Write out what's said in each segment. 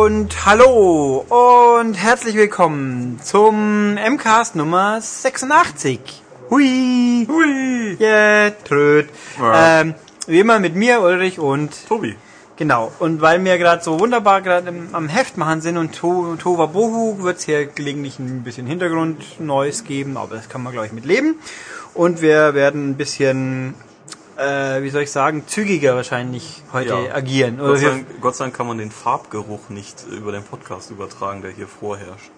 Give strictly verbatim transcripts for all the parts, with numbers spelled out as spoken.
Und hallo und herzlich willkommen zum M-Cast Nummer sechsundachtzig. Hui! Hui! Yeah, tröd. Ja. Ähm, wie immer mit mir, Ulrich und Tobi. Genau, und weil wir gerade so wunderbar gerade am Heft machen sind und to, Tova Bohu, wird es hier gelegentlich ein bisschen Hintergrund-Neues geben, aber das kann man, glaube ich, mit leben. Und wir werden ein bisschen, äh, wie soll ich sagen, zügiger wahrscheinlich heute Ja. agieren. Gott sei, Dank, Gott sei Dank kann man den Farbgeruch nicht über den Podcast übertragen, der hier vorherrscht.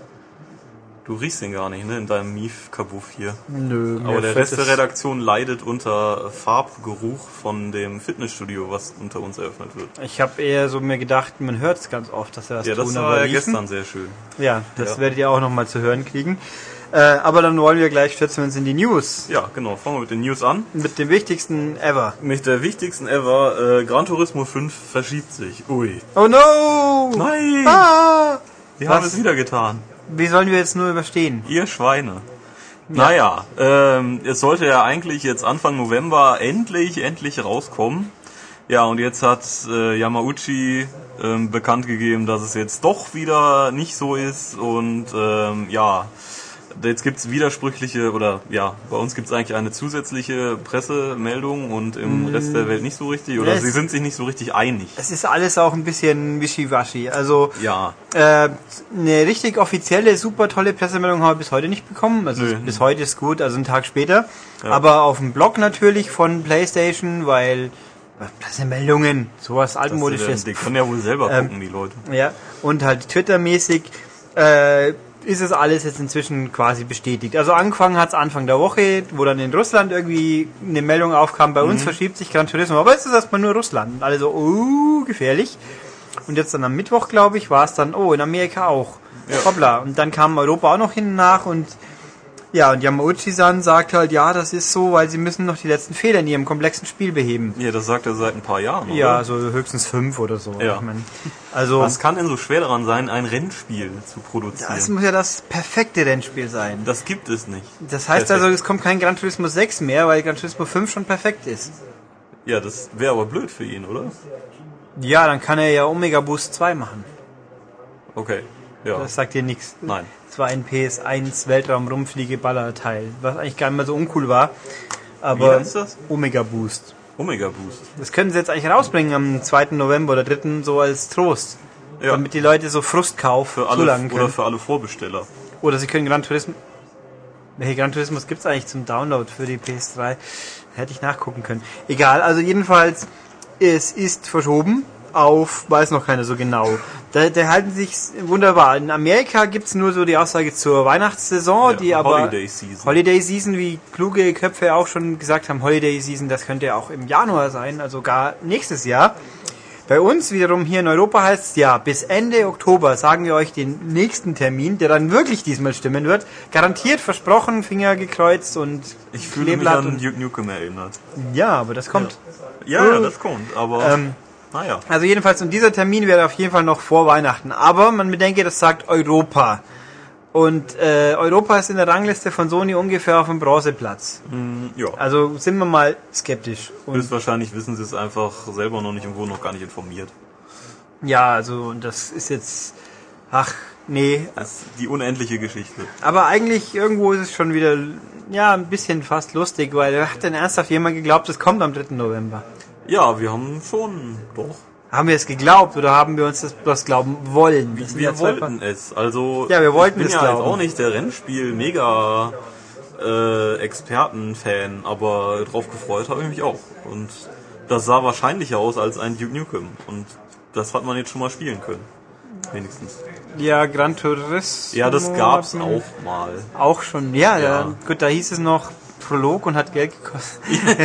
Du riechst den gar nicht, ne, in deinem Mief-Kabuff hier. Nö, aber der Rest der Redaktion leidet unter Farbgeruch von dem Fitnessstudio, was unter uns eröffnet wird. Ich habe eher so mir gedacht, man hört es ganz oft, dass er das ja, tun. Ja, das war ja gestern sehr schön. Ja, das ja. werdet ihr auch nochmal zu hören kriegen. Äh, aber dann wollen wir gleich stürzen wir uns in die News. Ja, genau. Fangen wir mit den News an. Mit dem wichtigsten ever. Mit der wichtigsten ever. Äh, Gran Turismo fünf verschiebt sich. Ui. Oh no! Nein! Ah! Wir haben es wieder getan. Wie sollen wir jetzt nur überstehen? Ihr Schweine. Ja. Naja, ähm, es sollte ja eigentlich jetzt Anfang November endlich, endlich rauskommen. Ja, und jetzt hat äh, Yamauchi ähm, bekannt gegeben, dass es jetzt doch wieder nicht so ist. Und ähm, ja, jetzt gibt's widersprüchliche, oder ja, bei uns gibt's eigentlich eine zusätzliche Pressemeldung und im Rest der Welt nicht so richtig. Oder es sie sind sich nicht so richtig einig. Es ist alles auch ein bisschen wischiwaschi. Also ja. äh, eine richtig offizielle, super tolle Pressemeldung haben wir bis heute nicht bekommen. Also Nö. bis heute ist gut, also einen Tag später. Ja. Aber auf dem Blog natürlich von PlayStation, weil Pressemeldungen, sowas altmodisches. Die können ja wohl selber ähm, gucken, die Leute. Ja, und halt Twitter-mäßig äh, ist es alles jetzt inzwischen quasi bestätigt. Also angefangen hat es Anfang der Woche, wo dann in Russland irgendwie eine Meldung aufkam, bei mhm. uns verschiebt sich Gran Turismo, aber es ist erstmal nur Russland. Und alle so, uh, gefährlich. Und jetzt dann am Mittwoch, glaube ich, war es dann, oh, in Amerika auch. Ja. Hoppla. Und dann kam Europa auch noch hin nach und ja, und Yamauchi-san sagt halt, ja, das ist so, weil sie müssen noch die letzten Fehler in ihrem komplexen Spiel beheben. Ja, das sagt er seit ein paar Jahren, oder? Ja, so höchstens fünf oder so. Ja. Ich mein, also, was kann denn so schwer daran sein, ein Rennspiel zu produzieren? Das muss ja das perfekte Rennspiel sein. Das gibt es nicht. Das heißt Perfekt. Also, es kommt kein Gran Turismo sechs mehr, weil Gran Turismo fünf schon perfekt ist. Ja, das wäre aber blöd für ihn, oder? Ja, dann kann er ja Omega Boost zwei machen. Okay, ja. Das sagt dir nichts. Nein. Das war ein P S eins Weltraum-Rumfliege-Baller-Teil, was eigentlich gar nicht mehr so uncool war. Aber wie heißt das? Omega Boost. Omega Boost. Das können sie jetzt eigentlich rausbringen am zweiten November oder dritten so als Trost. Ja. Damit die Leute so Frustkauf für alle, zulangen können. Oder für alle Vorbesteller. Oder sie können Gran Turismo... Welche Gran Turismos gibt es eigentlich zum Download für die P S drei? Hätte ich nachgucken können. Egal, also jedenfalls, es ist verschoben auf, weiß noch keiner so genau. Da, da halten sich wunderbar. In Amerika gibt's nur so die Aussage zur Weihnachtssaison, ja, die aber Holiday Season. Holiday Season, wie kluge Köpfe auch schon gesagt haben, Holiday Season, das könnte ja auch im Januar sein, also gar nächstes Jahr. Bei uns wiederum hier in Europa heißt es ja, bis Ende Oktober sagen wir euch den nächsten Termin, der dann wirklich diesmal stimmen wird. Garantiert versprochen, Finger gekreuzt und ich fühle mich an Duke Nukem erinnert. Ja, aber das kommt. Ja, ja, ja das kommt, aber... Ähm, Naja. Also jedenfalls, und dieser Termin wäre auf jeden Fall noch vor Weihnachten. Aber man bedenke, das sagt Europa. Und äh, Europa ist in der Rangliste von Sony ungefähr auf dem Bronzeplatz. Mm, ja. Also sind wir mal skeptisch. Und höchstwahrscheinlich wissen sie es einfach selber noch nicht und wurden noch gar nicht informiert. Ja, also das ist jetzt... Ach, nee. Das ist die unendliche Geschichte. Aber eigentlich irgendwo ist es schon wieder, ja, ein bisschen fast lustig, weil hat denn ernsthaft jemand geglaubt, es kommt am dritten November? Ja, wir haben schon, doch. Haben wir es geglaubt oder haben wir uns das bloß glauben wollen? Wir, wir wollten es. Also ja, wir wollten ich bin es ja glauben. jetzt auch nicht der Rennspiel-Mega äh, Experten-Fan, aber drauf gefreut habe ich mich auch. Und das sah wahrscheinlicher aus als ein Duke Nukem. Und das hat man jetzt schon mal spielen können. Wenigstens. Ja, Gran Turismo. Ja, das gab's auch mal. Auch schon, ja, ja. Da, gut, da hieß es noch Prolog und hat Geld gekostet.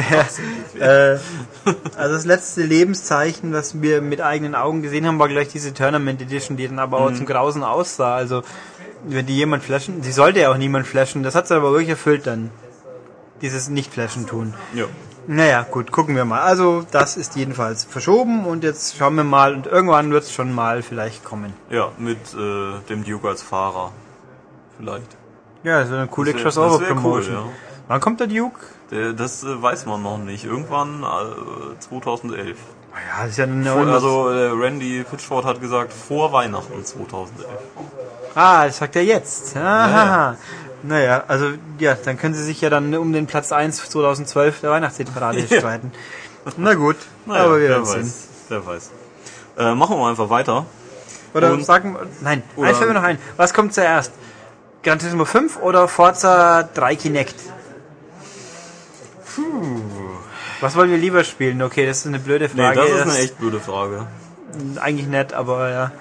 äh, also das letzte Lebenszeichen, was wir mit eigenen Augen gesehen haben, war gleich diese Tournament Edition, die dann aber auch mhm. zum Grausen aussah. Also wenn die jemand flashen, sie sollte ja auch niemand flashen, das hat sie aber wirklich erfüllt dann. Dieses Nicht-Flashen tun. Ja. Naja, gut, gucken wir mal. Also das ist jedenfalls verschoben und jetzt schauen wir mal und irgendwann wird es schon mal vielleicht kommen. Ja, mit äh, dem Duke als Fahrer. Vielleicht. Ja, so eine coole Crossover-Promotion. Cool, ja. Wann kommt der Duke? Der, das äh, weiß man noch nicht. Irgendwann äh, zweitausendelf. Ja, das ist ja eine Vor, also äh, Randy Pitchford hat gesagt, vor Weihnachten zweitausendelf. Ah, das sagt er jetzt. Aha. Ja. Naja, also ja, dann können sie sich ja dann um den Platz eins zweitausendzwölf der Weihnachtshitparade Ja. streiten. Na gut, Naja, aber wir wer werden sehen. weiß. Wer weiß. Äh, machen wir einfach weiter. Oder Und- sagen, nein, Oder- eins fällt mir noch ein. Was kommt zuerst? Gran Turismo fünf oder Forza drei Kinect? Was wollen wir lieber spielen? Okay, das ist eine blöde Nee, Frage. das ist eine echt blöde Frage. Eigentlich nett, aber ja.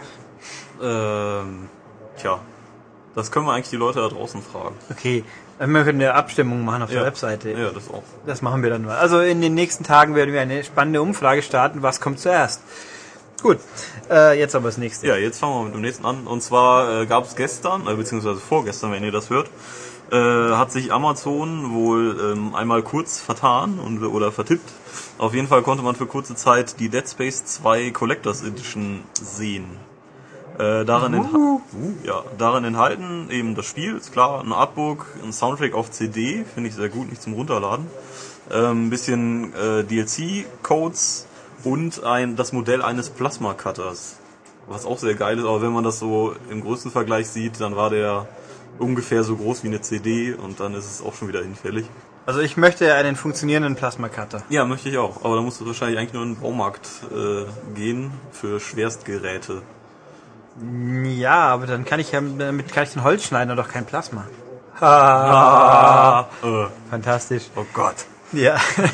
Ähm, tja, das können wir eigentlich die Leute da draußen fragen. Okay, wir können eine Abstimmung machen auf der Ja. Webseite. Ja, das auch. Das machen wir dann mal. Also in den nächsten Tagen werden wir eine spannende Umfrage starten. Was kommt zuerst? Gut, äh, jetzt aber das nächste. Ja, jetzt fangen wir mit dem nächsten an. Und zwar äh, gab es gestern, äh, beziehungsweise vorgestern, wenn ihr das hört, äh, hat sich Amazon wohl ähm, einmal kurz vertan und, oder vertippt. Auf jeden Fall konnte man für kurze Zeit die Dead Space zwei Collectors Edition sehen. Äh, darin, entha- uh, ja, darin enthalten eben das Spiel, ist klar, ein Artbook, ein Soundtrack auf C D, finde ich sehr gut, nicht zum Runterladen. Ähm, ein bisschen äh, D L C-Codes und ein, das Modell eines Plasma-Cutters. Was auch sehr geil ist, aber wenn man das so im größten Vergleich sieht, dann war der ungefähr so groß wie eine C D und dann ist es auch schon wieder hinfällig. Also ich möchte einen funktionierenden Plasma-Cutter. Ja, möchte ich auch, aber da musst du wahrscheinlich eigentlich nur in den Baumarkt äh, gehen für Schwerstgeräte. Ja, aber dann kann ich ja, damit kann ich den Holz schneiden und doch kein Plasma. Ah, äh, Fantastisch. oh Gott, Ja.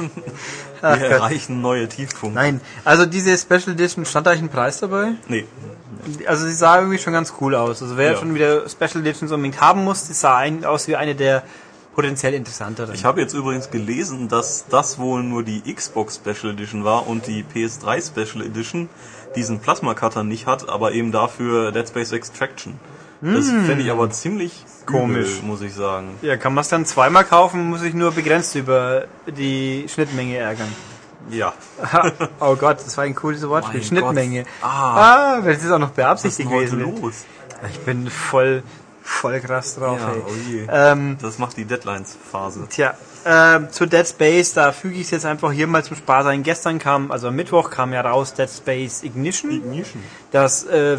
Ach wir Gott. erreichen neue Tiefpunkte. Nein, also diese Special Edition, stand da eigentlich ein Preis dabei? Nee, Also sie sah irgendwie schon ganz cool aus. Also wer Ja. schon wieder Special Editions unbedingt haben muss, das sah ein, aus wie eine der potenziell interessanteren. ich habe jetzt übrigens gelesen, dass das wohl nur die Xbox Special Edition war und die P S drei Special Edition diesen Plasma Cutter nicht hat, aber eben dafür Dead Space Extraction. Das fände ich aber ziemlich Komisch. übel, muss ich sagen. Ja, kann man es dann zweimal kaufen, muss ich nur begrenzt über die Schnittmenge ärgern. Ja. Ha, oh Gott, das war ein cooles Wortspiel. Mein Schnittmenge. Gott. Ah. ah, das ist auch noch Was ist beabsichtigt denn heute gewesen. los? Ich bin voll, voll krass drauf. Ja, ey. oh je. Ähm, Das macht die Deadlines-Phase. Tja, äh, zu Dead Space, da füge ich es jetzt einfach hier mal zum Spaß ein. Gestern kam, also am Mittwoch kam ja raus Dead Space Ignition. Ignition. Das äh,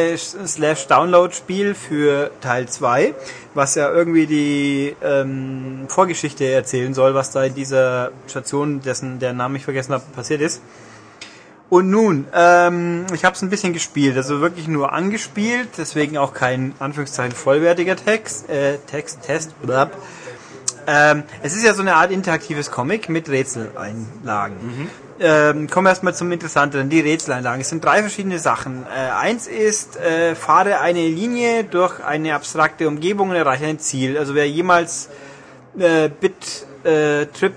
Werbe-Slash-Download-Spiel für Teil zwei, was ja irgendwie die ähm, Vorgeschichte erzählen soll, was da in dieser Station, dessen der Name ich vergessen habe, passiert ist. Und nun, ähm, ich habe es ein bisschen gespielt, also wirklich nur angespielt, deswegen auch kein Anführungszeichen vollwertiger Text, äh, Text, Test, blab. Ähm, es ist ja so eine Art interaktives Comic mit Rätseleinlagen. Mhm. Ähm, kommen wir erstmal zum Interessanteren, die Rätseleinlagen. Es sind drei verschiedene Sachen. Äh, eins ist, äh, fahre eine Linie durch eine abstrakte Umgebung und erreiche ein Ziel. Also wer jemals äh, Bit äh, Trip,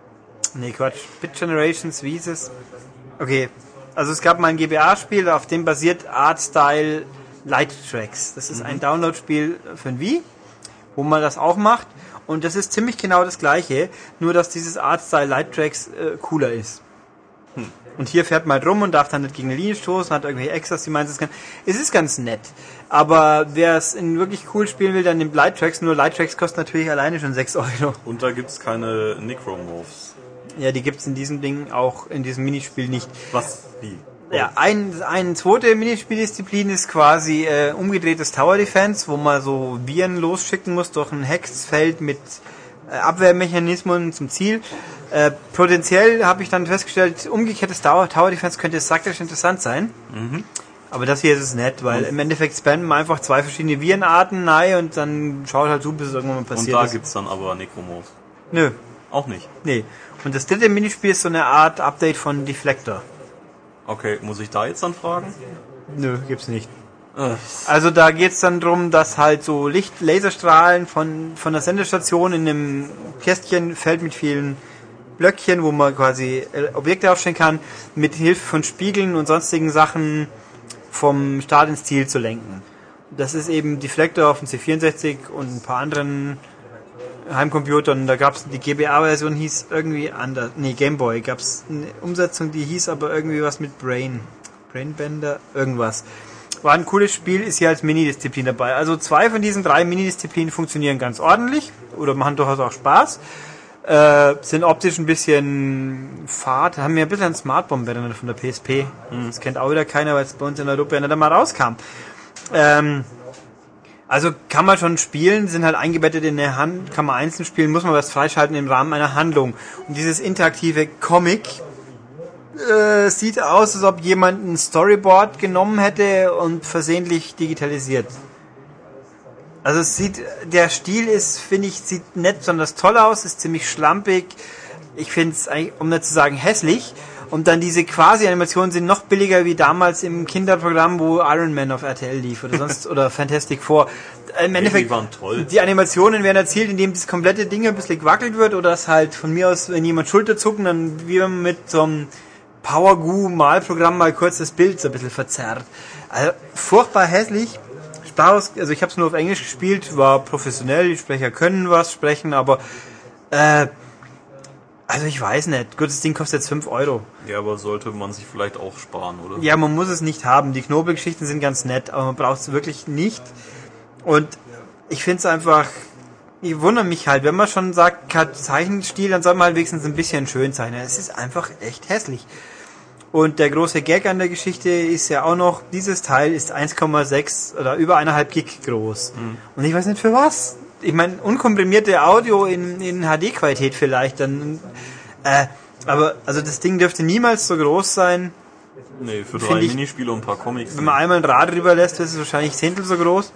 nee Quatsch, Bit Generations, wie hieß es? Okay, also es gab mal ein G B A-Spiel, auf dem basiert Artstyle Light Tracks. Das ist ein Download-Spiel für ein Wii, wo man das auch macht. Und das ist ziemlich genau das gleiche, nur dass dieses Artstyle Light Tracks äh, cooler ist. Hm. Und hier fährt man halt rum und darf dann nicht gegen eine Linie stoßen, hat irgendwelche Extras, die man es kann. Es ist ganz nett. Aber wer es in wirklich cool spielen will, dann nimmt Light Tracks. Nur Light Tracks kostet natürlich alleine schon sechs Euro. Und da gibt's keine Necromorphs. Ja, die gibt's in diesem Ding auch in diesem Minispiel nicht. Was? Wie? Ja, ein, eine zweite Minispieldisziplin ist quasi äh, umgedrehtes Tower Defense, wo man so Viren losschicken muss durch ein Hexfeld mit äh, Abwehrmechanismen zum Ziel. Äh, potenziell habe ich dann festgestellt, umgekehrtes Tower, Tower Defense könnte saktisch interessant sein. Mhm. Aber das hier ist es nett, weil im Endeffekt spammen wir einfach zwei verschiedene Virenarten rein und dann schaut halt zu, bis es irgendwann mal Und passiert da ist. gibt's dann aber Necromorphs. Nö, Auch nicht. nee. Und das dritte Minispiel ist so eine Art Update von Deflector. Okay, muss ich da jetzt dann fragen? Nö, gibt's nicht. Äh, Also da geht's dann drum, dass halt so Licht, Laserstrahlen von, von der Sendestation in einem Kästchen fällt mit vielen Blöckchen, wo man quasi äh, Objekte aufstellen kann, mit Hilfe von Spiegeln und sonstigen Sachen vom Start ins Ziel zu lenken. Das ist eben Deflector auf dem C vierundsechzig und ein paar anderen Heimcomputern. Da gab's die G B A-Version, hieß irgendwie anders. Nee, Gameboy. Gab's eine Umsetzung, die hieß aber irgendwie was mit Brain. Brainbender, irgendwas. War ein cooles Spiel, ist hier als Minidisziplin dabei. Also zwei von diesen drei Minidisziplinen funktionieren ganz ordentlich oder machen durchaus auch Spaß. Äh, sind optisch ein bisschen fad, haben wir ein bisschen ein Smartbomb von der P S P. Mhm. Das kennt auch wieder keiner, weil es bei uns in Europa ja nicht einmal rauskam. Ähm, also kann man schon spielen, sind halt eingebettet in eine Hand, kann man einzeln spielen, muss man was freischalten im Rahmen einer Handlung. Und dieses interaktive Comic äh, sieht aus, als ob jemand ein Storyboard genommen hätte und versehentlich digitalisiert. Also es sieht, der Stil ist, finde ich, sieht nicht besonders toll aus, ist ziemlich schlampig. Ich finde es, um nicht zu sagen, hässlich. Und dann diese Quasi-Animationen sind noch billiger wie damals im Kinderprogramm, wo Iron Man auf R T L lief oder sonst oder Fantastic Four. Im Endeffekt, die waren toll. Die Animationen werden erzielt, indem das komplette Ding ein bisschen gewackelt wird oder dass halt von mir aus, wenn jemand Schulter zucken, dann wie man mit so einem Power-Goo-Malprogramm mal kurz das Bild so ein bisschen verzerrt. Also furchtbar hässlich. Daraus, also ich habe es nur auf Englisch gespielt, war professionell, die Sprecher können was sprechen, aber äh, also ich weiß nicht. Gut, das Ding kostet jetzt fünf Euro. Ja, aber sollte man sich vielleicht auch sparen, oder? Ja, man muss es nicht haben. Die Knobelgeschichten sind ganz nett, aber man braucht es wirklich nicht. Und ich finde es einfach, ich wundere mich halt, wenn man schon sagt, kein Zeichenstil, dann soll man halt wenigstens ein bisschen schön zeichnen. Es ist einfach echt hässlich. Und der große Gag an der Geschichte ist ja auch noch, dieses Teil ist eins Komma sechs oder über eineinhalb Gig groß. Mhm. Und ich weiß nicht für was. Ich meine, unkomprimierte Audio in, in H D-Qualität vielleicht, dann, äh, aber, also das Ding dürfte niemals so groß sein. Nee, für drei Minispiele und ein paar Comics. Wenn man einmal ein Rad drüber lässt, ist es wahrscheinlich Zehntel so groß.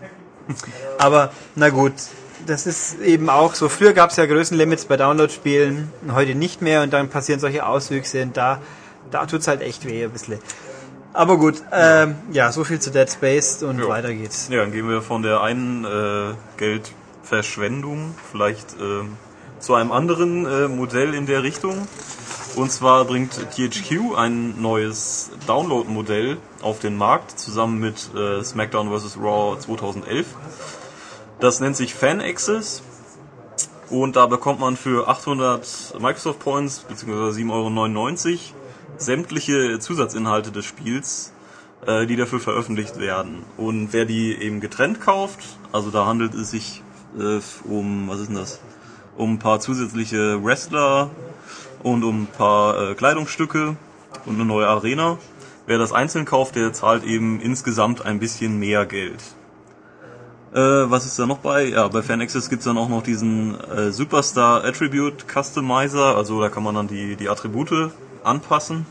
Aber, na gut. Das ist eben auch so. Früher gab es ja Größenlimits bei Download-Spielen, heute nicht mehr und dann passieren solche Auswüchse und da Da tut's halt echt weh ein bisschen. Aber gut, ähm, ja, so viel zu Dead Space und ja. Weiter geht's. Ja, dann gehen wir von der einen äh, Geldverschwendung vielleicht äh, zu einem anderen äh, Modell in der Richtung. Und zwar bringt T H Q ein neues Download-Modell auf den Markt, zusammen mit äh, SmackDown versus. Raw zweitausendelf. Das nennt sich Fan Access. Und da bekommt man für achthundert Microsoft Points, beziehungsweise sieben Euro neunundneunzig, sämtliche Zusatzinhalte des Spiels, äh, die dafür veröffentlicht werden. Und wer die eben getrennt kauft, also da handelt es sich äh, um, was ist denn das, um ein paar zusätzliche Wrestler und um ein paar äh, Kleidungsstücke und eine neue Arena. Wer das einzeln kauft, der zahlt eben insgesamt ein bisschen mehr Geld. Äh, was ist da noch bei? Ja, bei Fan Access gibt's dann auch noch diesen äh, Superstar Attribute Customizer, also da kann man dann die, die Attribute anpassen.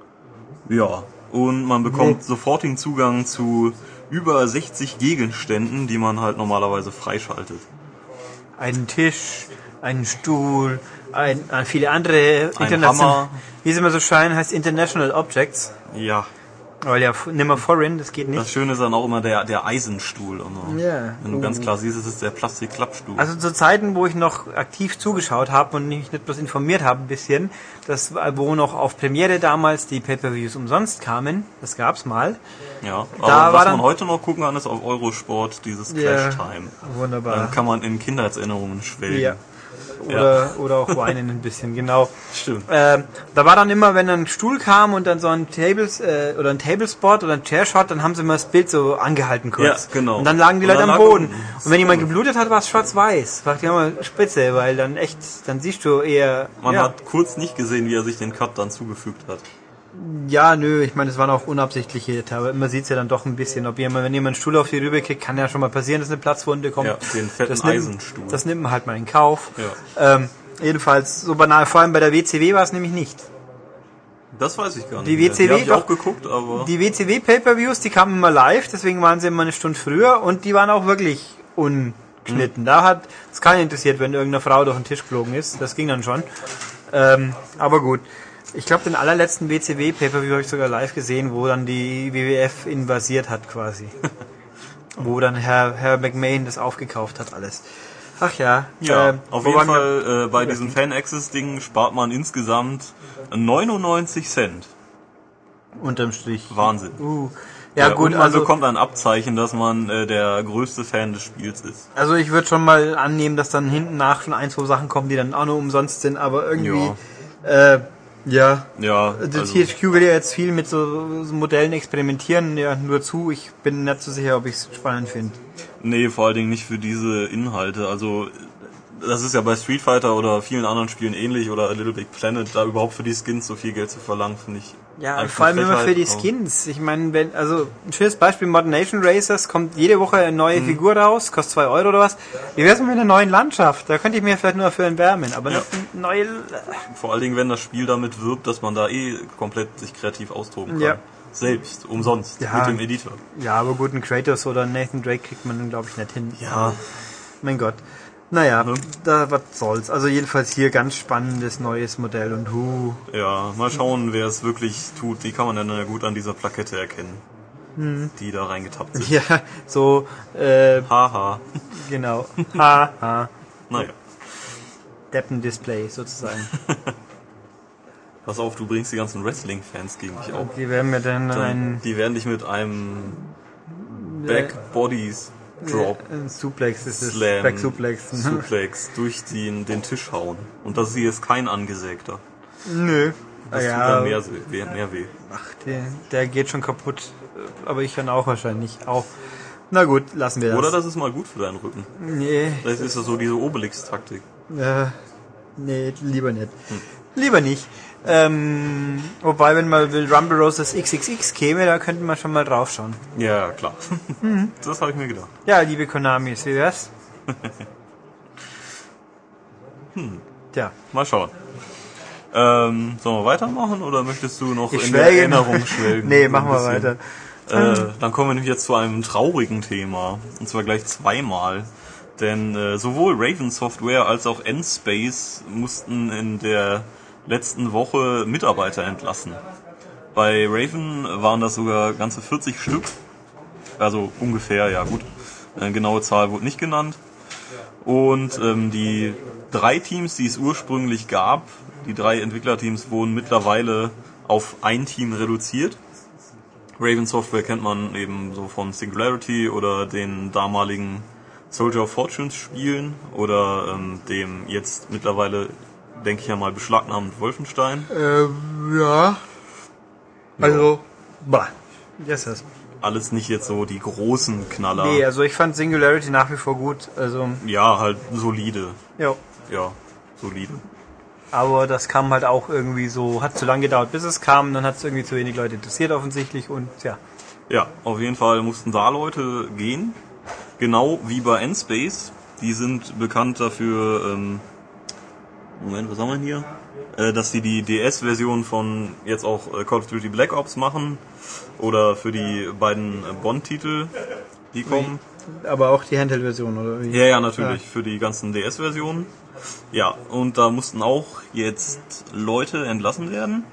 Ja, und man bekommt nee. sofortigen Zugang zu über sechzig Gegenständen, die man halt normalerweise freischaltet. Einen Tisch, einen Stuhl, ein, ein viele andere internationale, wie es immer so scheint, heißt International Objects. Ja. Weil ja nimmer foreign, das geht nicht. Das Schöne ist dann auch immer der, der Eisenstuhl. Immer. Ja. Wenn du ganz klar siehst, es ist der Plastikklappstuhl. Also zu Zeiten, wo ich noch aktiv zugeschaut habe und mich nicht bloß informiert habe ein bisschen, das, wo noch auf Premiere damals die Pay-Per-Views umsonst kamen, das gab's mal. Ja, aber da was man heute noch gucken kann, ist auf Eurosport dieses Crash Time. Ja, wunderbar. Dann kann man in Kindheitserinnerungen schwelgen. Ja. Oder, ja. oder auch weinen ein bisschen, genau. Stimmt. Ähm, da war dann immer, wenn ein Stuhl kam und dann so ein Tables äh, oder ein Tablespot oder ein Chairshot, dann haben sie immer das Bild so angehalten kurz. Ja, genau. Und dann lagen die und Leute am Boden. Und wenn jemand geblutet hat, war es schwarz-weiß. War die immer spitze, weil dann echt, dann siehst du eher... Man ja. hat kurz nicht gesehen, wie er sich den Cut dann zugefügt hat. Ja, nö, ich meine, es waren auch unabsichtliche, aber man sieht es ja dann doch ein bisschen. Ob jemand, wenn jemand einen Stuhl auf die Rübe kriegt, kann ja schon mal passieren, dass eine Platzwunde kommt. Ja, den fetten das Eisenstuhl. Nimmt, das nimmt man halt mal in Kauf. Ja. Ähm, jedenfalls, so banal, vor allem bei der W C W war es nämlich nicht. Das weiß ich gar nicht. Die W C W, die hab ich auch geguckt, aber... Die W C W Pay-Per-Views, die kamen immer live, deswegen waren sie immer eine Stunde früher und die waren auch wirklich ungeschnitten. Hm. Da hat es keinen interessiert, wenn irgendeine Frau durch den Tisch geflogen ist. Das ging dann schon. Ähm, aber gut. Ich glaube, den allerletzten W C W Pay-Per-View habe ich sogar live gesehen, wo dann die W W F invasiert hat quasi. Wo dann Herr, Herr McMahon das aufgekauft hat alles. Ach ja. Ja, äh, auf jeden Fall äh, bei diesem Fan-Access-Ding spart man insgesamt neunundneunzig Cent. Unterm Strich. Wahnsinn. Uh. Ja, ja, gut, und man also bekommt ein Abzeichen, dass man äh, der größte Fan des Spiels ist. Also ich würde schon mal annehmen, dass dann hinten nach schon ein, zwei Sachen kommen, die dann auch nur umsonst sind, aber irgendwie... Ja. Äh, Ja, ja also also T H Q will ja jetzt viel mit so, so Modellen experimentieren, ja, nur zu. Ich bin nicht so sicher, ob ich es spannend finde. Nee, vor allen Dingen nicht für diese Inhalte. Also das ist ja bei Street Fighter oder vielen anderen Spielen ähnlich oder A Little Big Planet, da überhaupt für die Skins so viel Geld zu verlangen, finde ich. Ja, vor allem immer für die Skins. Ich meine, wenn, also ein schönes Beispiel, Modern Nation Racers, kommt jede Woche eine neue mhm. Figur raus, kostet zwei Euro oder was. Wie wär's mit einer neuen Landschaft? Da könnte ich mir vielleicht nur für entwärmen, aber ja. noch eine neue... Vor allen Dingen, wenn das Spiel damit wirbt, dass man da eh komplett sich kreativ austoben kann. Ja. Selbst, umsonst, ja. mit dem Editor. Ja, aber gut, einen Kratos oder einen Nathan Drake kriegt man, glaube ich, nicht hin. Ja. Mein Gott. Naja, ne? Da was soll's. Also jedenfalls hier ganz spannendes neues Modell und hu. Ja, mal schauen, wer es wirklich tut. Die kann man dann ja gut an dieser Plakette erkennen, hm. die da reingetappt sind. Ja, so, äh... Haha. Genau. Haha. Naja. Deppen-Display, sozusagen. Pass auf, du bringst die ganzen Wrestling-Fans gegen dich auf. Die werden mir dann, dann ein... Die werden dich mit einem Back-Bodies... Drop. Ein Suplex ist es. Slam, Back Suplex. Suplex durch den, den Tisch hauen. Und das hier ist kein angesägter. Nö. Das ja, tut dann mehr, mehr weh. Ach, der, der geht schon kaputt. Aber ich kann auch wahrscheinlich auch. Na gut, lassen wir das. Oder das ist mal gut für deinen Rücken. Nee. Das ist ja so diese Obelix-Taktik. Äh, nee, lieber nicht. Hm. Lieber nicht. Ähm, wobei, wenn mal will Rumble Roses X X X käme, da könnte man schon mal draufschauen. Ja, klar. Mhm. Das habe ich mir gedacht. Ja, liebe Konamis, wie wär's? hm. Tja. Mal schauen. Ähm, sollen wir weitermachen oder möchtest du noch ich in schwelge. der Erinnerung schwelgen? Nee, machen wir weiter. Äh, dann kommen wir nämlich jetzt zu einem traurigen Thema. Und zwar gleich zweimal. Denn äh, sowohl Raven Software als auch N-Space mussten in der letzten Woche Mitarbeiter entlassen. Bei Raven waren das sogar ganze vierzig Stück. Also ungefähr, ja gut. Eine genaue Zahl wurde nicht genannt. Und ähm, die drei Teams, die es ursprünglich gab, die drei Entwicklerteams, wurden mittlerweile auf ein Team reduziert. Raven Software kennt man eben so von Singularity oder den damaligen Soldier of Fortunes Spielen oder ähm, dem jetzt mittlerweile, denke ich ja mal, beschlagnahmt Wolfenstein. Ähm, ja. Also, bah. Yes, yes. Alles nicht jetzt so die großen Knaller. Nee, also ich fand Singularity nach wie vor gut. Also ja, halt solide. Ja. Ja, solide. Aber das kam halt auch irgendwie so, hat zu lange gedauert, bis es kam, dann hat es irgendwie zu wenig Leute interessiert offensichtlich und ja. Ja, auf jeden Fall mussten da Leute gehen. Genau wie bei N-Space. Die sind bekannt dafür, ähm, Moment, was haben wir hier? Äh, dass sie die D S-Version von jetzt auch äh, Call of Duty Black Ops machen. Oder für die beiden äh, Bond-Titel, die kommen. Aber auch die Handheld-Version, oder wie? Ja, ja, natürlich. Ja. Für die ganzen D S-Versionen. Ja, und da mussten auch jetzt Leute entlassen werden.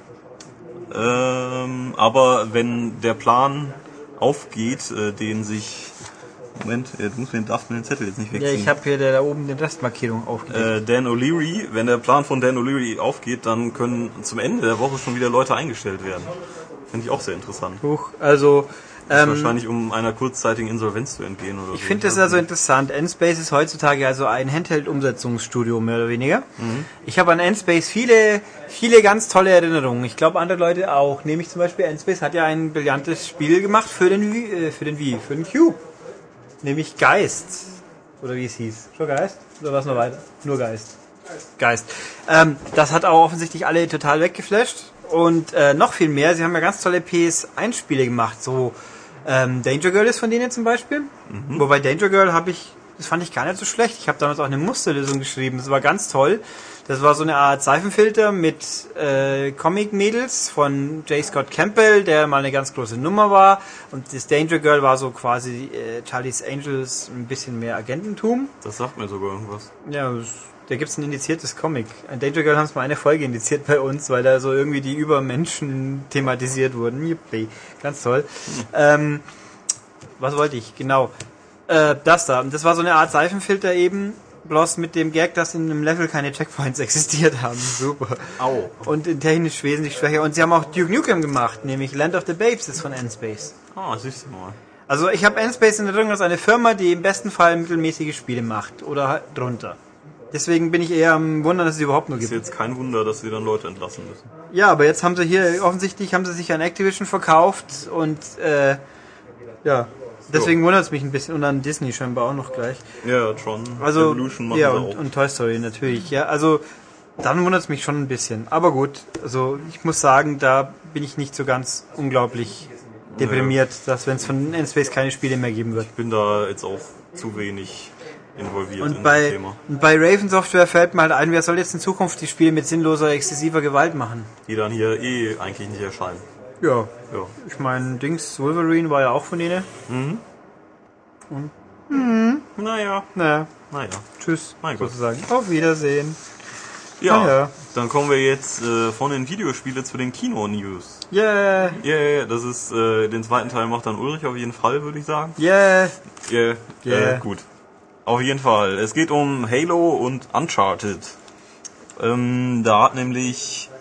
Ähm, aber wenn der Plan aufgeht, äh, den sich... Moment, du musst mir, darfst mir den Zettel jetzt nicht wegziehen. Ja, ich habe hier da, da oben die Restmarkierung aufgelegt. Äh, Dan O'Leary, wenn der Plan von Dan O'Leary aufgeht, dann können zum Ende der Woche schon wieder Leute eingestellt werden. Finde ich auch sehr interessant. Huch, also... Das ist ähm, wahrscheinlich, um einer kurzzeitigen Insolvenz zu entgehen oder ich so. finde das also interessant. N-Space ist heutzutage also ein Handheld-Umsetzungsstudio, mehr oder weniger. Mhm. Ich habe an N-Space viele, viele ganz tolle Erinnerungen. Ich glaube, andere Leute auch. Nämlich zum Beispiel N-Space hat ja ein brillantes Spiel gemacht für den Wii, äh, für den Wii, für den Cube. Nämlich Geist. Oder wie es hieß. Schon Geist? Oder was noch weiter? Nur Geist. Geist. Ähm, das hat auch offensichtlich alle total weggeflasht. Und äh, noch viel mehr. Sie haben ja ganz tolle P S eins Spiele gemacht. So ähm, Danger Girl ist von denen zum Beispiel. Mhm. Wobei Danger Girl habe ich, das fand ich gar nicht so schlecht. Ich habe damals auch eine Musterlösung geschrieben. Das war ganz toll. Das war so eine Art Seifenfilter mit äh, Comic-Mädels von J. Scott Campbell, der mal eine ganz große Nummer war. Und das Danger Girl war so quasi äh, Charlie's Angels, ein bisschen mehr Agententum. Das sagt mir sogar irgendwas. Ja, das, da gibt's ein indiziertes Comic. Ein Danger Girl haben es mal eine Folge indiziert bei uns, weil da so irgendwie die Übermenschen thematisiert wurden. Yippie. Ganz toll. Hm. Ähm, was wollte ich? Genau. Äh, das da. Und das war so eine Art Seifenfilter eben. Bloß mit dem Gag, dass in einem Level keine Checkpoints existiert haben. Super. Au. Und technisch wesentlich schwächer. Und sie haben auch Duke Nukem gemacht, nämlich Land of the Babes ist von N-Space. Ah, siehst du mal. Also ich habe N-Space in Erinnerung als eine Firma, die im besten Fall mittelmäßige Spiele macht. Oder halt drunter. Deswegen bin ich eher am Wundern, dass es überhaupt nur gibt. Ist jetzt kein Wunder, dass sie dann Leute entlassen müssen. Ja, aber jetzt haben sie hier, offensichtlich haben sie sich an Activision verkauft und äh, ja, Deswegen wundert es mich ein bisschen. Und an Disney scheinbar auch noch gleich. Ja, Tron, also, Evolution machen ja, sie und, auch. und Toy Story natürlich. Ja, also dann wundert es mich schon ein bisschen. Aber gut, also ich muss sagen, da bin ich nicht so ganz unglaublich deprimiert, ja. dass wenn es von N-Space keine Spiele mehr geben wird. Ich bin da jetzt auch zu wenig involviert und in bei, das Thema. Und bei Raven Software fällt mir halt ein, wer soll jetzt in Zukunft die Spiele mit sinnloser, exzessiver Gewalt machen? Die dann hier eh eigentlich nicht erscheinen. Ja. Ja. Ich meine, Dings, Wolverine war ja auch von denen. Mhm. Und, mhm. Naja. Naja. Naja. Tschüss. Mein Gott. Sozusagen. Auf Wiedersehen. Ja, naja. Dann kommen wir jetzt äh, von den Videospielen zu den Kino-News. Yeah. Yeah, das ist, äh, den zweiten Teil macht dann Ulrich auf jeden Fall, würde ich sagen. Yeah. Yeah. Yeah. Äh, gut. Auf jeden Fall. Es geht um Halo und Uncharted. Ähm, da hat nämlich...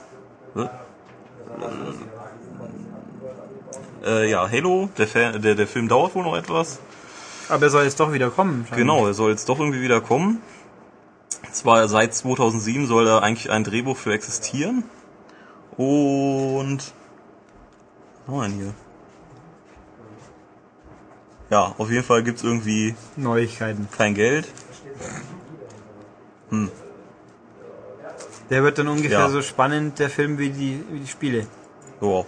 Äh, ja, Halo, der, Fan, der, der Film dauert wohl noch etwas. Aber er soll jetzt doch wieder kommen. Genau, er soll jetzt doch irgendwie wieder kommen. Zwar seit zweitausendsieben soll da eigentlich ein Drehbuch für existieren. Und... Was haben wir denn hier? Ja, auf jeden Fall gibt's irgendwie... Neuigkeiten. Kein Geld. Hm. Der wird dann ungefähr Ja. so spannend, der Film, wie die, wie die Spiele. So.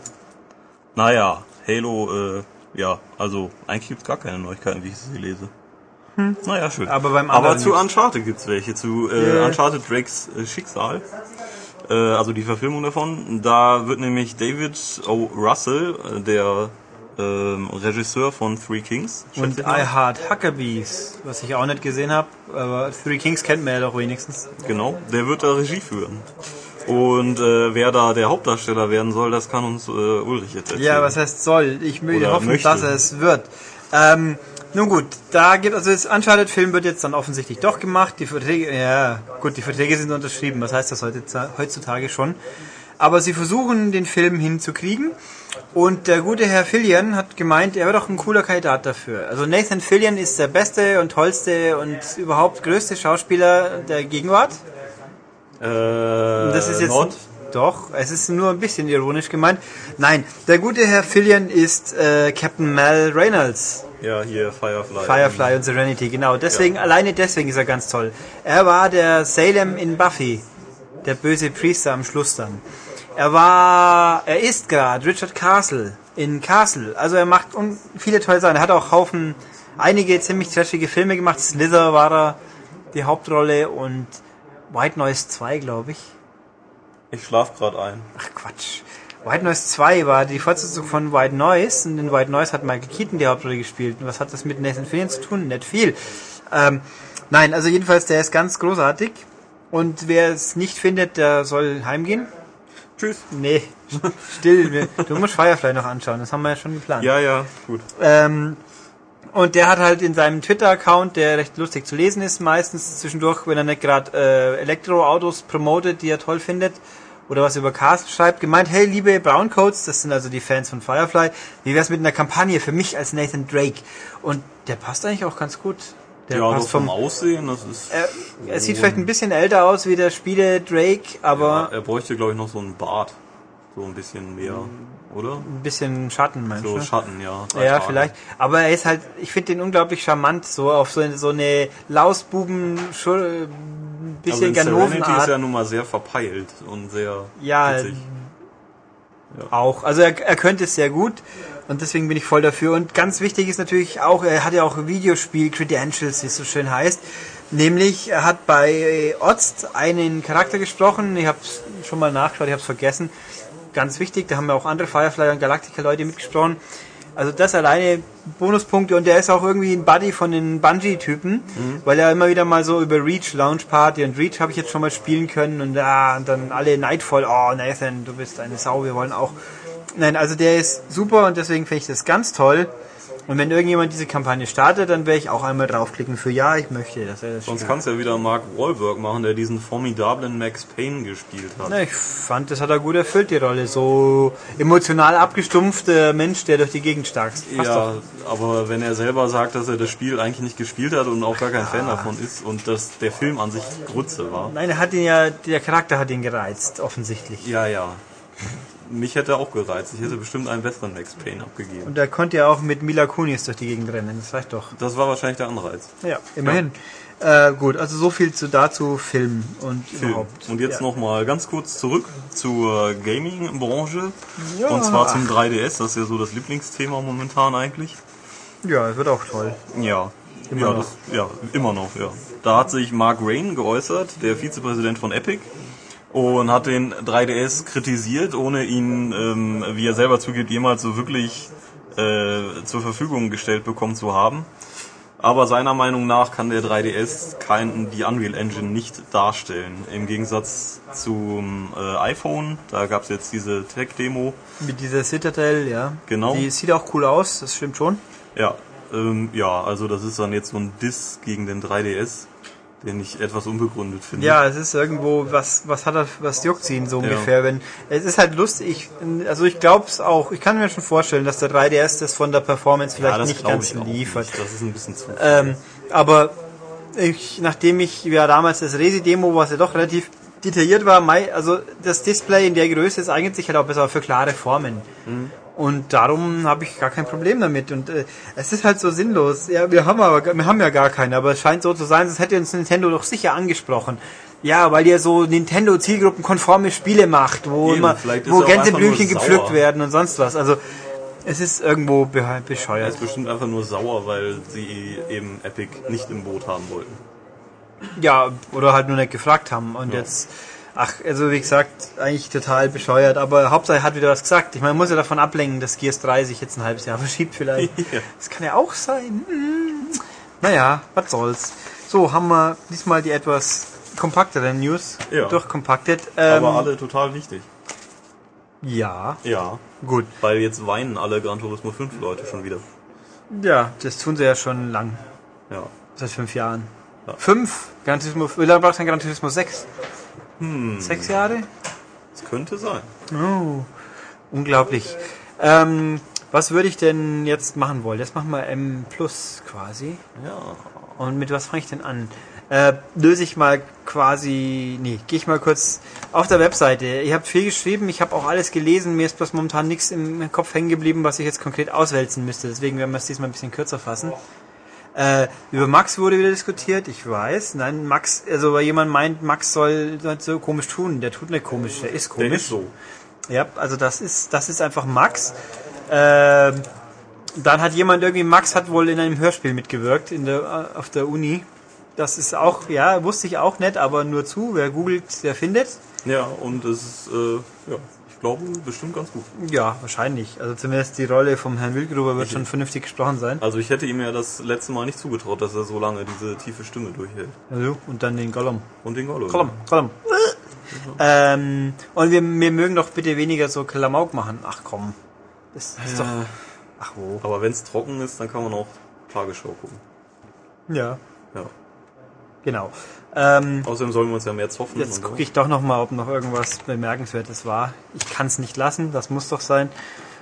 Naja, Halo, äh, ja, also eigentlich gibt's gar keine Neuigkeiten, wie ich sie lese. Hm. Naja, schön. Aber beim Aber anderen zu gibt's- Uncharted gibt's welche, zu äh, Yeah. Uncharted Drakes äh, Schicksal. Äh, also die Verfilmung davon. Da wird nämlich David O. Russell, äh, der ähm, Regisseur von Three Kings. schätze Und ich I mal. Heart Huckabees, was ich auch nicht gesehen habe, aber Three Kings kennt man ja doch wenigstens. Genau, der wird da Regie führen. Und äh, wer da der Hauptdarsteller werden soll, das kann uns äh, Ulrich jetzt erzählen. Ja, was heißt soll? Ich möchte Oder hoffen, möchte. dass es wird. Ähm, nun gut, da gibt also das Uncharted-Film wird jetzt dann offensichtlich doch gemacht. Die Verträge, ja gut, die Verträge sind unterschrieben. Was heißt das heute, heutzutage schon? Aber sie versuchen, den Film hinzukriegen. Und der gute Herr Fillion hat gemeint, er wäre doch ein cooler Kandidat dafür. Also Nathan Fillion ist der beste und tollste und überhaupt größte Schauspieler der Gegenwart. Äh, Das ist jetzt Not? doch, es ist nur ein bisschen ironisch gemeint. Nein, der gute Herr Fillion ist äh, Captain Mal Reynolds. Ja, hier Firefly. Firefly und Serenity, genau. Deswegen, ja. Alleine deswegen ist er ganz toll. Er war der Salem in Buffy, der böse Priester am Schluss dann. Er war, er ist gerade Richard Castle in Castle. Also er macht un- viele tolle Sachen. Er hat auch Haufen, einige ziemlich trashige Filme gemacht. Slither war da die Hauptrolle und White Noise zwei, glaube ich. Ich schlaf gerade ein. Ach Quatsch. White Noise zwei war die Fortsetzung von White Noise und in White Noise hat Michael Keaton die Hauptrolle gespielt. Und was hat das mit Nathan Fillion zu tun? Nicht viel. Ähm, nein, also jedenfalls, der ist ganz großartig. Und wer es nicht findet, der soll heimgehen. Tschüss. Nee, still. Du musst Firefly noch anschauen, das haben wir ja schon geplant. Ja, ja, gut. Ähm, und der hat halt in seinem Twitter-Account, der recht lustig zu lesen ist, meistens zwischendurch, wenn er nicht gerade äh, Elektroautos promotet, die er toll findet, oder was über Cars schreibt, gemeint, hey, liebe Browncoats, das sind also die Fans von Firefly, wie wär's mit einer Kampagne für mich als Nathan Drake? Und der passt eigentlich auch ganz gut. Der ja, passt doch vom Aussehen, das ist... Er, er sieht vielleicht ein bisschen älter aus wie der Spiele Drake, aber Ja, er bräuchte, glaube ich, noch so einen Bart. So ein bisschen mehr, oder? ein bisschen Schatten, meinst So du? Schatten, ja. drei Ja, Tage. vielleicht. Aber er ist halt, ich finde den unglaublich charmant, so auf so eine, so eine Lausbuben, Schul, ein Also bisschen in Serenity ist Ganovenart. ja nun mal sehr verpeilt und sehr Ja, witzig. Auch. Also er, er könnte es sehr gut und deswegen bin ich voll dafür. Und ganz wichtig ist natürlich auch, er hat ja auch Videospiel-Credentials, wie es so schön heißt. Nämlich, er hat bei Ozt einen Charakter gesprochen, ich habe es schon mal nachgeschaut, ich habe es vergessen. Ganz wichtig, da haben ja auch andere Firefly und Galactica-Leute mitgesprochen. Also das alleine Bonuspunkte und der ist auch irgendwie ein Buddy von den Bungie-Typen, mhm. weil er immer wieder mal so über Reach, Launch Party und Reach habe ich jetzt schon mal spielen können und, ah, und dann alle Nightfall, oh Nathan, du bist eine Sau, wir wollen auch. Nein, also der ist super und deswegen finde ich das ganz toll. Und wenn irgendjemand diese Kampagne startet, dann werde ich auch einmal draufklicken für ja, ich möchte, dass er das Sonst spielt. kannst du ja wieder Mark Wahlberg machen, der diesen formidablen Max Payne gespielt hat. Na, ich fand, das hat er gut erfüllt, die Rolle. So emotional abgestumpfter Mensch, der durch die Gegend starkst. Passt Ja, doch. aber wenn er selber sagt, dass er das Spiel eigentlich nicht gespielt hat und auch gar kein Fan davon ist und dass der Film an sich Grütze war. Nein, er hat ihn ja, der Charakter hat ihn gereizt, offensichtlich. Ja, ja. mich hätte er auch gereizt. Ich hätte bestimmt einen besseren Max Payne abgegeben. Und er konnte ja auch mit Mila Kunis durch die Gegend rennen, das reicht doch. Das war wahrscheinlich der Anreiz. Ja, immerhin. Ja. Äh, gut, also so viel zu dazu Film und Film. überhaupt. Und jetzt ja. nochmal ganz kurz zurück zur Gaming-Branche. Ja. Und zwar zum drei D S, das ist ja so das Lieblingsthema momentan eigentlich. Ja, das wird auch toll. Ja. Immer ja, noch. Das, ja, immer noch, ja. Da hat sich Mark Rain geäußert, der Vizepräsident von Epic, und hat den drei D S kritisiert, ohne ihn, ähm, wie er selber zugibt, jemals so wirklich äh, zur Verfügung gestellt bekommen zu haben. Aber seiner Meinung nach kann der drei D S kein, die Unreal Engine nicht darstellen. Im Gegensatz zum äh, iPhone, da gab es jetzt diese Tech-Demo. Mit dieser Citadel, ja. Genau. Die sieht auch cool aus, das stimmt schon. Ja, ähm, ja, also das ist dann jetzt so ein Diss gegen den drei D S, den ich etwas unbegründet finde. Ja, es ist irgendwo, was was hat er, was juckt ihn so ungefähr, ja. Wenn es ist halt lustig, ich, also ich glaube es auch, ich kann mir schon vorstellen, dass der drei D S das von der Performance vielleicht ja, nicht ganz liefert. Nicht. Das ist ein bisschen zu. Ähm, aber ich, nachdem ich ja damals das Resi-Demo, was ja doch relativ detailliert war, also das Display in der Größe ist eigentlich halt auch besser für klare Formen. Mhm. Und darum habe ich gar kein Problem damit. Und äh, es ist halt so sinnlos. Ja, wir haben aber wir haben ja gar keine, aber es scheint so zu sein, als hätte uns Nintendo doch sicher angesprochen. Ja, weil ihr so Nintendo zielgruppenkonforme Spiele macht, wo Eben, immer wo Gänseblümchen gepflückt werden und sonst was. Also es ist irgendwo be- bescheuert. Er ist bestimmt einfach nur sauer, weil sie eben Epic nicht im Boot haben wollten. Ja, oder halt nur nicht gefragt haben. Und ja. jetzt Ach, also wie gesagt, eigentlich total bescheuert, aber Hauptsache er hat wieder was gesagt. Ich meine, man muss ja davon ablenken, dass Gears drei sich jetzt ein halbes Jahr verschiebt vielleicht. Ja. Das kann ja auch sein. Hm. Naja, was soll's. So, haben wir diesmal die etwas kompakteren News ja. durchkompaktet. Ähm, aber alle total wichtig. Ja. Ja. Gut. Weil jetzt weinen alle Gran Turismo fünf Leute schon wieder. Ja, das tun sie ja schon lang. Ja. Seit fünf Jahren. Ja. Fünf? Gran Turismo, wie lange braucht es ein Gran Turismo sechs? Hm. Sechs Jahre? Das könnte sein. Oh, unglaublich. Ähm, was würde ich denn jetzt machen wollen? Jetzt machen wir M Plus quasi. Ja. Und mit was fange ich denn an? Äh, löse ich mal quasi... Nee, gehe ich mal kurz auf der Webseite. Ihr habt viel geschrieben, ich habe auch alles gelesen. Mir ist bloß momentan nichts im Kopf hängen geblieben, was ich jetzt konkret auswälzen müsste. Deswegen werden wir es diesmal ein bisschen kürzer fassen. Äh, über Max wurde wieder diskutiert, ich weiß. Nein, Max, also weil jemand meint, Max soll so komisch tun. Der tut nicht komisch, der ist komisch. Der ist so. Ja, also das ist, das ist einfach Max. Äh, dann hat jemand irgendwie, Max hat wohl in einem Hörspiel mitgewirkt, in der, auf der Uni. Das ist auch, ja, wusste ich auch nicht, aber nur zu. Wer googelt, der findet. Ja, und es ist, äh, ja. Ich glaube, bestimmt ganz gut. Ja, wahrscheinlich. Also zumindest die Rolle vom Herrn Wildgruber wird ich schon vernünftig gesprochen sein. Also ich hätte ihm ja das letzte Mal nicht zugetraut, dass er so lange diese tiefe Stimme durchhält. Also, und dann den Gollum. Und den Gollum. Gollum, Gollum. Ja. Ähm, und wir, wir mögen doch bitte weniger so Klamauk machen. Ach komm. Das ist ja. doch... Ach wo. Aber wenn es trocken ist, dann kann man auch Tagesschau gucken. Ja. Ja. Genau. Ähm, Außerdem sollen wir uns ja mehr zoffen. Jetzt gucke ich doch nochmal, ob noch irgendwas Bemerkenswertes war. Ich kann es nicht lassen, das muss doch sein.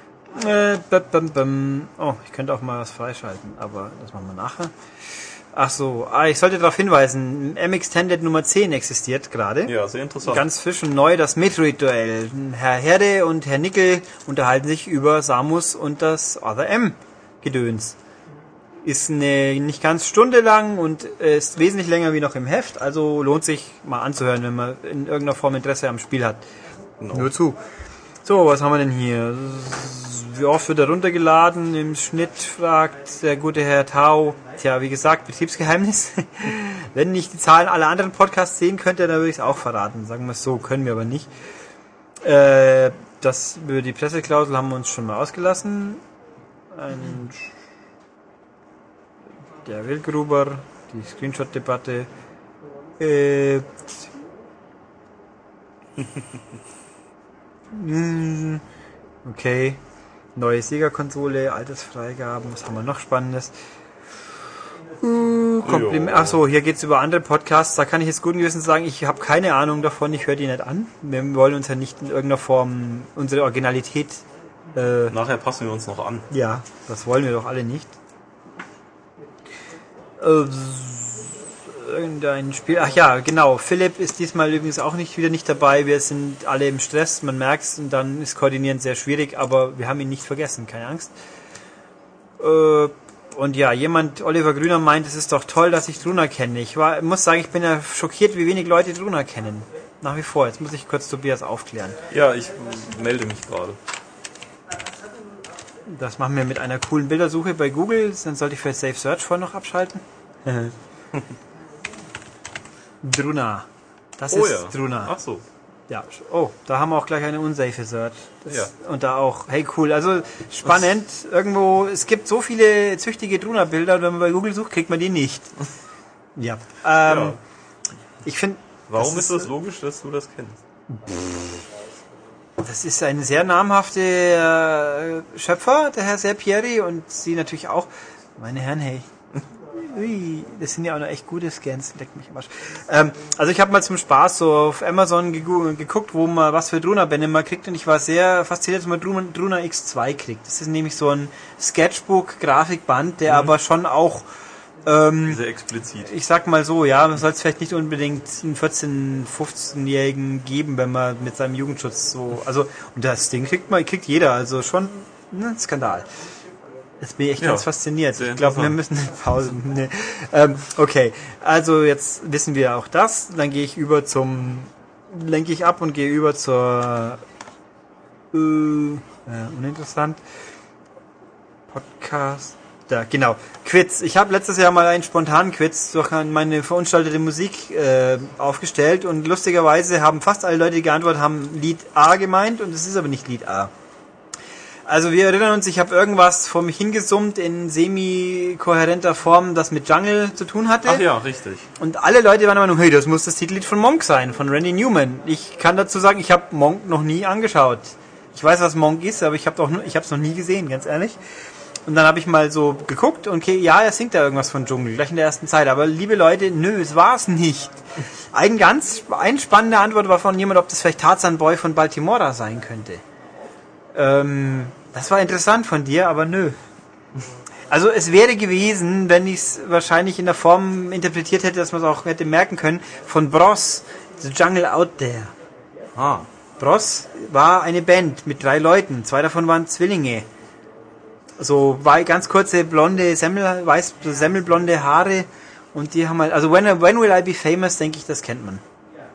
Äh, bäm, bäm, bäm. Oh, ich könnte auch mal was freischalten, aber das machen wir nachher. Ach so, ah, ich sollte darauf hinweisen, M-Extended Nummer zehn existiert gerade. Ja, sehr interessant. Ganz frisch und neu, das Metroid-Duell. Herr Herde und Herr Nickel unterhalten sich über Samus und das Other M-Gedöns. Ist eine nicht ganz Stunde lang und ist wesentlich länger wie noch im Heft, also lohnt sich mal anzuhören, wenn man in irgendeiner Form Interesse am Spiel hat. No. Nur zu. So, was haben wir denn hier? Wie oft wird er runtergeladen? Im Schnitt fragt der gute Herr Tau. Tja, wie gesagt, Betriebsgeheimnis. Wenn ich die Zahlen aller anderen Podcasts sehen könnte, dann würde ich es auch verraten. Sagen wir es so, können wir aber nicht. Äh, das über die Presseklausel haben wir uns schon mal ausgelassen. Ein Der Wildgruber, die Screenshot-Debatte. Äh, okay. Neue Sega-Konsole, Altersfreigaben, was haben wir noch Spannendes? Uh, Kompliment. Achso, hier geht's über andere Podcasts. Da kann ich jetzt guten Gewissens sagen, ich habe keine Ahnung davon, ich höre die nicht an. Wir wollen uns ja nicht in irgendeiner Form unsere Originalität... Äh, Nachher passen wir uns noch an. Ja, das wollen wir doch alle nicht. Äh, irgendein Spiel. Ach ja, genau. Philipp ist diesmal übrigens auch nicht wieder nicht dabei. Wir sind alle im Stress, man merkt's, und dann ist Koordinieren sehr schwierig, aber wir haben ihn nicht vergessen, keine Angst. Äh, und ja, jemand, Oliver Grüner, meint, es ist doch toll, dass ich Druna kenne. Ich war, muss sagen, ich bin ja schockiert, wie wenig Leute Druna kennen. Nach wie vor. Jetzt muss ich kurz Tobias aufklären. Ja, ich melde mich gerade. Das machen wir mit einer coolen Bildersuche bei Google. Dann sollte ich vielleicht Safe Search vorher noch abschalten. Druna. Das oh ist ja. Druna. Ach so. Ja. Oh, da haben wir auch gleich eine unsafe Search. Das ja. Und da auch. Hey, cool. Also spannend. Was? Irgendwo, es gibt so viele züchtige Druna-Bilder, wenn man bei Google sucht, kriegt man die nicht. Ja. Ähm, ja. Ich finde. Warum ist das logisch, dass du das kennst? Das ist ein sehr namhafter Schöpfer, der Herr Serpieri, und Sie natürlich auch. Meine Herren, hey. Ui, das sind ja auch noch echt gute Scans. Leck mich am Arsch. Ähm, also ich habe mal zum Spaß so auf Amazon geguckt, wo man was für Druna-Bände man kriegt, und ich war sehr fasziniert, dass man Druna, Druna X zwei kriegt. Das ist nämlich so ein Sketchbook-Grafikband, der mhm. aber schon auch Ähm, sehr explizit. Ich sag mal so, ja, man soll es vielleicht nicht unbedingt einen vierzehn-, fünfzehnjährigen geben, wenn man mit seinem Jugendschutz so, also, und das Ding kriegt man, kriegt jeder, also schon ein Skandal. Jetzt bin ich echt ja, ganz fasziniert. Ich glaube, wir müssen eine Pause. Nee. Ähm, okay, also jetzt wissen wir auch das. Dann gehe ich über zum, lenke ich ab und gehe über zur äh, ja, uninteressant Podcast. Da, genau. Quiz. Ich habe letztes Jahr mal einen spontanen Quiz durch meine verunstaltete Musik äh, aufgestellt, und lustigerweise haben fast alle Leute, die geantwortet haben, Lied A gemeint, und es ist aber nicht Lied A. Also wir erinnern uns, ich habe irgendwas vor mich hingesummt in semi-kohärenter Form, das mit Jungle zu tun hatte. Ach ja, richtig. Und alle Leute waren der Meinung, hey, das muss das Titellied von Monk sein, von Randy Newman. Ich kann dazu sagen, ich habe Monk noch nie angeschaut. Ich weiß, was Monk ist, aber ich habe doch, ich habe es noch nie gesehen, ganz ehrlich. Und dann habe ich mal so geguckt, und okay, ja, er singt da irgendwas von Dschungel, gleich in der ersten Zeit. Aber liebe Leute, nö, es war es nicht. Ein ganz, ein spannende Antwort war von jemand, ob das vielleicht Tarzan Boy von Baltimora sein könnte. Ähm, das war interessant von dir, aber nö. Also es wäre gewesen, wenn ich es wahrscheinlich in der Form interpretiert hätte, dass man es auch hätte merken können, von Bros, The Jungle Out There. Ah. Bros war eine Band mit drei Leuten, zwei davon waren Zwillinge. So war ganz kurze blonde Semmel, weiß semmelblonde Haare, und die haben halt, also when, when Will I Be Famous, denke ich, das kennt man.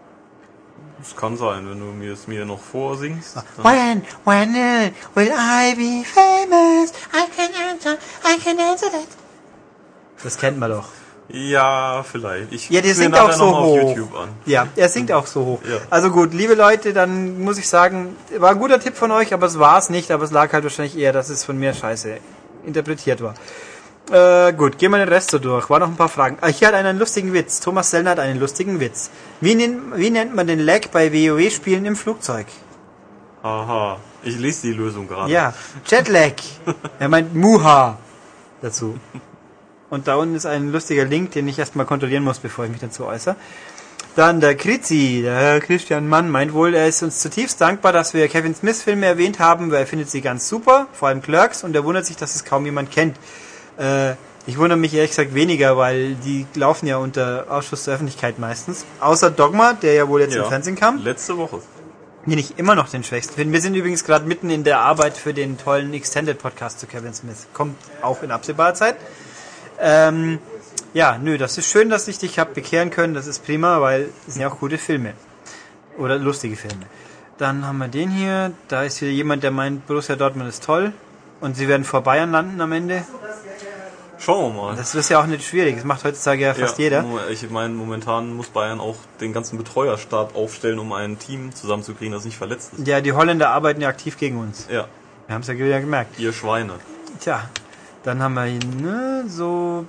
Das kann sein, wenn du mir es mir noch vorsingst. When, when will I be famous? I can answer, I can answer that. Das kennt man doch. Ja, vielleicht. Ich ja, der singt auch so hoch. Auf YouTube an. Ja, er singt auch so hoch. Ja. Also gut, liebe Leute, dann muss ich sagen, war ein guter Tipp von euch, aber es war es nicht, aber es lag halt wahrscheinlich eher, dass es von mir scheiße interpretiert war. Äh, gut, gehen wir den Rest so durch. War noch ein paar Fragen. Ah, hier hat einer einen lustigen Witz. Thomas Sellner hat einen lustigen Witz. Wie, nennt, wie nennt man den Lag bei WoW-Spielen im Flugzeug? Aha, ich lese die Lösung gerade. Ja, Jetlag. Er meint Muha dazu. Und da unten ist ein lustiger Link, den ich erstmal kontrollieren muss, bevor ich mich dazu äußere. Dann der Krizi, der Herr Christian Mann, meint wohl, er ist uns zutiefst dankbar, dass wir Kevin Smith Filme erwähnt haben, weil er findet sie ganz super, vor allem Clerks, und er wundert sich, dass es kaum jemand kennt. Äh, ich wundere mich ehrlich gesagt weniger, weil die laufen ja unter Ausschuss der Öffentlichkeit meistens. Außer Dogma, der ja wohl jetzt ja, im Fernsehen kam. Letzte Woche. Den ich immer noch den schwächsten finde. Wir sind übrigens gerade mitten in der Arbeit für den tollen Extended Podcast zu Kevin Smith. Kommt auch in absehbarer Zeit. Ähm, ja, nö, das ist schön, dass ich dich hab bekehren können, das ist prima, weil es sind ja auch gute Filme. Oder lustige Filme. Dann haben wir den hier, da ist wieder jemand, der meint, Borussia Dortmund ist toll, und sie werden vor Bayern landen am Ende. Schauen wir mal. Das ist ja auch nicht schwierig, das macht heutzutage ja fast ja, jeder. Ich meine, momentan muss Bayern auch den ganzen Betreuerstab aufstellen, um ein Team zusammenzukriegen, das nicht verletzt ist. Ja, die Holländer arbeiten ja aktiv gegen uns. Ja. Wir haben es ja wieder gemerkt. Ihr Schweine. Tja. Dann haben wir hier, ne, so,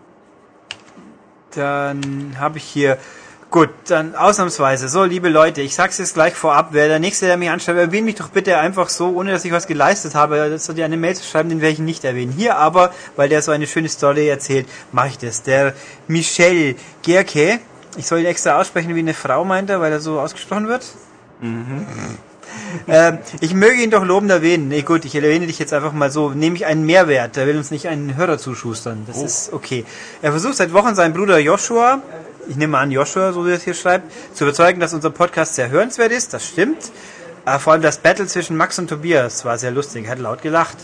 dann habe ich hier, gut, dann ausnahmsweise, so, liebe Leute, ich sag's jetzt gleich vorab, wer der Nächste, der mich anschreibt, erwähnt mich doch bitte einfach so, ohne dass ich was geleistet habe, das soll dir eine Mail zu schreiben, den werde ich nicht erwähnen. Hier aber, weil der so eine schöne Story erzählt, mache ich das. Der Michel Gerke, ich soll ihn extra aussprechen wie eine Frau, meint er, weil er so ausgesprochen wird. Mhm. ähm, ich möge ihn doch lobend erwähnen. Nee, gut, ich erwähne dich jetzt einfach mal so. Nehme ich einen Mehrwert. Der will uns nicht einen Hörer zuschustern. Das oh. ist okay. Er versucht seit Wochen seinen Bruder Joshua ich nehme an Joshua, so wie er es hier schreibt, zu überzeugen, dass unser Podcast sehr hörenswert ist. Das stimmt. Aber vor allem das Battle zwischen Max und Tobias war sehr lustig. Er hat laut gelacht.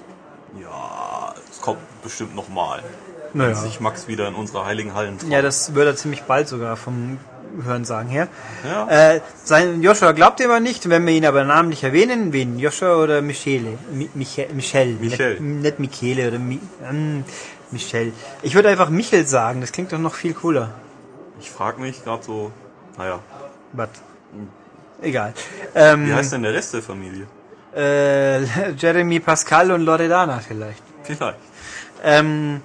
Ja, es kommt bestimmt nochmal. Naja. Wenn sich Max wieder in unsere heiligen Hallen traut. Ja, das wird er ziemlich bald sogar vom Hörensagen her. Ja. Äh, sein Joshua glaubt ihr aber nicht, wenn wir ihn aber namentlich erwähnen, wen? Joshua oder Michele? Mi Michel, Michel. Michel. Nicht, nicht Michele oder Mi ähm, Michel. Ich würde einfach Michel sagen, das klingt doch noch viel cooler. Ich frage mich gerade so, naja. Was? Egal. Ähm, Wie heißt denn der Rest der Familie? Äh, Jeremy, Pascal und Loredana vielleicht. Vielleicht. Ähm,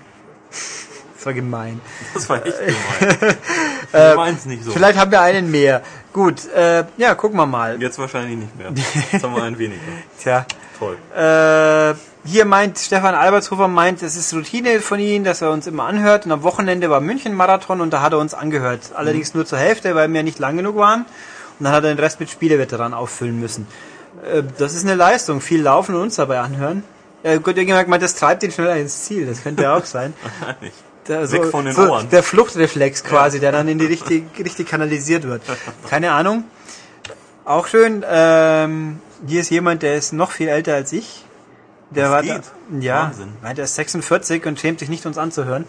das war gemein. Das war echt gemein. Du meinst nicht so. Vielleicht haben wir einen mehr. Gut, äh, ja, gucken wir mal. Jetzt wahrscheinlich nicht mehr. Jetzt haben wir einen weniger. Tja. Toll. Äh, hier meint Stefan Albertshofer, meint, es ist Routine von ihm, dass er uns immer anhört. Und am Wochenende war München-Marathon und da hat er uns angehört. Allerdings mhm. nur zur Hälfte, weil wir nicht lang genug waren. Und dann hat er den Rest mit Spieleveteranen auffüllen müssen. Äh, das ist eine Leistung. Viel laufen und uns dabei anhören. Äh, gut, irgendjemand meint, das treibt ihn schneller ins Ziel. Das könnte ja auch sein. Nicht. Der, Weg so, von den so Ohren. Der Fluchtreflex quasi, ja. Der dann in die richtig, richtig kanalisiert wird. Keine Ahnung. Auch schön. Ähm, hier ist jemand, der ist noch viel älter als ich. Der das war geht. Da, ja, Wahnsinn. der ist sechsundvierzig und schämt sich nicht, uns anzuhören.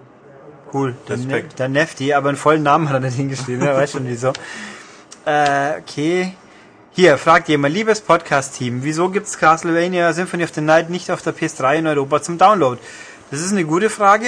Cool. Der, ne, Respekt. der Nefti, aber einen vollen Namen hat er nicht hingeschrieben. Er weiß schon wieso. Äh, okay. Hier, fragt jemand, liebes Podcast-Team, wieso gibt's Castlevania Symphony of the Night nicht auf der P S drei in Europa zum Download? Das ist eine gute Frage.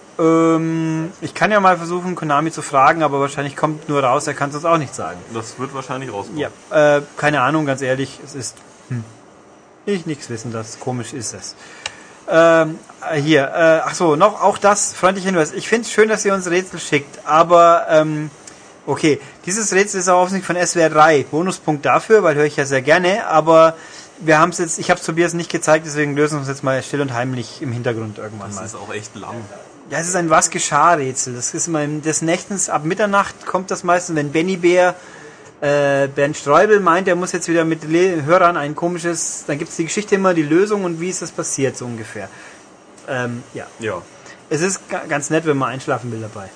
Ähm, ich kann ja mal versuchen, Konami zu fragen, aber wahrscheinlich kommt nur raus, er kann es uns auch nicht sagen. Das wird wahrscheinlich rauskommen. Ja, äh, keine Ahnung, ganz ehrlich, es ist... Hm, ich nichts wissen, das komisch ist es. Ähm, hier, äh, ach so, noch auch das, freundlicher Hinweis. Ich finde es schön, dass ihr uns Rätsel schickt, aber... Ähm, okay, dieses Rätsel ist auch offensichtlich von S W R drei. Bonuspunkt dafür, weil höre ich ja sehr gerne, aber wir haben es jetzt, ich habe es Tobias nicht gezeigt, deswegen lösen wir es jetzt mal still und heimlich im Hintergrund irgendwann das mal. Das ist auch echt lang. Ja, es ist ein Was geschah Rätsel. Das ist immer des Nächtens, ab Mitternacht kommt das meistens, wenn Benny Bär, äh, Bernd Streubel meint, er muss jetzt wieder mit Le- Hörern ein komisches, dann gibt es die Geschichte immer, die Lösung und wie ist das passiert, so ungefähr. Ähm, ja. Ja. Es ist g- ganz nett, wenn man einschlafen will dabei.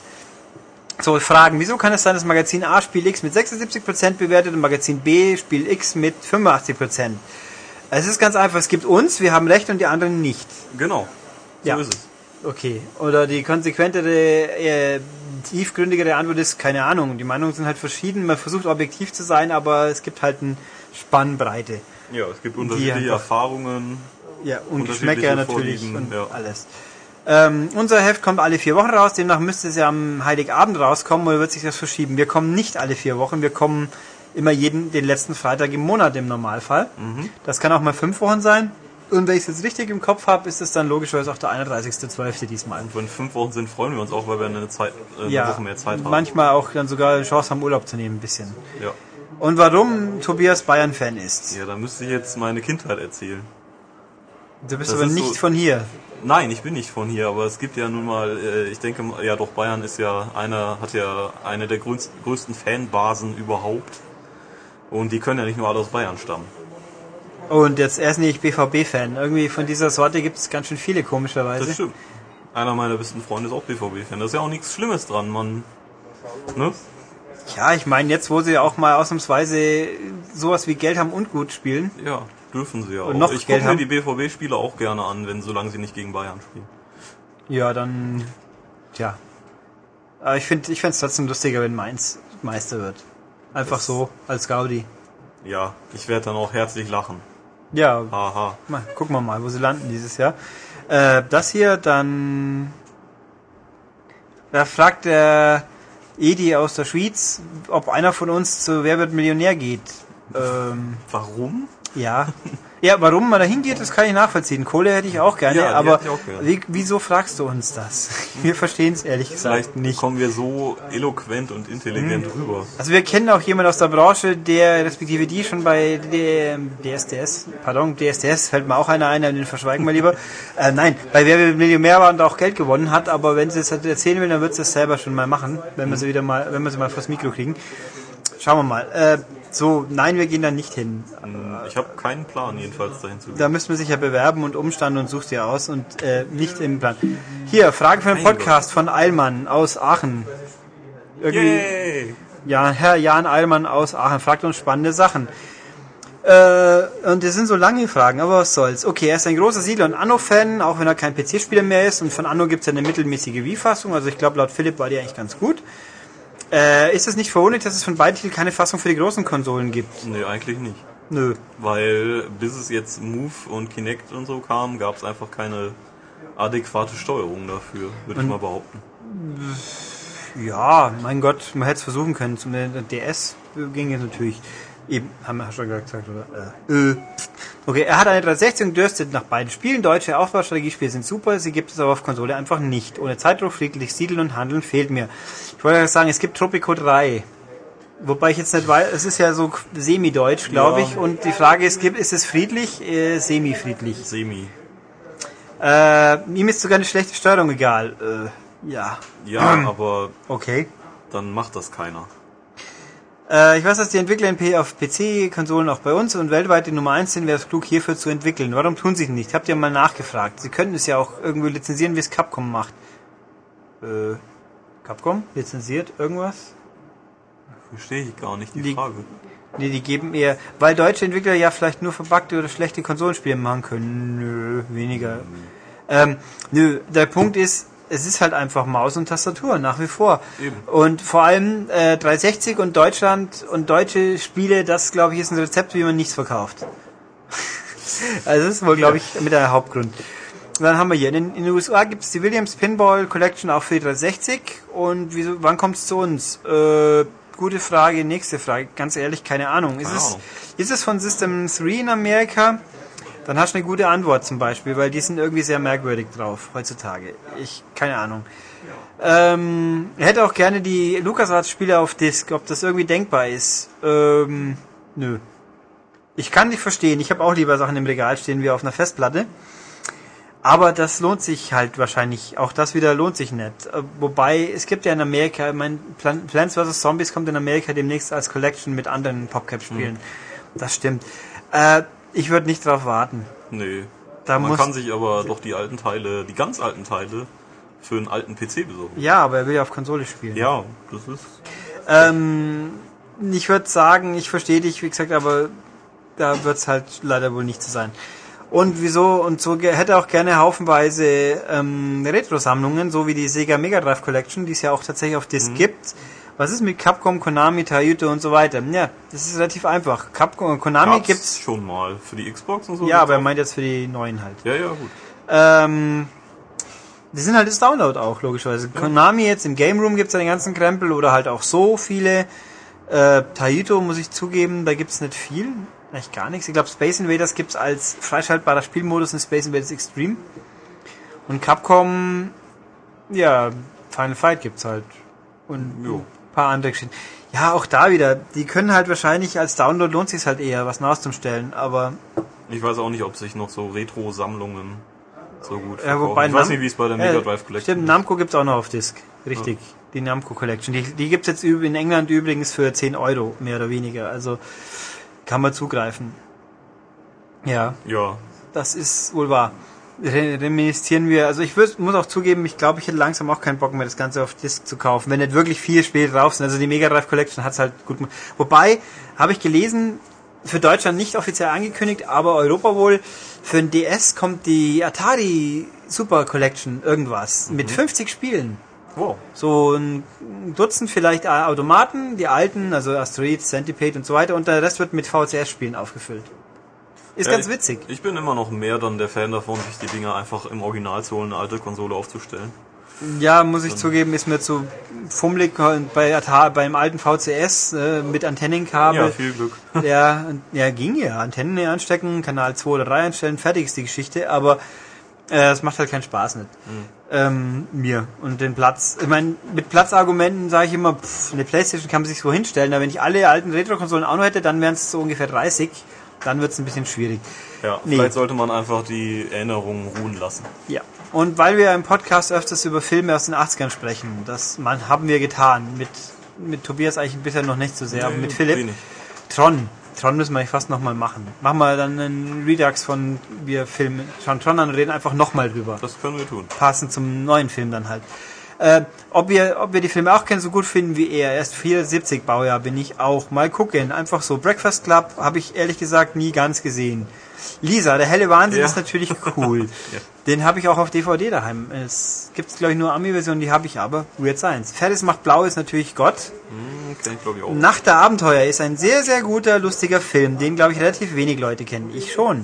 So, Fragen. Wieso kann es sein, dass Magazin A Spiel X mit sechsundsiebzig Prozent bewertet und Magazin B Spiel X mit fünfundachtzig Prozent? Es ist ganz einfach, es gibt uns, wir haben recht und die anderen nicht. Genau. So Ja. ist es. Okay. Oder die konsequentere, äh, tiefgründigere Antwort ist, keine Ahnung. Die Meinungen sind halt verschieden. Man versucht objektiv zu sein, aber es gibt halt eine Spannbreite. Ja, es gibt unterschiedliche einfach- Erfahrungen. Ja, und Unterschiedliche Geschmäcker natürlich Vorlieben, und ja. alles. Ähm, unser Heft kommt alle vier Wochen raus, demnach müsste es ja am Heiligabend rauskommen oder wird sich das verschieben. Wir kommen nicht alle vier Wochen, wir kommen immer jeden, den letzten Freitag im Monat im Normalfall. Mhm. Das kann auch mal fünf Wochen sein. Und wenn ich es jetzt richtig im Kopf habe, ist es dann logischerweise auch der einunddreißigster zwölfte diesmal. Und wenn fünf Wochen sind, freuen wir uns auch, weil wir eine, Zeit, äh, eine Ja, Woche mehr Zeit haben. manchmal auch dann sogar eine Chance haben, Urlaub zu nehmen, ein bisschen. Ja. Und warum Tobias Bayern-Fan ist. Ja, da müsste ich jetzt meine Kindheit erzählen. Du bist Das aber ist nicht so- von hier. Nein, ich bin nicht von hier, aber es gibt ja nun mal, äh, ich denke, ja doch, Bayern ist ja einer, hat ja eine der größten, größten Fanbasen überhaupt. Und die können ja nicht nur alle aus Bayern stammen. Und jetzt erst nicht B V B-Fan. Irgendwie von dieser Sorte gibt es ganz schön viele, komischerweise. Das stimmt. Einer meiner besten Freunde ist auch B V B-Fan. Das ist ja auch nichts Schlimmes dran, man. Ne? Ja, ich meine, jetzt, wo sie auch mal ausnahmsweise sowas wie Geld haben und gut spielen. Ja, dürfen sie ja Und auch. noch Ich Geld gucke mir haben. die B V B-Spiele auch gerne an, wenn solange sie nicht gegen Bayern spielen. Ja, dann. Tja. Aber ich finde ich es trotzdem lustiger, wenn Mainz Meister wird. Einfach Das- so, als Gaudi. Ja, ich werde dann auch herzlich lachen. Ja, Haha. mal, gucken wir mal, wo sie landen dieses Jahr. Äh, das hier, dann. Da fragt der Edi aus der Schweiz, ob einer von uns zu Wer wird Millionär geht. Ähm, Warum? ja. Ja, warum man da hingeht, das kann ich nachvollziehen. Kohle hätte ich auch gerne, Ja, die aber hätte ich auch gerne. Wie, wieso fragst du uns das? Wir verstehen es ehrlich gesagt Vielleicht nicht. kommen wir so eloquent und intelligent rüber. Also wir kennen auch jemanden aus der Branche, der respektive die schon bei dem D S D S, pardon, D S D S fällt mir auch einer ein, den verschweigen wir lieber. Äh, nein, bei Wer wird Millionär war und auch Geld gewonnen hat, aber wenn sie es halt erzählen will, dann wird sie es selber schon mal machen, wenn wir sie wieder mal, wenn wir sie mal vors Mikro kriegen. Schauen wir mal. Äh, so, nein, wir gehen da nicht hin. Ich habe keinen Plan, jedenfalls dahin zu gehen. Da müsste man sich ja bewerben und umstand und sucht ihr aus und äh, nicht im Plan. Hier, Frage für den Mein Podcast von Eilmann aus Aachen. Irgendwie, Yay! ja, Herr Jan Eilmann aus Aachen fragt uns spannende Sachen. Äh, und das sind so lange Fragen, aber was soll's. Okay, er ist ein großer Siedler und Anno-Fan, auch wenn er kein P C-Spieler mehr ist. Und von Anno gibt's ja eine mittelmäßige Wii-Fassung. Also ich glaube, laut Philipp war die eigentlich ganz gut. Äh, ist es nicht verwunderlich, dass es von beiden Titeln keine Fassung für die großen Konsolen gibt? Nee, eigentlich nicht. Nö. Weil bis es jetzt Move und Kinect und so kam, gab es einfach keine adäquate Steuerung dafür, würde ich mal behaupten. Ja, mein Gott, man hätte es versuchen können. Zum D S ging es natürlich. Eben, haben wir schon gesagt, oder? Äh. Okay, er hat eine dreihundertsechzig und dürstet nach beiden Spielen. Deutsche Aufbaustrategiespiele sind super, sie gibt es aber auf Konsole einfach nicht. Ohne Zeitdruck, friedlich siedeln und handeln fehlt mir. Ich wollte sagen, es gibt Tropico drei. Wobei ich jetzt nicht weiß, es ist ja so semi-deutsch, glaube ja. ich. Und die Frage ist, ist es friedlich? Äh, semi-friedlich. Semi. Äh, ihm ist sogar eine schlechte Steuerung egal. Äh, ja. Ja, aber okay. Dann macht das keiner. Äh, ich weiß, dass die Entwickler auf P C-Konsolen auch bei uns und weltweit die Nummer eins sind, wäre es klug, hierfür zu entwickeln. Warum tun sie es nicht? Habt ihr mal nachgefragt. Sie könnten es ja auch irgendwie lizenzieren, wie es Capcom macht. Äh, Capcom? Lizenziert irgendwas? Verstehe ich gar nicht die, die Frage. Nee, die geben eher, weil deutsche Entwickler ja vielleicht nur verbuggte oder schlechte Konsolenspiele machen können. Nö, weniger. Mhm. Ähm, nö, der Punkt ist, es ist halt einfach Maus und Tastatur, nach wie vor. Eben. Und vor allem äh, dreihundertsechzig und Deutschland und deutsche Spiele, das glaube ich ist ein Rezept, wie man nichts verkauft. Also das ist wohl, glaube ich, mit der Hauptgrund. Und dann haben wir hier, in den, in den U S A gibt es die Williams Pinball Collection auch für die dreihundertsechzig. Und wieso, wann kommt es zu uns? Äh, gute Frage, nächste Frage. Ganz ehrlich, keine Ahnung. Ist, keine es, Ahnung. ist es von System drei in Amerika? Dann hast du eine gute Antwort zum Beispiel, weil die sind irgendwie sehr merkwürdig drauf heutzutage. Ich, keine Ahnung. Ähm, ich hätte auch gerne die LucasArts-Spiele auf Disc, ob das irgendwie denkbar ist. Ähm, nö. Ich kann nicht verstehen. Ich habe auch lieber Sachen im Regal stehen wie auf einer Festplatte. Aber das lohnt sich halt wahrscheinlich. Auch das wieder lohnt sich nicht. Wobei, es gibt ja in Amerika, mein Plants versus. Zombies kommt in Amerika demnächst als Collection mit anderen PopCap-Spielen. Hm. Das stimmt. Äh, Ich würde nicht drauf warten. Nee. Da Man muss kann sich aber doch die alten Teile, die ganz alten Teile, für einen alten P C besorgen. Ja, aber er will ja auf Konsole spielen. Ja, das ist... Ähm, ich würde sagen, ich verstehe dich, wie gesagt, aber da wird es halt leider wohl nicht so sein. Und wieso, und so hätte auch gerne haufenweise ähm, Retro-Sammlungen, so wie die Sega Mega Drive Collection, die es ja auch tatsächlich auf Disc mhm. gibt. Was ist mit Capcom, Konami, Taito und so weiter? Ja, das ist relativ einfach. Capcom, Konami Gab's gibt's schon mal für die Xbox und so. Ja, aber er meint jetzt für die neuen halt. Ja, ja, gut. Ähm, die sind halt das Download auch, logischerweise. Ja. Konami jetzt im Game Room gibt's ja den ganzen Krempel oder halt auch so viele. Äh, Taito muss ich zugeben, da gibt's nicht viel. Eigentlich gar nichts. Ich glaube, Space Invaders gibt's als freischaltbarer Spielmodus in Space Invaders Extreme. Und Capcom, ja, Final Fight gibt's halt. Und jo. ein paar andere Geschichten. Ja, auch da wieder. Die können halt wahrscheinlich als Download lohnt sich's halt eher, was nachzustellen, aber... Ich weiß auch nicht, ob sich noch so Retro-Sammlungen so gut ja, wobei ich weiß nicht, wie es bei der Mega Drive Collection Stimmt, Namco gibt's auch noch auf Disc. Richtig. Ja. Die Namco Collection. Die, die gibt's jetzt in England übrigens für zehn Euro, mehr oder weniger. Also kann man zugreifen. Ja. Ja. Das ist wohl wahr. Reminiszieren wir, also ich würd, muss auch zugeben, ich glaube, ich hätte langsam auch keinen Bock mehr, das Ganze auf Disc zu kaufen, wenn nicht wirklich viele Spiele drauf sind. Also die Mega Drive Collection hat's halt gut gemacht. Wobei, habe ich gelesen, für Deutschland nicht offiziell angekündigt, aber Europa wohl, für den D S kommt die Atari Super Collection irgendwas, mhm. mit fünfzig Spielen. Wow. So ein Dutzend vielleicht Automaten, die alten, also Asteroid, Centipede und so weiter, und der Rest wird mit V C S-Spielen aufgefüllt. Ist ja, ganz witzig. Ich, ich bin immer noch mehr dann der Fan davon, sich die Dinger einfach im Original zu holen, eine alte Konsole aufzustellen. Ja, muss ich dann zugeben, ist mir zu fummelig bei Atari, beim alten V C S äh, mit Antennenkabel. Ja, viel Glück. Ja, ja, ging ja. Antennen anstecken, Kanal zwei oder drei einstellen, fertig ist die Geschichte, aber es äh, macht halt keinen Spaß nicht. Mhm. Ähm, mir. Und den Platz, ich meine, mit Platzargumenten sage ich immer, pff, eine Playstation kann man sich so hinstellen, aber wenn ich alle alten Retro-Konsolen auch noch hätte, dann wären es so ungefähr dreißig. Dann wird es ein bisschen schwierig. Ja, nee. Vielleicht sollte man einfach die Erinnerungen ruhen lassen. Ja. Und weil wir im Podcast öfters über Filme aus den achtzigern sprechen, das man, haben wir getan. Mit, mit Tobias eigentlich bisher noch nicht so sehr, nee, aber mit Philipp. Wenig. Tron. Tron müssen wir fast nochmal machen. Machen wir dann einen Redux von wir Filmen. Schauen Tron an und reden einfach nochmal drüber. Das können wir tun. Passend zum neuen Film dann halt. Äh, ob wir, ob wir die Filme auch kennen, so gut finden wie er. Erst vierundsiebzig Baujahr bin ich auch. Mal gucken. Einfach so. Breakfast Club habe ich ehrlich gesagt nie ganz gesehen. Lisa, der helle Wahnsinn, ja. ist natürlich cool. ja. Den habe ich auch auf D V D daheim. Es gibt, glaube ich, nur Ami-Version, die habe ich aber. Weird Science. Ferris macht blau ist natürlich Gott. Hm, kenn ich, glaub ich auch. Nacht der Abenteuer ist ein sehr, sehr guter, lustiger Film, den, glaube ich, relativ wenig Leute kennen. Ich schon.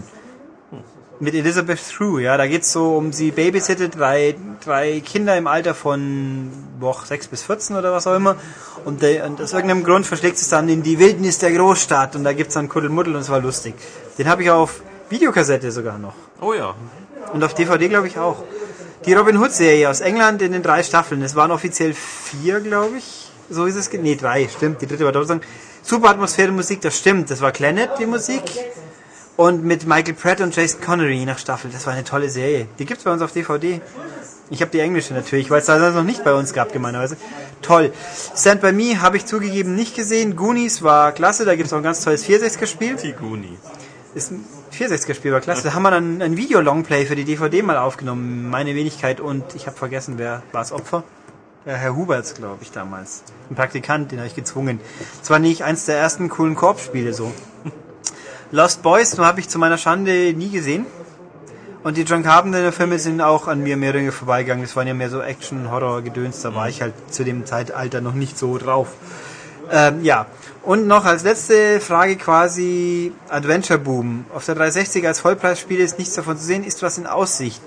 Mit Elizabeth Shrew, ja, da geht's so um, sie babysittet drei, drei Kinder im Alter von boah, sechs bis vierzehn oder was auch immer und, der, und aus irgendeinem Grund verschlägt es dann in die Wildnis der Großstadt und da gibt's dann Kuddelmuddel und es war lustig. Den habe ich auf Videokassette sogar noch. Oh ja. Und auf D V D glaube ich auch. Die Robin Hood Serie aus England in den drei Staffeln, es waren offiziell vier, glaube ich. So ist es, nee, drei, stimmt, die dritte war doppelt sagen. Super Atmosphäre Musik, das stimmt, das war Clannad, die Musik. Und mit Michael Pratt und Jason Connery nach Staffel. Das war eine tolle Serie. Die gibt's bei uns auf D V D. Ich habe die englische natürlich, weil es da noch nicht bei uns gab, gemeinerweise. Toll. Stand By Me habe ich zugegeben nicht gesehen. Goonies war klasse, da gibt's auch ein ganz tolles vierundsechziger-Spiel. Die Goonies. Ist ein vierundsechziger-Spiel, war klasse. Da haben wir dann ein Video-Longplay für die D V D mal aufgenommen. Meine Wenigkeit und ich habe vergessen, wer war das Opfer? Der Herr Huberts, glaube ich, damals. Ein Praktikant, den habe ich gezwungen. Das war nicht eins der ersten coolen Koop-Spiele so. Lost Boys habe ich zu meiner Schande nie gesehen. Und die John Carpenter-Filme sind auch an mir mehr oder weniger vorbeigegangen. Das waren ja mehr so Action-Horror-Gedöns. Da war ich halt zu dem Zeitalter noch nicht so drauf. Ähm, ja. Und noch als letzte Frage quasi Adventure Boom. Auf der dreihundertsechzig als Vollpreisspiel ist nichts davon zu sehen. Ist was in Aussicht?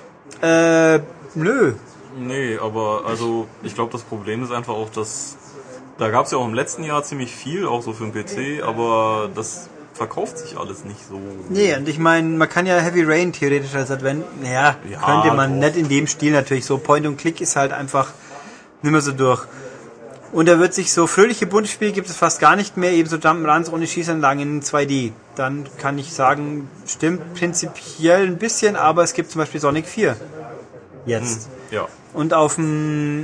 Äh, nö. Nee, aber also ich glaube, das Problem ist einfach auch, dass da gab es ja auch im letzten Jahr ziemlich viel, auch so für den P C, aber das verkauft sich alles nicht so. Nee, und ich meine, man kann ja Heavy Rain theoretisch als Advent, naja, ja, könnte man doch. Nicht in dem Stil natürlich, so Point und Click ist halt einfach nicht mehr so durch. Und da wird sich so fröhliche bunte Spiele gibt es fast gar nicht mehr, ebenso Jump'n'Runs ohne Schießanlagen in zwei D. Dann kann ich sagen, stimmt prinzipiell ein bisschen, aber es gibt zum Beispiel Sonic vier. Jetzt. Hm, ja. Und auf dem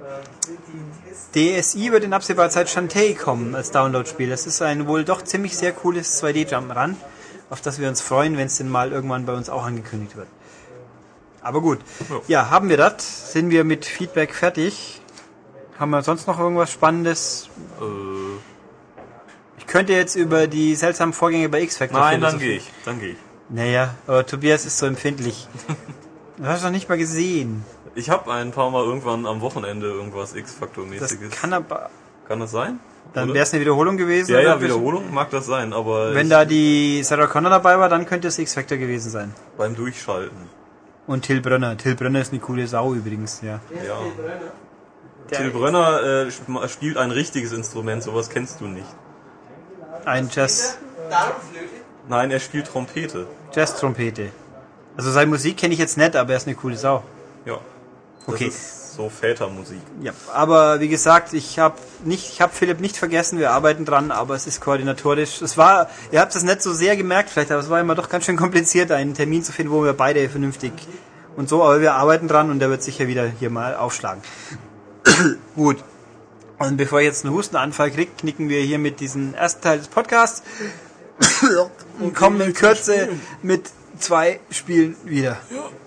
D S I wird in absehbarer Zeit Shantae kommen als Download-Spiel. Das ist ein wohl doch ziemlich sehr cooles zwei D-Jump'n'Run, auf das wir uns freuen, wenn es denn mal irgendwann bei uns auch angekündigt wird. Aber gut. Ja, ja haben wir das? Sind wir mit Feedback fertig? Haben wir sonst noch irgendwas Spannendes? Äh. Ich könnte jetzt über die seltsamen Vorgänge bei X-Factor... Nein, dann gehe ich. Dann gehe ich. Naja, aber Tobias ist so empfindlich. Du hast doch nicht mal gesehen. Ich habe ein paar Mal irgendwann am Wochenende irgendwas X-Faktor-mäßiges. Das kann aber... Kann das sein? Dann wäre es eine Wiederholung gewesen. Ja, ja, Wiederholung mag das sein, aber... Wenn da die Sarah Connor dabei war, dann könnte es X-Factor gewesen sein. Beim Durchschalten. Und Till Brönner. Till Brönner ist eine coole Sau übrigens, ja. Ja. Till Brönner äh, spielt ein richtiges Instrument, sowas kennst du nicht. Ein Jazz... Nein, er spielt Trompete. Jazz-Trompete. Also seine Musik kenne ich jetzt nicht, aber er ist eine coole Sau. Ja. Das okay. ist so Vätermusik. Ja, aber wie gesagt, ich habe nicht, ich habe Philipp nicht vergessen, wir arbeiten dran, aber es ist koordinatorisch. Es war, ihr habt das nicht so sehr gemerkt vielleicht, aber es war immer doch ganz schön kompliziert, einen Termin zu finden, wo wir beide vernünftig und so, aber wir arbeiten dran und der wird sicher wieder hier mal aufschlagen. Gut. Und bevor ich jetzt einen Hustenanfall kriege, knicken wir hier mit diesem ersten Teil des Podcasts und kommen in Kürze mit zwei Spielen wieder.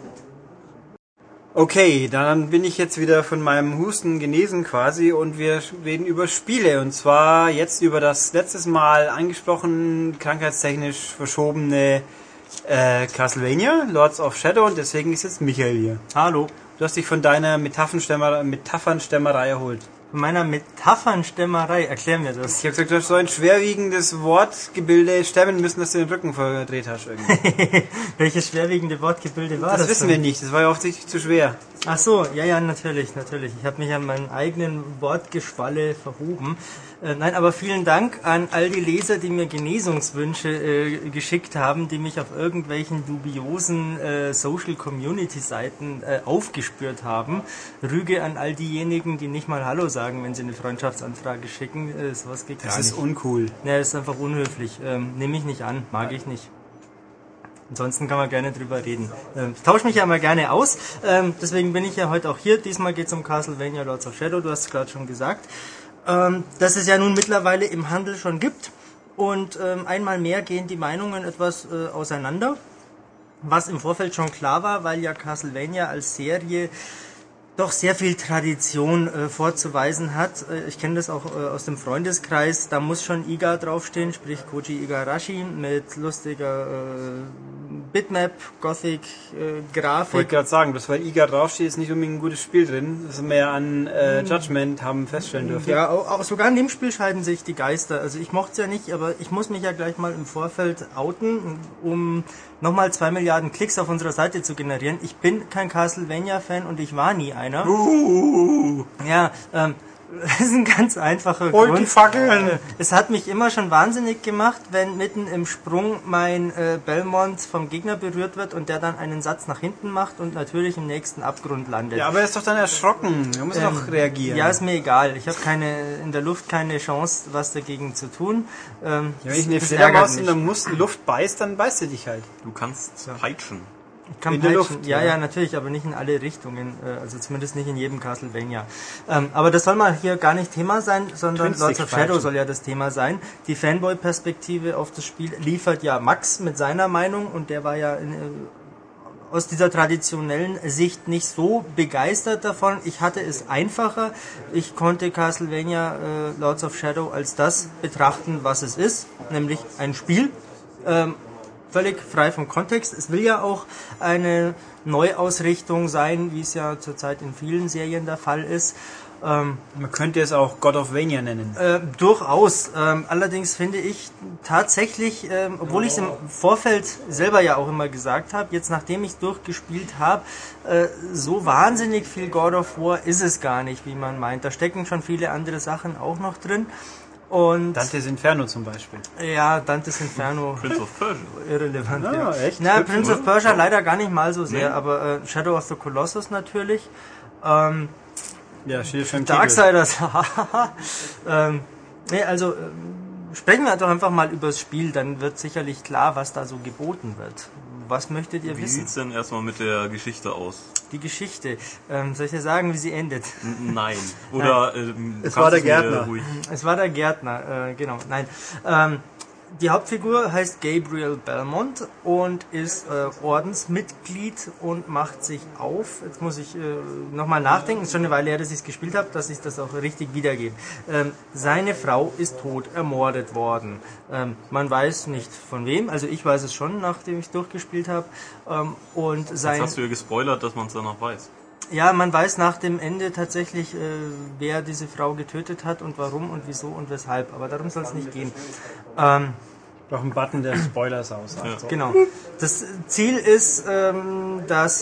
Okay, dann bin ich jetzt wieder von meinem Husten genesen quasi und wir reden über Spiele und zwar jetzt über das letztes Mal angesprochen, krankheitstechnisch verschobene äh, Castlevania, Lords of Shadow und deswegen ist jetzt Michael hier. Hallo. Du hast dich von deiner Metaphernstämmer, Metaphernstämmerei erholt. Von meiner Metaphernstämmerei, erklär mir das. Ich habe gesagt, du hast so ein schwerwiegendes Wortgebilde stemmen müssen, dass du den Rücken verdreht hast irgendwie. Welches schwerwiegende Wortgebilde war das? Das wissen dann? wir nicht, das war ja offensichtlich zu schwer. Ach so, ja, ja, natürlich, natürlich. Ich habe mich an meinen eigenen Wortgeschwalle verhoben. Äh, nein, aber vielen Dank an all die Leser, die mir Genesungswünsche äh, geschickt haben, die mich auf irgendwelchen dubiosen äh, Social-Community-Seiten äh, aufgespürt haben. Rüge an all diejenigen, die nicht mal Hallo sagen, wenn sie eine Freundschaftsanfrage schicken. Äh, sowas geht das gar nicht. Das ist uncool. Ja, das ist einfach unhöflich. Ähm, nehme ich nicht an, mag ich nicht. Ansonsten kann man gerne drüber reden. Ähm, ich tausche mich ja mal gerne aus. Ähm, deswegen bin ich ja heute auch hier. Diesmal geht es um Castlevania Lords of Shadow. Du hast es gerade schon gesagt. Ähm, dass es ja nun mittlerweile im Handel schon gibt. Und ähm, einmal mehr gehen die Meinungen etwas äh, auseinander. Was im Vorfeld schon klar war, weil ja Castlevania als Serie doch sehr viel Tradition äh, vorzuweisen hat. Äh, ich kenne das auch äh, aus dem Freundeskreis. Da muss schon Iga draufstehen, sprich Koji Igarashi mit lustiger äh, Bitmap, Gothic, äh, Grafik. Ich wollte gerade sagen, bloß weil Iga draufsteht, ist nicht unbedingt ein gutes Spiel drin. Das wir ja an äh, Judgment haben feststellen dürfen. Ja, auch, auch sogar in dem Spiel scheiden sich die Geister. Also ich mochte es ja nicht, aber ich muss mich ja gleich mal im Vorfeld outen, um nochmal zwei Milliarden Klicks auf unserer Seite zu generieren. Ich bin kein Castlevania-Fan und ich war nie einer. Uh. Ja, ähm, das ist ein ganz einfacher Holt Grund. die Fackeln! Es hat mich immer schon wahnsinnig gemacht, wenn mitten im Sprung mein äh, Belmont vom Gegner berührt wird und der dann einen Satz nach hinten macht und natürlich im nächsten Abgrund landet. Ja, aber er ist doch dann erschrocken. Er muss Ähm, doch reagieren. Ja, ist mir egal. Ich habe keine in der Luft keine Chance, was dagegen zu tun. Ähm, ja, wenn ich eine das Fledermaus ärgert in mich. der Mus- Luft beißt, dann beißt du dich halt. Du kannst peitschen. Ich kann in der peitschen. Luft, ja, ja. ja, natürlich, aber nicht in alle Richtungen. äh, Also zumindest nicht in jedem Castlevania. Ähm, aber das soll mal hier gar nicht Thema sein, sondern Twin-Stick Lords of Shadow peitschen. soll ja das Thema sein. Die Fanboy-Perspektive auf das Spiel liefert ja Max mit seiner Meinung und der war ja in, äh, aus dieser traditionellen Sicht nicht so begeistert davon. Ich hatte es einfacher. Ich konnte Castlevania äh, Lords of Shadow als das betrachten, was es ist, nämlich ein Spiel. Ähm, völlig frei vom Kontext. Es will ja auch eine Neuausrichtung sein, wie es ja zurzeit in vielen Serien der Fall ist. Ähm, Man könnte es auch God of Vania nennen. äh, durchaus. Ähm, allerdings finde ich tatsächlich, ähm, obwohl ich es im Vorfeld selber ja auch immer gesagt habe, jetzt nachdem ich durchgespielt habe, äh, so wahnsinnig viel God of War ist es gar nicht, wie man meint. Da stecken schon viele andere Sachen auch noch drin. Und Dante's Inferno zum Beispiel. ja, Dante's Inferno. Prince of Persia. Irrelevant, Ah, ja. echt? Na, Hübsch, Prince of oder? Persia leider gar nicht mal so sehr, Nee. aber äh, Shadow of the Colossus natürlich. Ähm, Ja, steht schon im Titel. Darksiders, ähm, nee, also ähm, sprechen wir doch einfach mal über das Spiel, dann wird sicherlich klar, was da so geboten wird. Was möchtet ihr Wie wissen? sieht's denn erstmal mit der Geschichte aus? Die Geschichte. Ähm, soll ich dir sagen, wie sie endet? N- Nein. Oder ähm, Es kannst war der es mir Gärtner. ruhig- Es war der Gärtner, äh, genau. Nein. Ähm, die Hauptfigur heißt Gabriel Belmont und ist äh, Ordensmitglied und macht sich auf. Jetzt muss ich äh, nochmal nachdenken, ist schon eine Weile her, dass ich es gespielt habe, dass ich das auch richtig wiedergebe. Ähm, seine Frau ist tot, ermordet worden. Ähm, man weiß nicht von wem, also ich weiß es schon, nachdem ich durchgespielt habe. Ähm, und sein Jetzt hast du ja gespoilert, dass man es dann noch weiß. Ja, man weiß nach dem Ende tatsächlich, äh, wer diese Frau getötet hat und warum und wieso und weshalb. Aber darum soll es nicht gehen. Ähm, Noch ein Button, der Spoilers aussagt. Ja. So. genau. Das Ziel ist, ähm, dass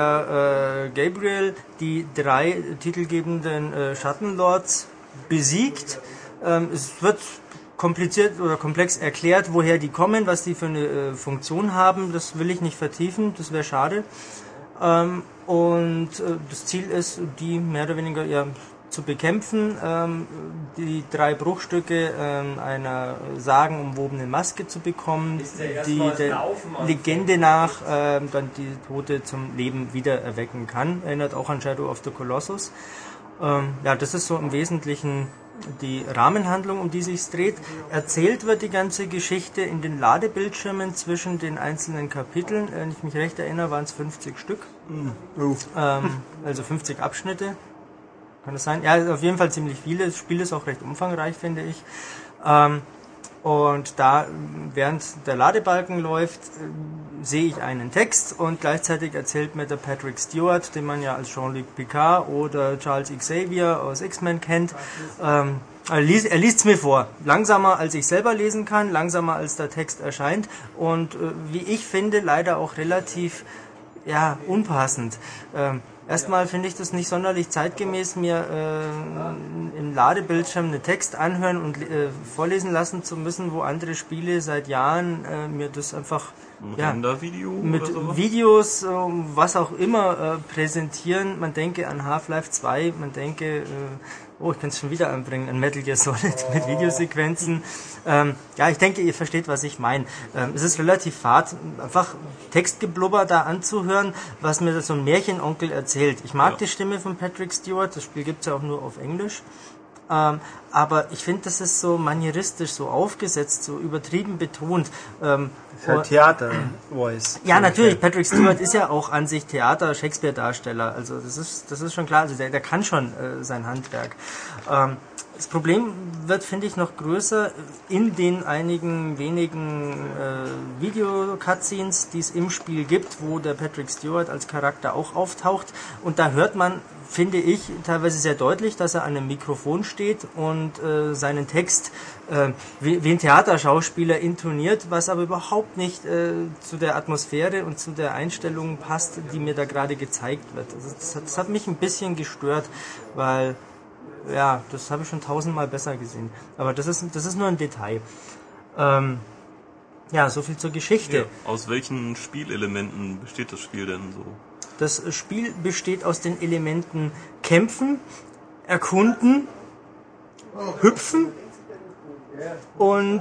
der äh, Gabriel die drei titelgebenden äh, Schattenlords besiegt. Ähm, es wird kompliziert oder komplex erklärt, woher die kommen, was die für eine äh, Funktion haben. Das will ich nicht vertiefen, das wäre schade. Ähm, und äh, das Ziel ist, die mehr oder weniger ja, zu bekämpfen, ähm, die drei Bruchstücke ähm, einer sagenumwobenen Maske zu bekommen, die der Legende nach ähm, dann die Tote zum Leben wieder erwecken kann. Erinnert auch an Shadow of the Colossus. Ähm, ja, das ist so im Wesentlichen die Rahmenhandlung, um die sich dreht. Erzählt wird die ganze Geschichte in den Ladebildschirmen zwischen den einzelnen Kapiteln. Wenn ich mich recht erinnere, waren es fünfzig Stück. Oh. Ähm, also fünfzig Abschnitte. Kann das sein? Ja, auf jeden Fall ziemlich viele. Das Spiel ist auch recht umfangreich, finde ich. Ähm, und da, während der Ladebalken läuft, äh, sehe ich einen Text und gleichzeitig erzählt mir der Patrick Stewart, den man ja als Jean-Luc Picard oder Charles Xavier aus X-Men kennt, ähm, er liest er liest's mir vor. Langsamer als ich selber lesen kann, langsamer als der Text erscheint und äh, wie ich finde, leider auch relativ ja, unpassend. Ähm, Erstmal finde ich das nicht sonderlich zeitgemäß, mir äh, im Ladebildschirm einen Text anhören und äh, vorlesen lassen zu müssen, wo andere Spiele seit Jahren äh, mir das einfach Ein ja, Render-Video mit oder so? Videos, äh, was auch immer äh, präsentieren. Man denke an Half-Life zwei, man denke, äh, oh, ich kann es schon wieder anbringen, an Metal Gear Solid mit Videosequenzen. Ähm, ja, ich denke, ihr versteht, was ich meine. Ähm, es ist relativ fad, einfach Textgeblubber da anzuhören, was mir so ein Märchenonkel erzählt. Ich mag Ja. die Stimme von Patrick Stewart, das Spiel gibt's ja auch nur auf Englisch. Ähm, aber ich finde, das ist so manieristisch, so aufgesetzt, so übertrieben betont. Ähm, das ist halt Theater-Voice. Ja, natürlich. Patrick Stewart ist ja auch an sich Theater-, Shakespeare-Darsteller. Also das ist, das ist schon klar. Also der, der kann schon äh, sein Handwerk. Ähm, das Problem wird, finde ich, noch größer in den einigen wenigen äh, Video-Cutscenes, die es im Spiel gibt, wo der Patrick Stewart als Charakter auch auftaucht. Und da hört man, finde ich, teilweise sehr deutlich, dass er an einem Mikrofon steht und äh, seinen Text äh, wie, wie ein Theaterschauspieler intoniert, was aber überhaupt nicht äh, zu der Atmosphäre und zu der Einstellung passt, die mir da gerade gezeigt wird. Also das, hat, das hat mich ein bisschen gestört, weil ja, das habe ich schon tausendmal besser gesehen. Aber das ist, das ist nur ein Detail. Ähm, ja, so viel zur Geschichte. Ja, aus welchen Spielelementen besteht das Spiel denn so? Das Spiel besteht aus den Elementen Kämpfen, Erkunden, Hüpfen und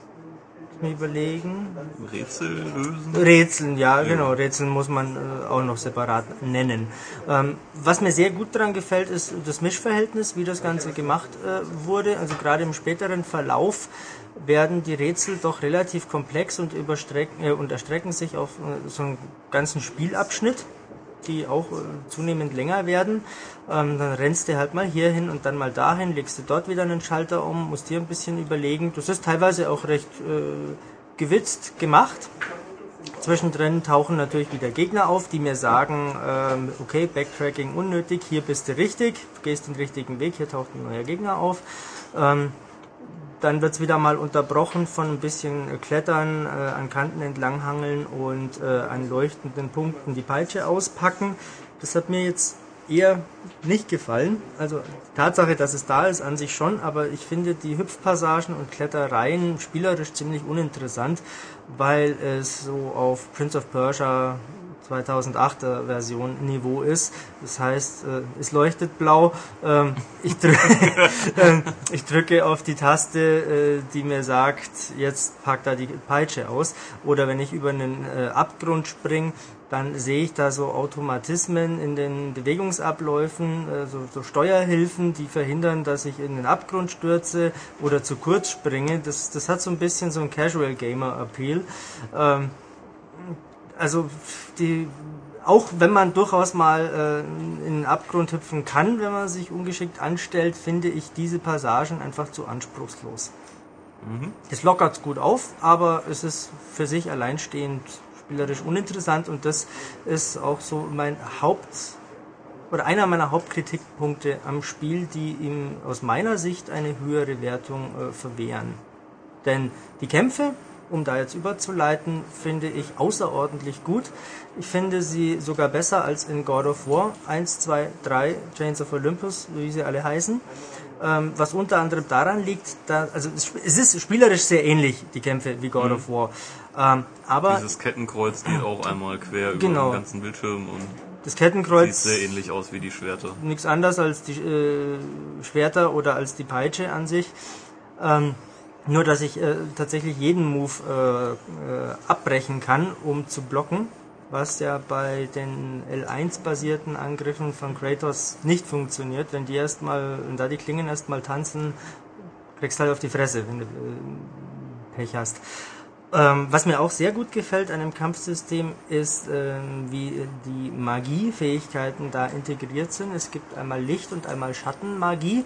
mir überlegen. Rätsel lösen? Rätseln, ja, ja, genau. Rätseln muss man äh, auch noch separat nennen. Ähm, was mir sehr gut daran gefällt, ist das Mischverhältnis, wie das Ganze gemacht äh, wurde. Also gerade im späteren Verlauf werden die Rätsel doch relativ komplex und, überstrecken, äh, und erstrecken sich auf äh, so einen ganzen Spielabschnitt, die auch äh, zunehmend länger werden. Ähm, dann rennst du halt mal hier hin und dann mal dahin, legst du dort wieder einen Schalter um, musst dir ein bisschen überlegen. Das ist teilweise auch recht äh, gewitzt gemacht. Zwischendrin tauchen natürlich wieder Gegner auf, die mir sagen, ähm, okay, Backtracking unnötig, hier bist du richtig, du gehst den richtigen Weg, hier taucht ein neuer Gegner auf. Ähm, Dann wird es wieder mal unterbrochen von ein bisschen Klettern, äh, an Kanten entlanghangeln und äh, an leuchtenden Punkten die Peitsche auspacken. Das hat mir jetzt eher nicht gefallen. Also Tatsache, dass es da ist, an sich schon, aber ich finde die Hüpfpassagen und Klettereien spielerisch ziemlich uninteressant, weil es so auf Prince of Persia zweitausendachter Version Niveau ist. Das heißt, äh, es leuchtet blau. Ähm, ich, drücke, äh, ich drücke auf die Taste, äh, die mir sagt, jetzt packt da die Peitsche aus. Oder wenn ich über einen äh, Abgrund springe, dann sehe ich da so Automatismen in den Bewegungsabläufen, äh, so, so Steuerhilfen, die verhindern, dass ich in den Abgrund stürze oder zu kurz springe. Das, das hat so ein bisschen so ein Casual Gamer Appeal. Ähm, Also die, auch wenn man durchaus mal äh, in den Abgrund hüpfen kann, wenn man sich ungeschickt anstellt, finde ich diese Passagen einfach zu anspruchslos. Mhm. Es lockert gut auf, aber es ist für sich alleinstehend spielerisch uninteressant und das ist auch so mein Haupt- oder einer meiner Hauptkritikpunkte am Spiel, die ihm aus meiner Sicht eine höhere Wertung äh, verwehren. Denn die Kämpfe, um da jetzt überzuleiten, finde ich außerordentlich gut. Ich finde sie sogar besser als in God of War eins, zwei, drei, Chains of Olympus, wie sie alle heißen. Ähm, was unter anderem daran liegt, da, also es ist spielerisch sehr ähnlich, die Kämpfe, wie God mhm. of War. Ähm, aber dieses Kettenkreuz geht auch einmal quer genau. über den ganzen Bildschirm und das Kettenkreuz sieht sehr ähnlich aus wie die Schwerter. Nichts anderes als die äh, Schwerter oder als die Peitsche an sich. Ähm, Nur, dass ich äh, tatsächlich jeden Move äh, äh, abbrechen kann, um zu blocken, was ja bei den L eins basierten Angriffen von Kratos nicht funktioniert. Wenn die erstmal, wenn da die Klingen erstmal tanzen, kriegst du halt auf die Fresse, wenn du äh, Pech hast. Ähm, was mir auch sehr gut gefällt an dem Kampfsystem ist, äh, wie die Magiefähigkeiten da integriert sind. Es gibt einmal Licht- und einmal Schattenmagie,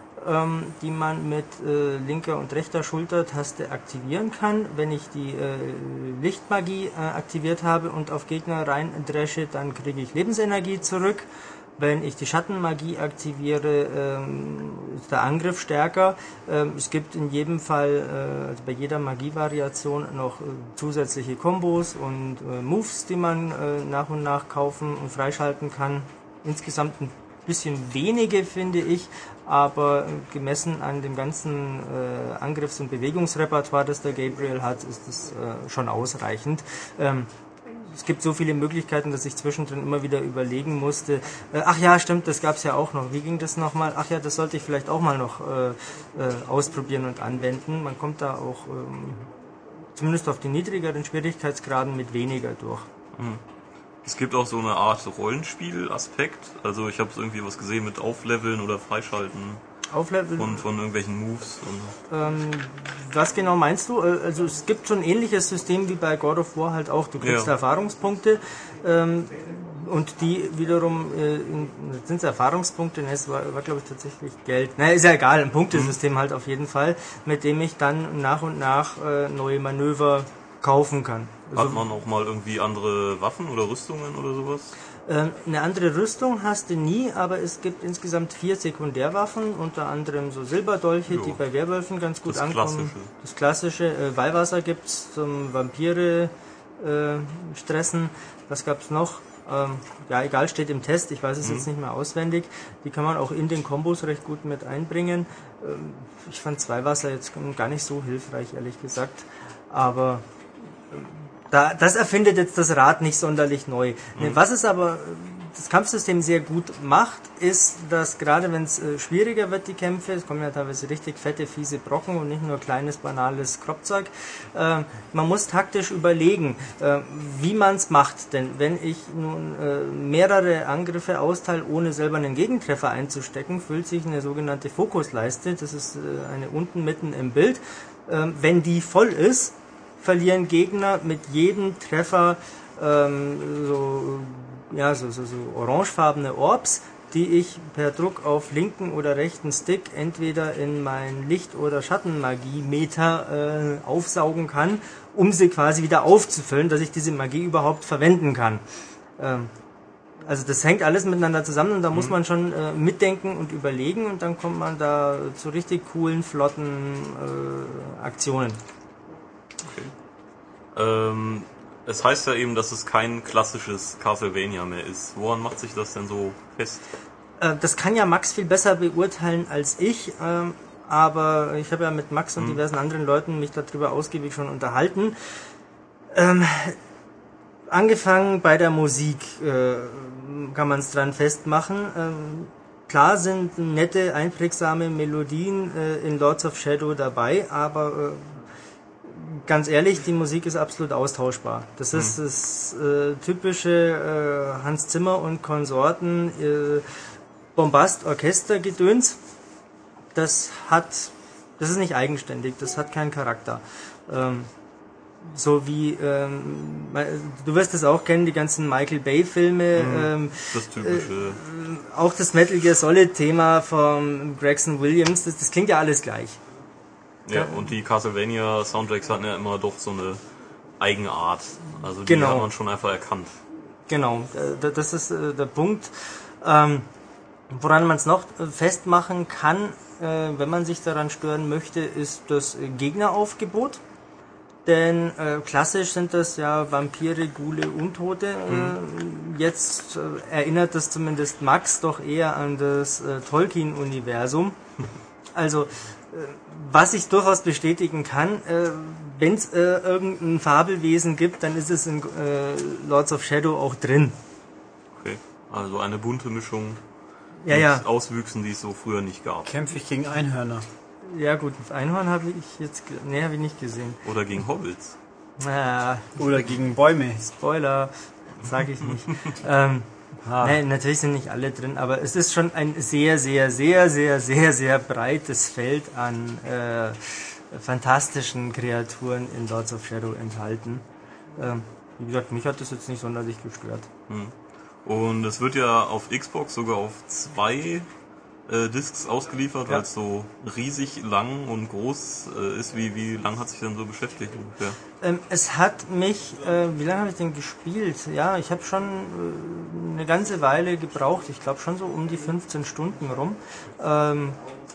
die man mit äh, linker und rechter Schultertaste aktivieren kann. Wenn ich die äh, Lichtmagie äh, aktiviert habe und auf Gegner reindresche, dann kriege ich Lebensenergie zurück. Wenn ich die Schattenmagie aktiviere, ähm, ist der Angriff stärker. Ähm, es gibt in jedem Fall, äh, also bei jeder Magievariation noch äh, zusätzliche Kombos und äh, Moves, die man äh, nach und nach kaufen und freischalten kann. Insgesamt ein bisschen wenige, finde ich, aber gemessen an dem ganzen äh, Angriffs- und Bewegungsrepertoire, das der Gabriel hat, ist das äh, schon ausreichend. Ähm, es gibt so viele Möglichkeiten, dass ich zwischendrin immer wieder überlegen musste, äh, ach ja, stimmt, das gab es ja auch noch. Wie ging das nochmal? Ach ja, das sollte ich vielleicht auch mal noch äh, äh, ausprobieren und anwenden. Man kommt da auch ähm, zumindest auf die niedrigeren Schwierigkeitsgraden mit weniger durch. Mhm. Es gibt auch so eine Art Rollenspiel-Aspekt. Also ich habe irgendwie was gesehen mit Aufleveln oder Freischalten. Aufleveln? Von, von irgendwelchen Moves. Und Ähm, was genau meinst du? Also es gibt so ein ähnliches System wie bei God of War halt auch. Du kriegst Ja. Erfahrungspunkte ähm, und die wiederum, äh, sind es Erfahrungspunkte? Ne, es war, war glaube ich tatsächlich Geld. Naja, ist ja egal, ein Punktesystem mhm. halt auf jeden Fall, mit dem ich dann nach und nach äh, neue Manöver kaufen kann. Also, hat man auch mal irgendwie andere Waffen oder Rüstungen oder sowas? Ähm, eine andere Rüstung hast du nie, aber es gibt insgesamt vier Sekundärwaffen, unter anderem so Silberdolche, jo. die bei Werwölfen ganz gut das ankommen. Klassische. Das klassische. Äh, Weihwasser gibt's zum Vampire äh, stressen. Was gab's noch? Ähm, ja, egal, steht im Test. Ich weiß es mhm. jetzt nicht mehr auswendig. Die kann man auch in den Kombos recht gut mit einbringen. Ähm, ich fand Weihwasser jetzt gar nicht so hilfreich, ehrlich gesagt. Aber Da, das erfindet jetzt das Rad nicht sonderlich neu. Mhm. Was es aber das Kampfsystem sehr gut macht, ist, dass gerade wenn es äh, schwieriger wird, die Kämpfe, es kommen ja teilweise richtig fette, fiese Brocken und nicht nur kleines, banales Kropfzeug, äh, man muss taktisch überlegen, äh, wie man es macht. Denn wenn ich nun äh, mehrere Angriffe austeile, ohne selber einen Gegentreffer einzustecken, füllt sich eine sogenannte Fokusleiste, das ist äh, eine unten mitten im Bild, äh, wenn die voll ist, verlieren Gegner mit jedem Treffer ähm, so, ja, so, so, so orangefarbene Orbs, die ich per Druck auf linken oder rechten Stick entweder in mein Licht- oder Schattenmagie-Meter äh, aufsaugen kann, um sie quasi wieder aufzufüllen, dass ich diese Magie überhaupt verwenden kann. Ähm, also das hängt alles miteinander zusammen und da mhm. muss man schon äh, mitdenken und überlegen und dann kommt man da zu richtig coolen, flotten äh, Aktionen. Okay. Ähm, es heißt ja eben, dass es kein klassisches Castlevania mehr ist. Woran macht sich das denn so fest? Äh, das kann ja Max viel besser beurteilen als ich, ähm, aber ich habe ja mit Max und hm. diversen anderen Leuten mich darüber ausgiebig schon unterhalten. Ähm, angefangen bei der Musik äh, kann man es dran festmachen. Ähm, klar sind nette, einprägsame Melodien äh, in Lords of Shadow dabei, aber äh, ganz ehrlich, die Musik ist absolut austauschbar. Das ist das äh, typische äh, Hans Zimmer und Konsorten äh, Bombast-Orchester-Gedöns. Das hat, das ist nicht eigenständig, das hat keinen Charakter. Ähm, so wie, ähm, du wirst es auch kennen, die ganzen Michael Bay-Filme. Mhm, ähm, das typische. Äh, auch das Metal Gear Solid-Thema von Gregson Williams, das, das klingt ja alles gleich. Ja, und die Castlevania-Soundtracks hatten ja immer doch so eine eigene Art. Also die genau. hat man schon einfach erkannt. Genau, das ist der Punkt. Ähm, woran man es noch festmachen kann, äh, wenn man sich daran stören möchte, ist das Gegneraufgebot. Denn äh, klassisch sind das ja Vampire, Ghule, Untote. Mhm. Äh, jetzt äh, erinnert das zumindest Max doch eher an das äh, Tolkien-Universum. Also äh, was ich durchaus bestätigen kann, äh, wenn es äh, irgendein Fabelwesen gibt, dann ist es in äh, Lords of Shadow auch drin. Okay, also eine bunte Mischung ja, mit ja. Auswüchsen, die es so früher nicht gab. Kämpfe ich gegen Einhörner. Ja gut, Einhorn habe ich jetzt, nee, habe ich nicht gesehen. Oder gegen Hobbits. Ah, Oder gegen Bäume. Spoiler, sage ich nicht. ähm, ah. Nein, natürlich sind nicht alle drin, aber es ist schon ein sehr, sehr, sehr, sehr, sehr, sehr breites Feld an äh, fantastischen Kreaturen in Lords of Shadow enthalten. Ähm, wie gesagt, mich hat das jetzt nicht sonderlich gestört. Hm. Und es wird ja auf Xbox sogar auf zwei äh, Discs ausgeliefert, ja. weil es so riesig lang und groß äh, ist. Wie, wie lang hat sich denn so beschäftigt ungefähr? Ähm, es hat mich, äh, wie lange habe ich denn gespielt? Ja, ich habe schon äh, eine ganze Weile gebraucht. Ich glaube schon so um die fünfzehn Stunden rum. Ähm,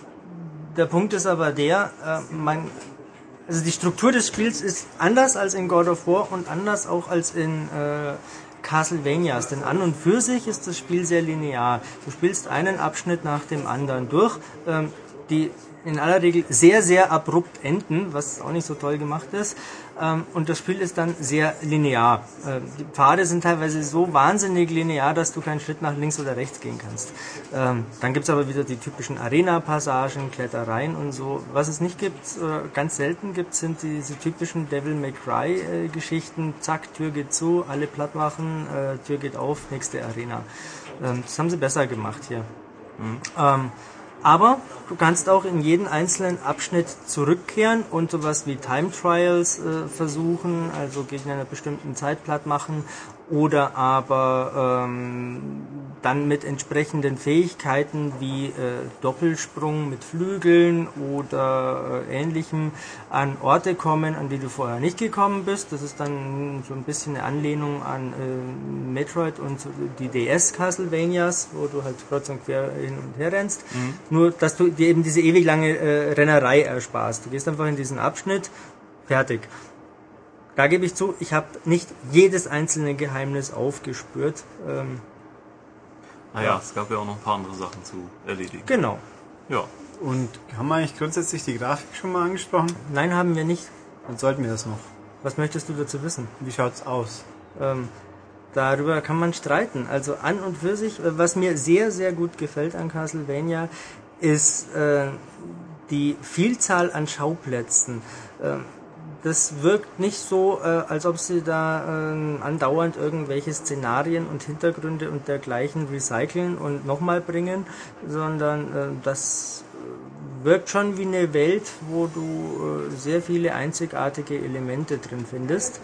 der Punkt ist aber der, äh, man, also die Struktur des Spiels ist anders als in God of War und anders auch als in äh, Castlevanias, denn an und für sich ist das Spiel sehr linear. Du spielst einen Abschnitt nach dem anderen durch, ähm, die in aller Regel sehr, sehr abrupt enden, was auch nicht so toll gemacht ist. Ähm, und das Spiel ist dann sehr linear. Ähm, die Pfade sind teilweise so wahnsinnig linear, dass du keinen Schritt nach links oder rechts gehen kannst. Ähm, dann gibt's aber wieder die typischen Arena-Passagen, Klettereien und so. Was es nicht gibt, oder ganz selten gibt, sind diese typischen Devil May Cry-Geschichten. Zack, Tür geht zu, alle platt machen, äh, Tür geht auf, nächste Arena. Ähm, das haben sie besser gemacht hier. Mhm. Ähm, Aber du kannst auch in jeden einzelnen Abschnitt zurückkehren und sowas wie Time Trials äh, versuchen, also gegen einer bestimmten Zeit platt machen, oder aber ähm, dann mit entsprechenden Fähigkeiten wie äh, Doppelsprung mit Flügeln oder äh, Ähnlichem an Orte kommen, an die du vorher nicht gekommen bist. Das ist dann so ein bisschen eine Anlehnung an äh, Metroid und die D S Castlevanias, wo du halt kreuz und quer hin und her rennst. Mhm. Nur, dass du dir eben diese ewig lange äh, Rennerei ersparst. Du gehst einfach in diesen Abschnitt, fertig. Da gebe ich zu, ich habe nicht jedes einzelne Geheimnis aufgespürt. Ähm, naja, ja. Es gab ja auch noch ein paar andere Sachen zu erledigen. Genau. Ja. Und haben wir eigentlich grundsätzlich die Grafik schon mal angesprochen? Nein, haben wir nicht. Dann sollten wir das noch. Was möchtest du dazu wissen? Wie schaut's aus? Ähm, darüber kann man streiten. Also an und für sich, was mir sehr, sehr gut gefällt an Castlevania, ist äh, die Vielzahl an Schauplätzen. Ähm, Das wirkt nicht so, äh, als ob sie da äh, andauernd irgendwelche Szenarien und Hintergründe und dergleichen recyceln und nochmal bringen, sondern äh, das wirkt schon wie eine Welt, wo du äh, sehr viele einzigartige Elemente drin findest.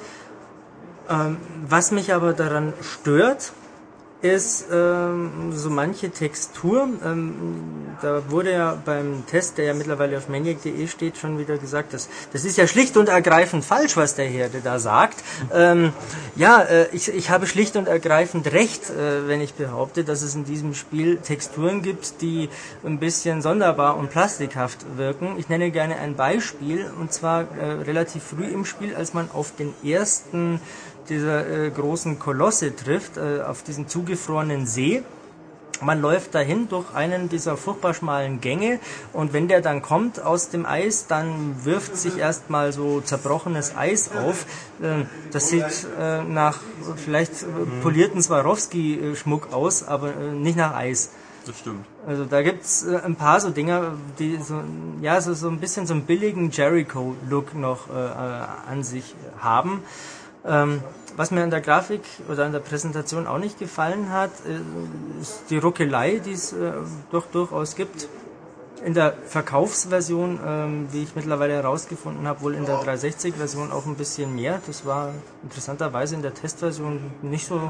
Ähm, was mich aber daran stört, ist ähm, so manche Textur. Ähm, da wurde ja beim Test, der ja mittlerweile auf maniac punkt de steht, schon wieder gesagt, dass das ist ja schlicht und ergreifend falsch, was der Herde da sagt. Ähm, ja, äh, ich, ich habe schlicht und ergreifend recht, äh, wenn ich behaupte, dass es in diesem Spiel Texturen gibt, die ein bisschen sonderbar und plastikhaft wirken. Ich nenne gerne ein Beispiel, und zwar äh, relativ früh im Spiel, als man auf den ersten dieser äh, großen Kolosse trifft, äh, auf diesen zugefrorenen See. Man läuft dahin durch einen dieser furchtbar schmalen Gänge, und wenn der dann kommt aus dem Eis, dann wirft sich erstmal so zerbrochenes Eis auf. Äh, das sieht äh, nach vielleicht polierten Swarovski-Schmuck aus, aber äh, nicht nach Eis. Das stimmt. Also da gibt's äh, ein paar so Dinger, die so, ja, so, so ein bisschen so einen billigen Jericho-Look noch äh, an sich haben. Ähm, was mir an der Grafik oder an der Präsentation auch nicht gefallen hat, äh, ist die Ruckelei, die es äh, doch durchaus gibt. In der Verkaufsversion, ähm, wie ich mittlerweile herausgefunden habe, wohl in der dreihundertsechzig-Version auch ein bisschen mehr. Das war interessanterweise in der Testversion nicht so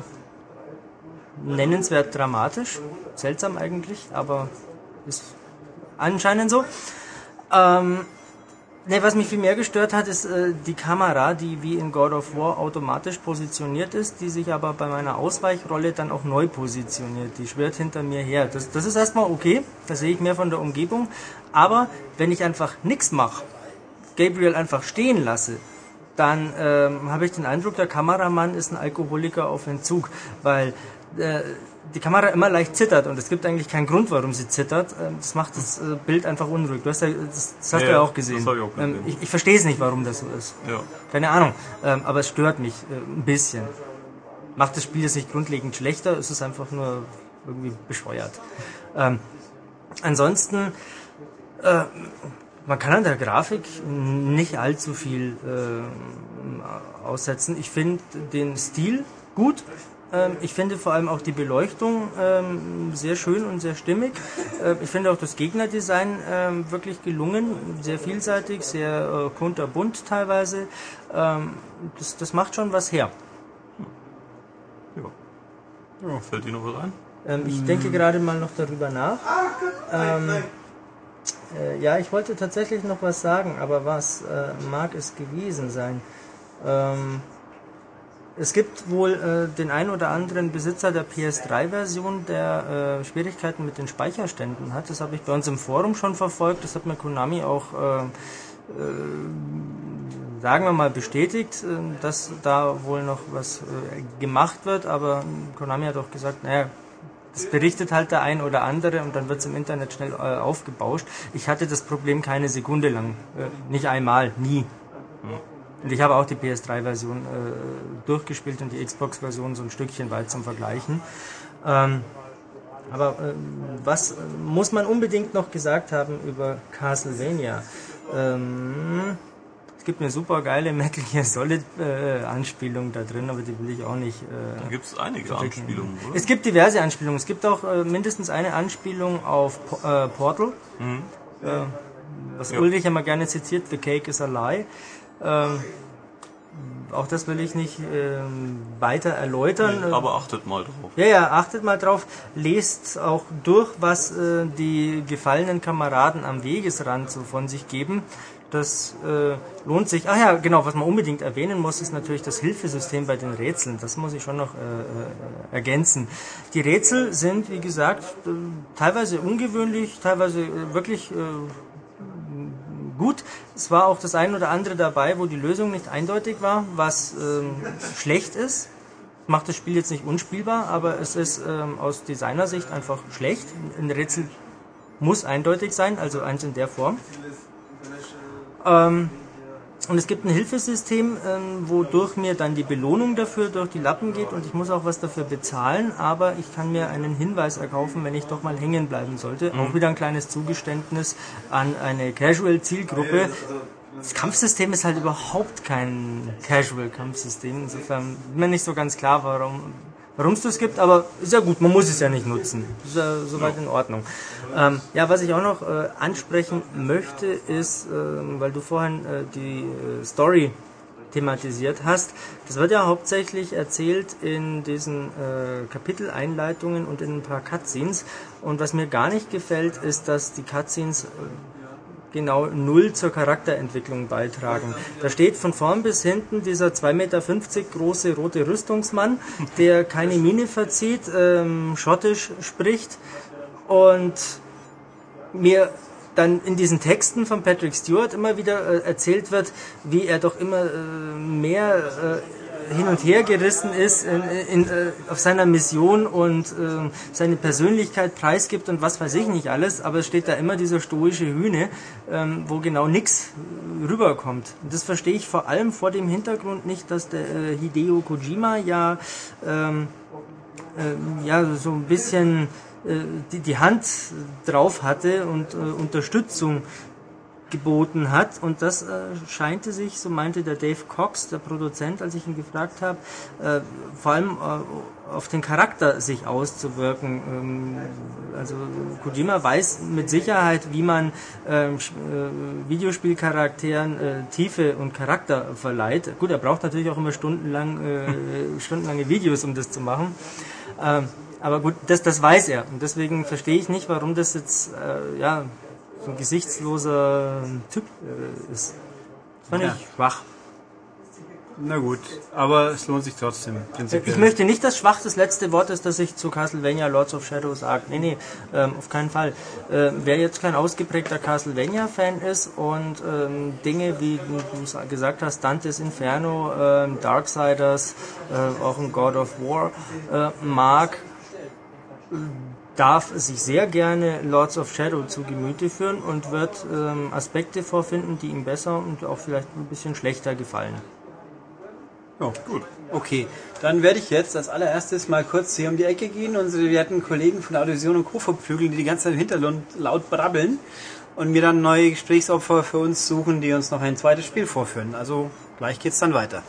nennenswert dramatisch. Seltsam eigentlich, aber ist anscheinend so. Ähm, Ne, was mich viel mehr gestört hat, ist äh, die Kamera, die wie in God of War automatisch positioniert ist, die sich aber bei meiner Ausweichrolle dann auch neu positioniert. Die schwirrt hinter mir her. Das, das ist erstmal okay, da sehe ich mehr von der Umgebung. Aber wenn ich einfach nichts mache, Gabriel einfach stehen lasse, dann ähm, habe ich den Eindruck, der Kameramann ist ein Alkoholiker auf Entzug, weil äh, die Kamera immer leicht zittert, und es gibt eigentlich keinen Grund, warum sie zittert. Das macht das Bild einfach unruhig. Du hast ja, das, das hast ja, du ja auch gesehen. Das ich, auch gesehen. Ich, ich verstehe es nicht, warum das so ist. Ja. Keine Ahnung, aber es stört mich ein bisschen. Macht das Spiel jetzt nicht grundlegend schlechter, es ist einfach nur irgendwie bescheuert. Ähm, ansonsten, äh, man kann an der Grafik nicht allzu viel äh, aussetzen. Ich finde den Stil gut. Ich finde vor allem auch die Beleuchtung ähm, sehr schön und sehr stimmig. Äh, ich finde auch das Gegnerdesign ähm, wirklich gelungen, sehr vielseitig, sehr äh, kunterbunt teilweise. Ähm, das, das macht schon was her. Ja. Ja, fällt dir noch was ein? Ähm, ich denke gerade mal noch darüber nach. Ähm, äh, ja, ich wollte tatsächlich noch was sagen, aber was äh, mag es gewesen sein? Ähm, Es gibt wohl äh, den einen oder anderen Besitzer der P S drei Version, der äh, Schwierigkeiten mit den Speicherständen hat. Das habe ich bei uns im Forum schon verfolgt. Das hat mir Konami auch, äh, äh, sagen wir mal, bestätigt, äh, dass da wohl noch was äh, gemacht wird. Aber Konami hat auch gesagt, naja, das berichtet halt der ein oder andere, und dann wird es im Internet schnell äh, aufgebauscht. Ich hatte das Problem keine Sekunde lang. Äh, nicht einmal, nie. Ja. Und ich habe auch die P S drei Version äh, durchgespielt und die Xbox-Version so ein Stückchen weit zum Vergleichen. Ähm, aber äh, was muss man unbedingt noch gesagt haben über Castlevania? Ähm, gibt eine super geile Metal Gear Solid äh, Anspielung da drin, aber die will ich auch nicht. Äh, da gibt es einige Anspielungen, oder? Es gibt diverse Anspielungen. Es gibt auch äh, mindestens eine Anspielung auf äh, Portal, mhm. äh, was ja. Ulrich immer gerne zitiert, The Cake is a Lie. Ähm, Auch das will ich nicht äh, weiter erläutern. Nee, aber achtet mal drauf. Ja, ja, achtet mal drauf. Lest auch durch, was äh, die gefallenen Kameraden am Wegesrand so von sich geben. Das äh, lohnt sich. Ach ja, genau, was man unbedingt erwähnen muss, ist natürlich das Hilfesystem bei den Rätseln. Das muss ich schon noch äh, ergänzen. Die Rätsel sind, wie gesagt, äh, teilweise ungewöhnlich, teilweise äh, wirklich... Äh, gut. Es war auch das ein oder andere dabei, wo die Lösung nicht eindeutig war, was ähm, schlecht ist. Macht das Spiel jetzt nicht unspielbar, aber es ist ähm, aus Designersicht einfach schlecht. Ein Rätsel muss eindeutig sein, also eins in der Form. Ähm, und es gibt ein Hilfesystem, ähm, wodurch mir dann die Belohnung dafür durch die Lappen geht und ich muss auch was dafür bezahlen, aber ich kann mir einen Hinweis erkaufen, wenn ich doch mal hängen bleiben sollte. Mhm. Auch wieder ein kleines Zugeständnis an eine Casual-Zielgruppe. Das Kampfsystem ist halt überhaupt kein Casual-Kampfsystem. Insofern ist mir nicht so ganz klar, warum warum es das gibt, aber ist ja gut, man muss es ja nicht nutzen. Ist ja soweit in Ordnung. Ähm, ja, was ich auch noch äh, ansprechen möchte, ist, äh, weil du vorhin äh, die äh, Story thematisiert hast, das wird ja hauptsächlich erzählt in diesen äh, Kapiteleinleitungen und in ein paar Cutscenes. Und was mir gar nicht gefällt, ist, dass die Cutscenes äh, genau null zur Charakterentwicklung beitragen. Da steht von vorn bis hinten dieser zwei Meter fünfzig große rote Rüstungsmann, der keine Miene verzieht, ähm, Schottisch spricht und mir dann in diesen Texten von Patrick Stewart immer wieder äh, erzählt wird, wie er doch immer äh, mehr äh, hin und her gerissen ist in, in, äh, auf seiner Mission und äh, seine Persönlichkeit preisgibt und was weiß ich nicht alles, aber es steht da immer dieser stoische Hühne, ähm, wo genau nichts rüberkommt. Und das verstehe ich vor allem vor dem Hintergrund nicht, dass der äh, Hideo Kojima ja, ähm, äh, ja so ein bisschen äh, die, die Hand drauf hatte und äh, Unterstützung geboten hat und das äh, scheinte sich, so meinte der Dave Cox, der Produzent, als ich ihn gefragt habe, äh, vor allem äh, auf den Charakter sich auszuwirken. Ähm, also Kojima weiß mit Sicherheit, wie man äh, äh, Videospielcharakteren äh, Tiefe und Charakter verleiht. Gut, er braucht natürlich auch immer stundenlang äh, stundenlange Videos, um das zu machen. Äh, aber gut, das, das weiß er und deswegen verstehe ich nicht, warum das jetzt äh, ja ein gesichtsloser Typ äh, ist. Das fand ja, ich schwach. Na gut, aber es lohnt sich trotzdem. Prinzipiell. Ich möchte nicht, dass schwach das letzte Wort ist, das ich zu Castlevania Lords of Shadow sage. Nee, nee, ähm, auf keinen Fall. Äh, wer jetzt kein ausgeprägter Castlevania-Fan ist und ähm, Dinge, wie du gesagt hast, Dante's Inferno, ähm, Darksiders, äh, auch ein God of War äh, mag, darf sich sehr gerne Lords of Shadow zu Gemüte führen und wird ähm, Aspekte vorfinden, die ihm besser und auch vielleicht ein bisschen schlechter gefallen. Oh, gut. Okay, dann werde ich jetzt als allererstes mal kurz hier um die Ecke gehen. Unsere werten Kollegen von Audiovision und Co. verprügeln, die die ganze Zeit im Hintergrund laut brabbeln und mir dann neue Gesprächsopfer für uns suchen, die uns noch ein zweites Spiel vorführen. Also gleich geht's dann weiter.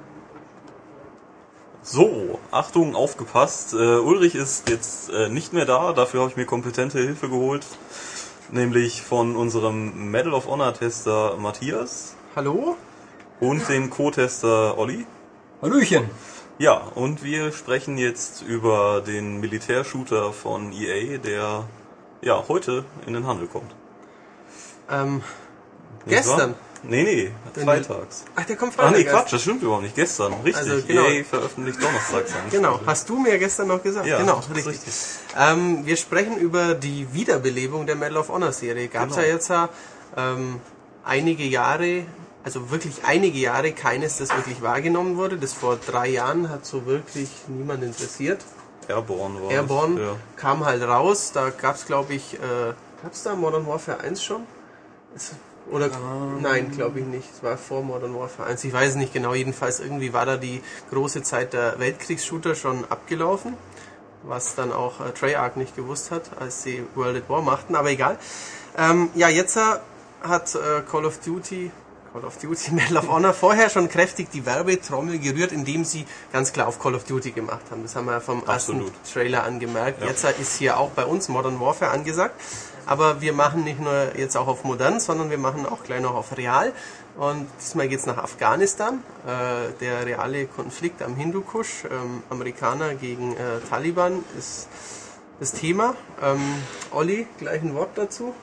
So, Achtung, aufgepasst. Äh, Ulrich ist jetzt äh, nicht mehr da, dafür habe ich mir kompetente Hilfe geholt. Nämlich von unserem Medal of Honor Tester Matthias. Hallo? Und dem Co-Tester Olli. Hallöchen. Ja, und wir sprechen jetzt über den Militärshooter von E A, der ja heute in den Handel kommt. Ähm, gestern? Nee, nee, freitags. Ach, der kommt freitags. Ach nee, Quatsch, das stimmt überhaupt nicht. Gestern, richtig. Also, genau. E A veröffentlicht donnerstags. Genau, hast du mir gestern noch gesagt. Ja, genau, richtig. richtig. Ähm, wir sprechen über die Wiederbelebung der Medal of Honor Serie. Gab es Genau. ja jetzt ähm, einige Jahre, also wirklich einige Jahre, keines, das wirklich wahrgenommen wurde. Das vor drei Jahren hat so wirklich niemand interessiert. Airborne war Airborne das, ja. kam halt raus, da gab es glaube ich, äh, gab es da Modern Warfare eins schon? Es, Oder um. Nein, glaube ich nicht. Es war vor Modern Warfare eins. Ich weiß es nicht genau. Jedenfalls irgendwie war da die große Zeit der Weltkriegsshooter schon abgelaufen, was dann auch äh, Treyarch nicht gewusst hat, als sie World at War machten. Aber egal. Ähm, ja, jetzt äh, hat äh, Call of Duty, Call of Duty Medal of Honor vorher schon kräftig die Werbetrommel gerührt, indem sie ganz klar auf Call of Duty gemacht haben. Das haben wir ja vom Absolut. ersten Trailer angemerkt. Ja. Jetzt ist hier auch bei uns Modern Warfare angesagt. Aber wir machen nicht nur jetzt auch auf Modern, sondern wir machen auch gleich noch auf Real. Und diesmal geht's nach Afghanistan. Äh, der reale Konflikt am Hindukusch, ähm, Amerikaner gegen äh, Taliban, ist das Thema. Ähm, Olli, gleich ein Wort dazu?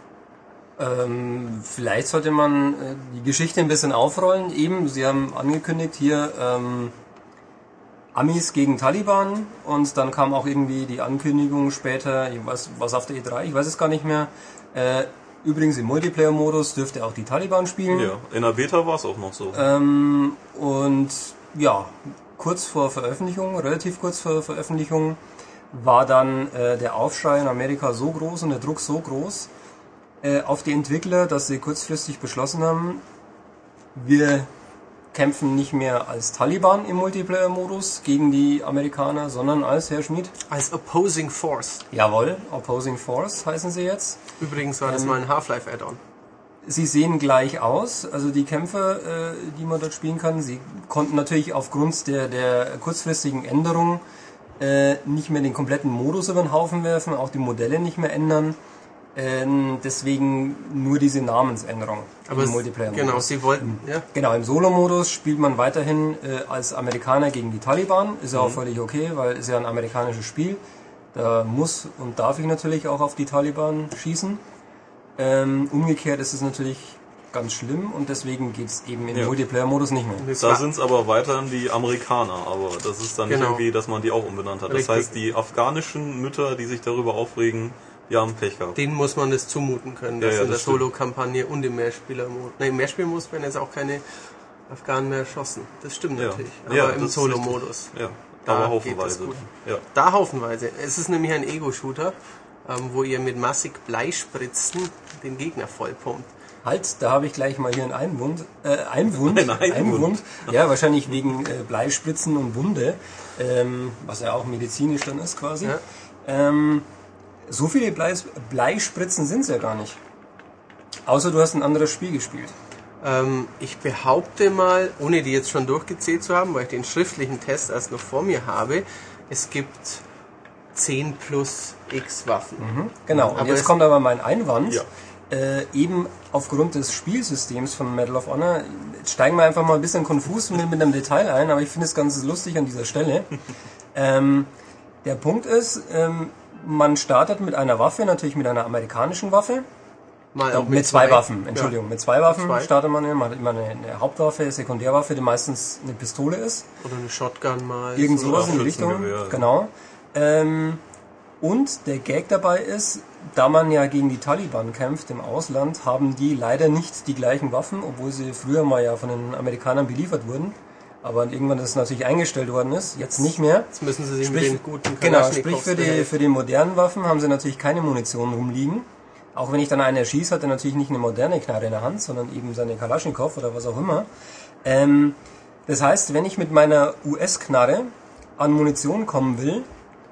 Ähm, vielleicht sollte man äh, die Geschichte ein bisschen aufrollen. Eben, Sie haben angekündigt hier ähm, Amis gegen Taliban und dann kam auch irgendwie die Ankündigung später, ich weiß, was auf der E drei, ich weiß es gar nicht mehr. Äh, übrigens im Multiplayer-Modus dürfte auch die Taliban spielen. Ja, in der Beta war es auch noch so. Ähm, und ja, kurz vor Veröffentlichung, relativ kurz vor Veröffentlichung, war dann äh, der Aufschrei in Amerika so groß und der Druck so groß äh, auf die Entwickler, dass sie kurzfristig beschlossen haben, wir kämpfen nicht mehr als Taliban im Multiplayer-Modus gegen die Amerikaner, sondern als, Herr Schmid? Als Opposing Force. Jawohl, Opposing Force heißen sie jetzt. Übrigens war das Ähm, mal ein Half-Life-Add-on. Sie sehen gleich aus, also die Kämpfe, äh, die man dort spielen kann. Sie konnten natürlich aufgrund der, der kurzfristigen Änderung äh, nicht mehr den kompletten Modus über den Haufen werfen, auch die Modelle nicht mehr ändern. Ähm, deswegen nur diese Namensänderung Aber im es- Multiplayer-Modus. Genau, sie wollten, ja. Genau, im Solo-Modus spielt man weiterhin äh, als Amerikaner gegen die Taliban. Ist ja auch völlig okay, weil es ja ein amerikanisches Spiel. Da muss und darf ich natürlich auch auf die Taliban schießen. Ähm, umgekehrt ist es natürlich ganz schlimm und deswegen geht es eben im Ja. Multiplayer-Modus nicht mehr. Das Da war- sind es aber weiterhin die Amerikaner, aber das ist dann nicht Genau. irgendwie, dass man die auch umbenannt hat. Das Richtig. heißt, die afghanischen Mütter, die sich darüber aufregen, die haben Pech gehabt. Denen muss man das zumuten können, Ja, dass ja, in der das stimmt. Solo-Kampagne und im Mehrspieler-Modus. Nein, im Mehrspielmodus werden jetzt auch keine Afghanen mehr erschossen. Das stimmt Ja. natürlich. Aber Ja, im das ist Solo-Modus. Ja, Da aber geht das haufenweise. gut. Ja. Da haufenweise. Es ist nämlich ein Ego-Shooter, ähm, wo ihr mit massig Bleispritzen den Gegner vollpumpt. Halt, da habe ich gleich mal hier einen Einwund. Äh, Einwund. Ein Einwund. Ja, wahrscheinlich wegen äh, Bleispritzen und Wunde, ähm, was ja auch medizinisch dann ist quasi. Ja. Ähm, so viele Bleis Bleispritzen sind es ja gar nicht. Außer du hast ein anderes Spiel gespielt. Ähm, ich behaupte mal, ohne die jetzt schon durchgezählt zu haben, weil ich den schriftlichen Test erst noch vor mir habe, es gibt zehn plus X Waffen. Genau, und Aber jetzt es- kommt aber mein Einwand. Ja. Äh, eben aufgrund des Spielsystems von Medal of Honor, jetzt steigen wir einfach mal ein bisschen konfus mit, mit einem Detail ein, aber ich finde es ganz lustig an dieser Stelle. ähm, der Punkt ist, ähm, man startet mit einer Waffe, natürlich mit einer amerikanischen Waffe, Mal ja, auch mit, zwei, Waffen, Entschuldigung, Ja. mit zwei Waffen Zwei. startet man, man hat immer eine, eine Hauptwaffe, Sekundärwaffe, die meistens eine Pistole ist. Oder eine Shotgun mal. Irgend So. sowas in die Richtung. Schützengewehr. Genau. Ähm, und der Gag dabei ist, da man ja gegen die Taliban kämpft im Ausland, haben die leider nicht die gleichen Waffen, obwohl sie früher mal ja von den Amerikanern beliefert wurden. Aber irgendwann das natürlich eingestellt worden ist, jetzt nicht mehr. Jetzt müssen sie sich Sprich, mit den guten genau, Kalaschnikows sprich für die, behelfen. für die modernen Waffen haben sie natürlich keine Munition rumliegen. Auch wenn ich dann einen erschieße, hat er natürlich nicht eine moderne Knarre in der Hand, sondern eben seine Kalaschnikow oder was auch immer. Ähm, das heißt, wenn ich mit meiner U S-Knarre an Munition kommen will,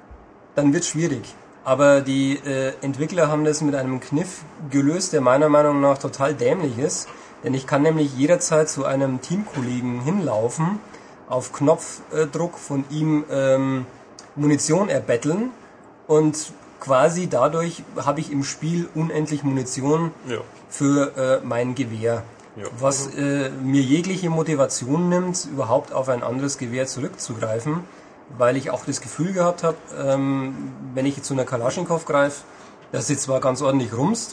dann wird es schwierig. Aber die äh, Entwickler haben das mit einem Kniff gelöst, der meiner Meinung nach total dämlich ist. Denn ich kann nämlich jederzeit zu einem Teamkollegen hinlaufen, auf Knopfdruck von ihm ähm, Munition erbetteln und quasi dadurch habe ich im Spiel unendlich Munition Ja. für äh, mein Gewehr. Ja. Was äh, mir jegliche Motivation nimmt, überhaupt auf ein anderes Gewehr zurückzugreifen, weil ich auch das Gefühl gehabt habe, ähm, wenn ich jetzt zu einer Kalaschnikow greife, dass sie zwar ganz ordentlich rumst,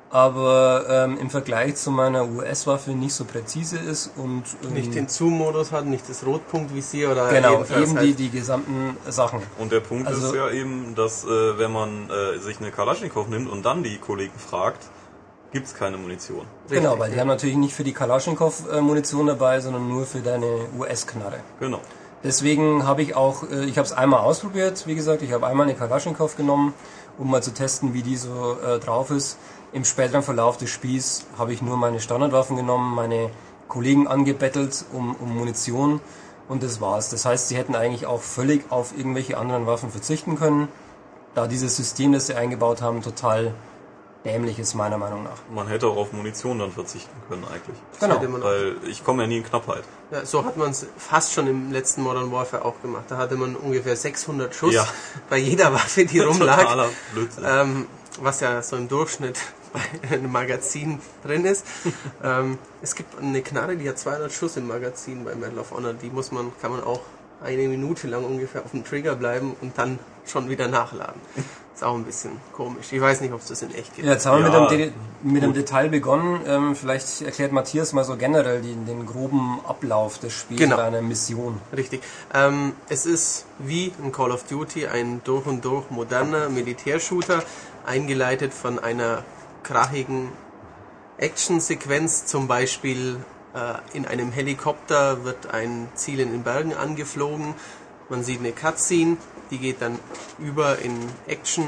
aber ähm, im Vergleich zu meiner U S-Waffe nicht so präzise ist und ähm, Nicht den Zoom-Modus hat, nicht das Rotpunktvisier oder genau, jedenfalls eben halt die, die gesamten Sachen. Und der Punkt Also- ist ja eben, dass äh, wenn man äh, sich eine Kalaschnikow nimmt und dann die Kollegen fragt, gibt's keine Munition. Genau, richtig, weil die ja. haben natürlich nicht für die Kalaschnikow äh, Munition dabei, sondern nur für deine U S-Knarre. Genau. Deswegen habe ich auch, äh, ich habe es einmal ausprobiert, wie gesagt, ich habe einmal eine Kalaschnikow genommen, um mal zu testen, wie die so äh, drauf ist. Im späteren Verlauf des Spiels habe ich nur meine Standardwaffen genommen, meine Kollegen angebettelt um, um Munition und das war's. Das heißt, sie hätten eigentlich auch völlig auf irgendwelche anderen Waffen verzichten können, da dieses System, das sie eingebaut haben, total dämlich ist, meiner Meinung nach. Man hätte auch auf Munition dann verzichten können eigentlich. Genau. hätte man auch- Weil ich komme ja nie in Knappheit. Ja, so hat man es fast schon im letzten Modern Warfare auch gemacht. Da hatte man ungefähr sechshundert Schuss Ja. bei jeder Waffe, die rumlag. Totaler Blödsinn. Ähm, was ja so im Durchschnitt bei einem Magazin drin ist. ähm, es gibt eine Knarre, die hat zweihundert Schuss im Magazin bei Medal of Honor. Die muss man, kann man auch eine Minute lang ungefähr auf dem Trigger bleiben und dann schon wieder nachladen. Ist auch ein bisschen komisch. Ich weiß nicht, ob es das in echt gibt. Ja, jetzt haben wir Ja, mit, dem, De mit dem Detail begonnen. Ähm, vielleicht erklärt Matthias mal so generell den, den groben Ablauf des Spiels Genau. oder einer Mission. Richtig. Ähm, es ist wie ein Call of Duty ein durch und durch moderner Militärshooter, eingeleitet von einer krachigen Actionsequenz, zum Beispiel äh, in einem Helikopter wird ein Ziel in den Bergen angeflogen, man sieht eine Cutscene, die geht dann über in Action.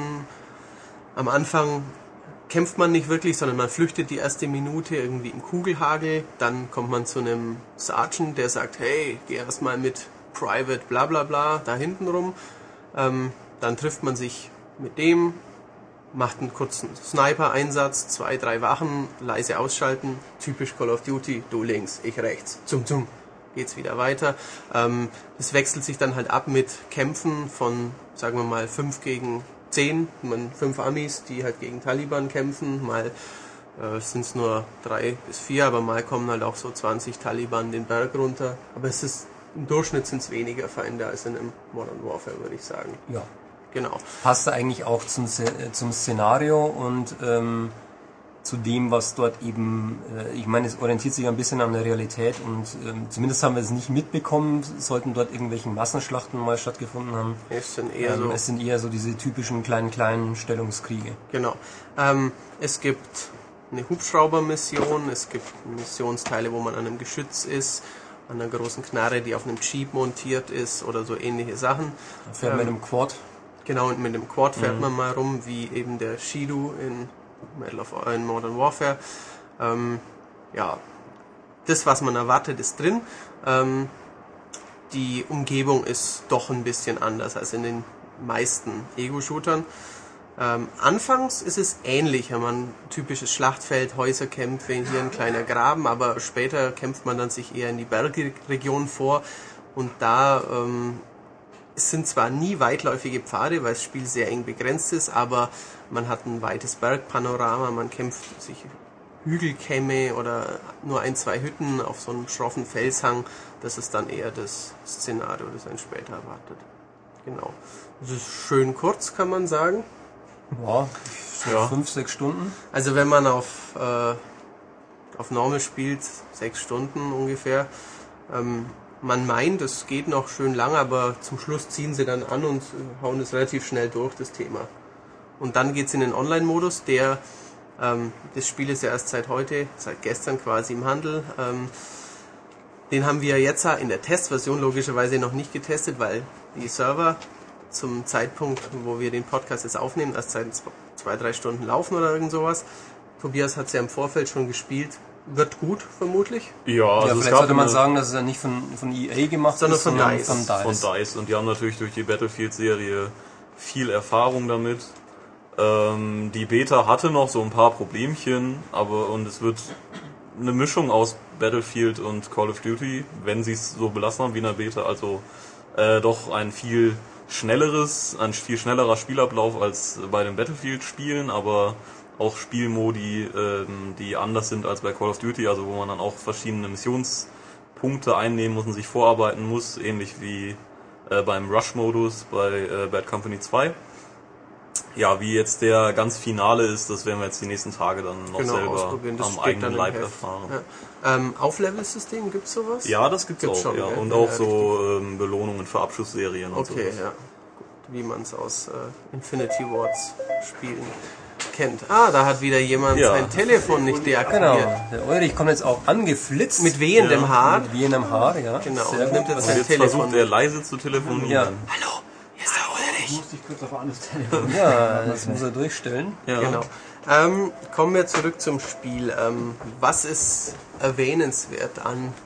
Am Anfang kämpft man nicht wirklich, sondern man flüchtet die erste Minute irgendwie im Kugelhagel, dann kommt man zu einem Sergeant, der sagt, hey, geh erstmal mit Private bla bla bla da hinten rum, ähm, dann trifft man sich mit dem, macht einen kurzen Sniper-Einsatz, zwei, drei Wachen, leise ausschalten, typisch Call of Duty, du links, ich rechts, zum zum, geht's wieder weiter. Ähm, es wechselt sich dann halt ab mit Kämpfen von, sagen wir mal, fünf gegen zehn, man fünf Amis, die halt gegen Taliban kämpfen, mal äh, sind es nur drei bis vier, aber mal kommen halt auch so zwanzig Taliban den Berg runter, aber es ist, im Durchschnitt sind es weniger Feinde als in einem Modern Warfare, würde ich sagen. Ja. Genau. Passt eigentlich auch zum, Sze- zum Szenario und ähm, zu dem, was dort eben, äh, ich meine, es orientiert sich ein bisschen an der Realität und ähm, zumindest haben wir es nicht mitbekommen, sollten dort irgendwelche Massenschlachten mal stattgefunden haben. Es sind eher Ähm, so. es sind eher so diese typischen kleinen, kleinen Stellungskriege. Genau. Ähm, es gibt eine Hubschraubermission, es gibt Missionsteile, wo man an einem Geschütz ist, an einer großen Knarre, die auf einem Jeep montiert ist oder so ähnliche Sachen. Da fährt man Ähm, mit dem Quad. Genau, und mit dem Quad fährt man mal rum, wie eben der Shido in, Medal of, in Modern Warfare. Ähm, ja, das, was man erwartet, ist drin. Ähm, die Umgebung ist doch ein bisschen anders als in den meisten Ego-Shootern. Ähm, anfangs ist es ähnlich, wenn man typisches Schlachtfeld, Häuserkämpfe, hier ein kleiner Graben, aber später kämpft man dann sich eher in die Bergregion vor und da ähm, es sind zwar nie weitläufige Pfade, weil das Spiel sehr eng begrenzt ist, aber man hat ein weites Bergpanorama, man kämpft sich Hügelkämme oder nur ein, zwei Hütten auf so einem schroffen Felshang. Das ist dann eher das Szenario, das einen später erwartet. Genau. Es ist schön kurz, kann man sagen. Ja, so Ja. fünf, sechs Stunden. Also wenn man auf, äh, auf Normal spielt, sechs Stunden ungefähr. Ähm, man meint, es geht noch schön lang, aber zum Schluss ziehen sie dann an und äh, hauen es relativ schnell durch, das Thema. Und dann geht's in den Online-Modus, der, ähm, das Spiel ist ja erst seit heute, seit gestern quasi im Handel. Ähm, den haben wir jetzt in der Testversion logischerweise noch nicht getestet, weil die Server zum Zeitpunkt, wo wir den Podcast jetzt aufnehmen, erst seit zwei, drei Stunden laufen oder irgend sowas. Tobias hat es ja im Vorfeld schon gespielt. Wird gut, vermutlich. Ja, Ja, also es vielleicht gab sollte man eine- sagen, dass es ja nicht von, von E A gemacht Sondern ist, von sondern DICE. von DICE. von DICE und die haben natürlich durch die Battlefield-Serie viel Erfahrung damit. Ähm, die Beta hatte noch so ein paar Problemchen, aber und es wird eine Mischung aus Battlefield und Call of Duty, wenn sie es so belassen haben wie in der Beta, also äh, doch ein viel schnelleres, ein viel schnellerer Spielablauf als bei den Battlefield-Spielen, aber auch Spielmodi, ähm, die anders sind als bei Call of Duty, also wo man dann auch verschiedene Missionspunkte einnehmen muss und sich vorarbeiten muss, ähnlich wie äh, beim Rush-Modus bei äh, Bad Company zwei. Ja, wie jetzt der ganz Finale ist, das werden wir jetzt die nächsten Tage dann noch Genau, selber ausprobieren. Das am steht eigenen dann im Leib Heft. erfahren. Ja. Ähm, Auflevel-System, gibt's sowas? Ja, das gibt's, Gibt's auch, schon, ja. gell? Und Ja, auch ja, so ähm, Belohnungen für Abschussserien und Okay, sowas. ja. Gut, wie man es aus äh, Infinity Wards Spielen kennt. Ah, da hat wieder jemand Ja. sein Telefon nicht Genau, deaktiviert. der Ulrich kommt jetzt auch angeflitzt. Mit wehendem Ja. Haar. Mit jenem Haar, ja. Genau, Sehr und nimmt gut. jetzt Und sein jetzt Telefon. versucht er leise zu telefonieren. Ja. Hallo, hier ist der Ulrich. Musste ich kurz auf ein anderes Telefon. Ja, das muss er durchstellen. Ja. Genau. Ähm, kommen wir zurück zum Spiel. Ähm, was ist erwähnenswert an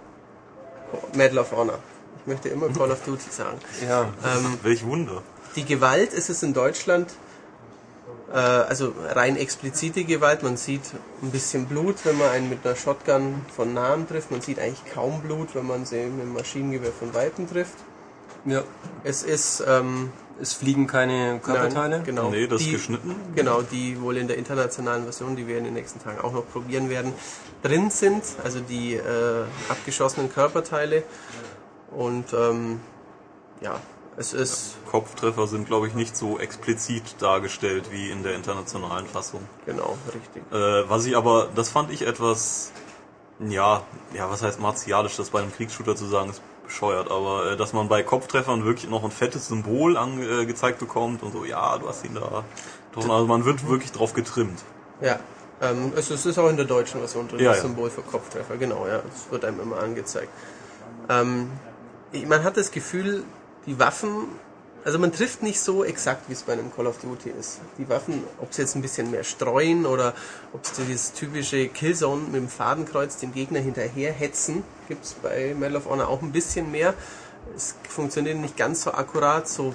Medal of Honor? Ich möchte immer Call of Duty sagen. Ja, Ähm, Welch Wunder. die Gewalt ist es in Deutschland Äh, also rein explizite Gewalt. Man sieht ein bisschen Blut, wenn man einen mit einer Shotgun von Nahen trifft. Man sieht eigentlich kaum Blut, wenn man sie mit einem Maschinengewehr von Weitem trifft. Ja. Es ist... Ähm, Es fliegen keine Körperteile? Nein, genau. Nee, das die, ist geschnitten. Genau, die wohl in der internationalen Version, die wir in den nächsten Tagen auch noch probieren werden, drin sind. Also die äh, abgeschossenen Körperteile. Und ähm, ja, es ist... Kopftreffer sind, glaube ich, nicht so explizit dargestellt wie in der internationalen Fassung. Genau, richtig. Äh, was ich aber, das fand ich etwas, ja, ja, was heißt martialisch, das bei einem Kriegsshooter zu sagen, ist bescheuert, aber äh, dass man bei Kopftreffern wirklich noch ein fettes Symbol angezeigt äh, bekommt und so, ja, du hast ihn da getroffen, also man wird wirklich drauf getrimmt. Ja, ähm, es, es ist auch in der deutschen Version drin, Ja, das ja. Symbol für Kopftreffer, genau, ja, das wird einem immer angezeigt. Ähm, man hat das Gefühl, die Waffen, also man trifft nicht so exakt, wie es bei einem Call of Duty ist. Die Waffen, ob sie jetzt ein bisschen mehr streuen oder ob sie dieses typische Killzone mit dem Fadenkreuz dem Gegner hinterher hetzen, gibt es bei Medal of Honor auch ein bisschen mehr. Es funktioniert nicht ganz so akkurat, so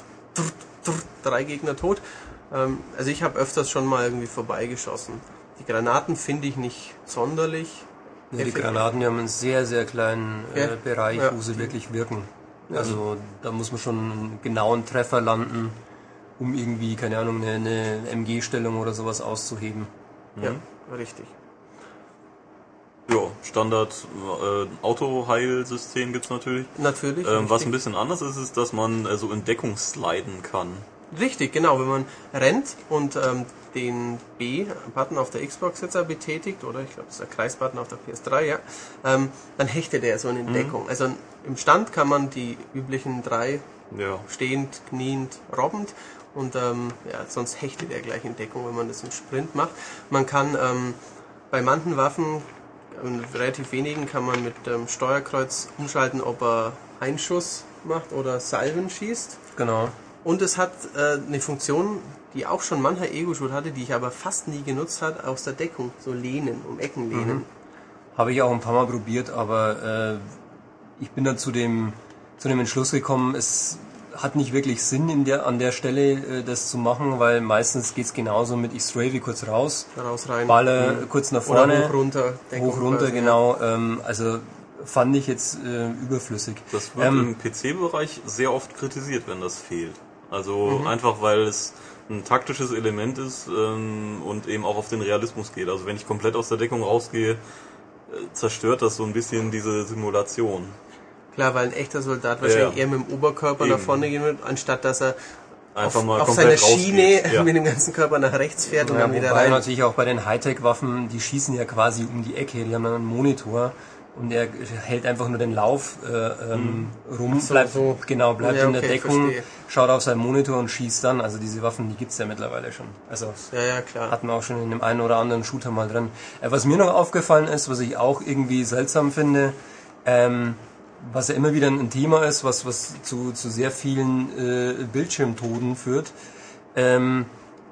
drei Gegner tot. Ähm, also ich habe öfters schon mal irgendwie vorbeigeschossen. Die Granaten finde ich nicht sonderlich. Ja, die effektiv. Granaten die haben einen sehr, sehr kleinen äh, Ja. Bereich, Ja. wo sie wirklich wirken. Also da muss man schon einen genauen Treffer landen, um irgendwie, keine Ahnung, eine, eine M G-Stellung oder sowas auszuheben. Ja, richtig. Ja, Standard äh, Autoheilsystem gibt's natürlich. Natürlich. Ähm, was richtig. ein bisschen anders ist, ist, dass man äh, so in Deckung sliden kann. Richtig, genau. Wenn man rennt und ähm, den B-Button auf der Xbox jetzt auch betätigt, oder ich glaube, das ist der Kreisbutton auf der P S drei, ja, ähm, dann hechtet er so in Entdeckung. Also im Stand kann man die üblichen drei Ja. stehend, kniend, robbend und ähm, ja, sonst hechtet er gleich in Deckung, wenn man das im Sprint macht. Man kann ähm, bei manchen Waffen, ähm, relativ wenigen, kann man mit dem Steuerkreuz umschalten, ob er Einschuss macht oder Salven schießt. Genau. Und es hat äh, eine Funktion, die auch schon mancher Ego-Shoot hatte, die ich aber fast nie genutzt hat, aus der Deckung, so lehnen, um Ecken lehnen. Habe ich auch ein paar Mal probiert, aber äh, ich bin dann zu dem, zu dem Entschluss gekommen, es hat nicht wirklich Sinn in der, an der Stelle äh, das zu machen, weil meistens geht's genauso mit ich straife kurz raus, Daraus rein. baller kurz nach Oder vorne, hoch runter. Deckung hoch runter, quasi, genau. Ähm, also fand ich jetzt äh, überflüssig. Das wird Ähm, im P C-Bereich sehr oft kritisiert, wenn das fehlt. Also einfach, weil es ein taktisches Element ist ähm, und eben auch auf den Realismus geht. Also wenn ich komplett aus der Deckung rausgehe, äh, zerstört das so ein bisschen diese Simulation. Klar, weil ein echter Soldat wahrscheinlich Ja. eher mit dem Oberkörper Eben. nach vorne gehen wird, anstatt dass er Einfach auf, mal auf seiner komplett Schiene rausgeht. Ja. mit dem ganzen Körper nach rechts fährt und Ja, dann wieder wobei rein. natürlich auch bei den Hightech-Waffen, die schießen ja quasi um die Ecke, die haben dann einen Monitor und er hält einfach nur den Lauf äh, ähm, rum, so, bleibt, so. genau, bleibt Ja, in der okay, Deckung, verstehe. schaut auf seinen Monitor und schießt dann. Also diese Waffen, die gibt's ja mittlerweile schon. Also Ja, ja, klar. hatten wir auch schon in dem einen oder anderen Shooter mal drin. Äh, was mir noch aufgefallen ist, was ich auch irgendwie seltsam finde, ähm, was ja immer wieder ein Thema ist, was, was zu, zu sehr vielen äh, Bildschirmtoden führt. Ähm,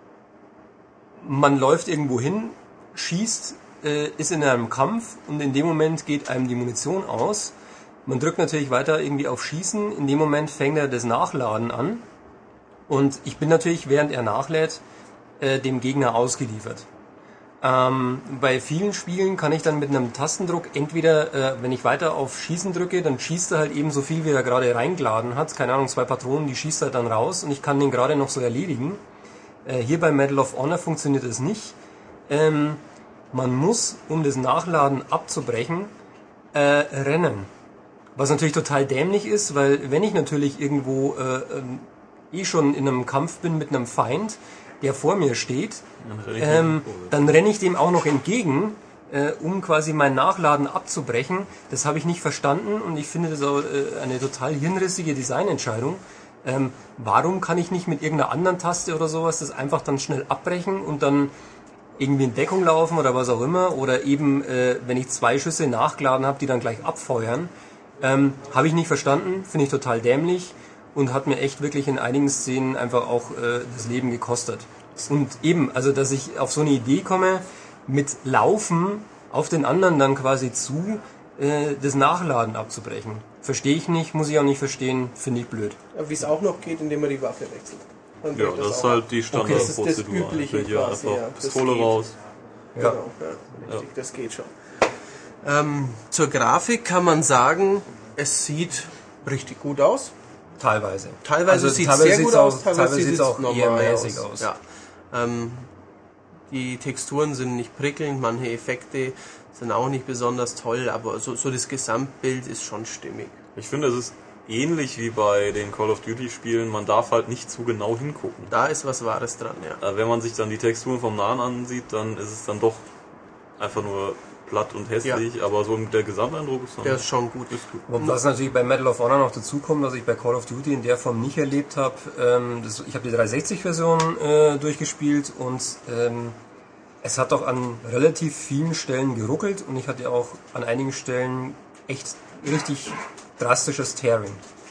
man läuft irgendwo hin, schießt, äh, ist in einem Kampf und in dem Moment geht einem die Munition aus. Man drückt natürlich weiter irgendwie auf Schießen. In dem Moment fängt er das Nachladen an. Und ich bin natürlich, während er nachlädt, äh, dem Gegner ausgeliefert. Ähm, bei vielen Spielen kann ich dann mit einem Tastendruck entweder, äh, wenn ich weiter auf Schießen drücke, dann schießt er halt eben so viel, wie er gerade reingeladen hat. Keine Ahnung, zwei Patronen, die schießt er dann raus und ich kann den gerade noch so erledigen. Äh, hier bei Medal of Honor funktioniert das nicht. Ähm, man muss, um das Nachladen abzubrechen, äh, rennen. Was natürlich total dämlich ist, weil wenn ich natürlich irgendwo äh, ähm, eh schon in einem Kampf bin mit einem Feind, der vor mir steht, Dann renne ich ähm, nicht vor. dann renne ich dem auch noch entgegen, äh, um quasi mein Nachladen abzubrechen. Das habe ich nicht verstanden und ich finde das auch äh, eine total hirnrissige Designentscheidung. Ähm, warum kann ich nicht mit irgendeiner anderen Taste oder sowas das einfach dann schnell abbrechen und dann irgendwie in Deckung laufen oder was auch immer, oder eben, äh, wenn ich zwei Schüsse nachgeladen habe, die dann gleich abfeuern. Ähm, habe ich nicht verstanden, finde ich total dämlich und hat mir echt wirklich in einigen Szenen einfach auch äh, das Leben gekostet. Und eben, also dass ich auf so eine Idee komme, mit Laufen auf den anderen dann quasi zu, äh, das Nachladen abzubrechen. Verstehe ich nicht, muss ich auch nicht verstehen, finde ich blöd. Wie es auch noch geht, indem man die Waffe wechselt. dann Ja, geht das ist auch. halt die Das ist das Standardprozedur. Übliche Hier quasi, einfach ja. Das Pistole geht. raus. Genau, ja, richtig, das geht schon. Ähm, zur Grafik kann man sagen, es sieht richtig gut aus. Teilweise. Teilweise Also sieht es teilweise sehr sieht's gut auch- aus, teilweise, teilweise sieht sieht's es auch normal eher mäßig aus. aus. Ja. Ähm, die Texturen sind nicht prickelnd, manche Effekte sind auch nicht besonders toll, aber so, so das Gesamtbild ist schon stimmig. Ich finde, es ist ähnlich wie bei den Call of Duty Spielen, man darf halt nicht zu genau hingucken. Da ist was Wahres dran, ja. Äh, Wenn man sich dann die Texturen vom Nahen ansieht, dann ist es dann doch einfach nur platt und hässlich, aber so der Gesamteindruck ist dann Der ist schon gut. ist gut. Was natürlich bei Medal of Honor noch dazu kommt, was ich bei Call of Duty in der Form nicht erlebt habe, ähm, das, ich habe die dreihundertsechzig-Version äh, durchgespielt und ähm, es hat doch an relativ vielen Stellen geruckelt und ich hatte auch an einigen Stellen echt richtig drastisches Tearing.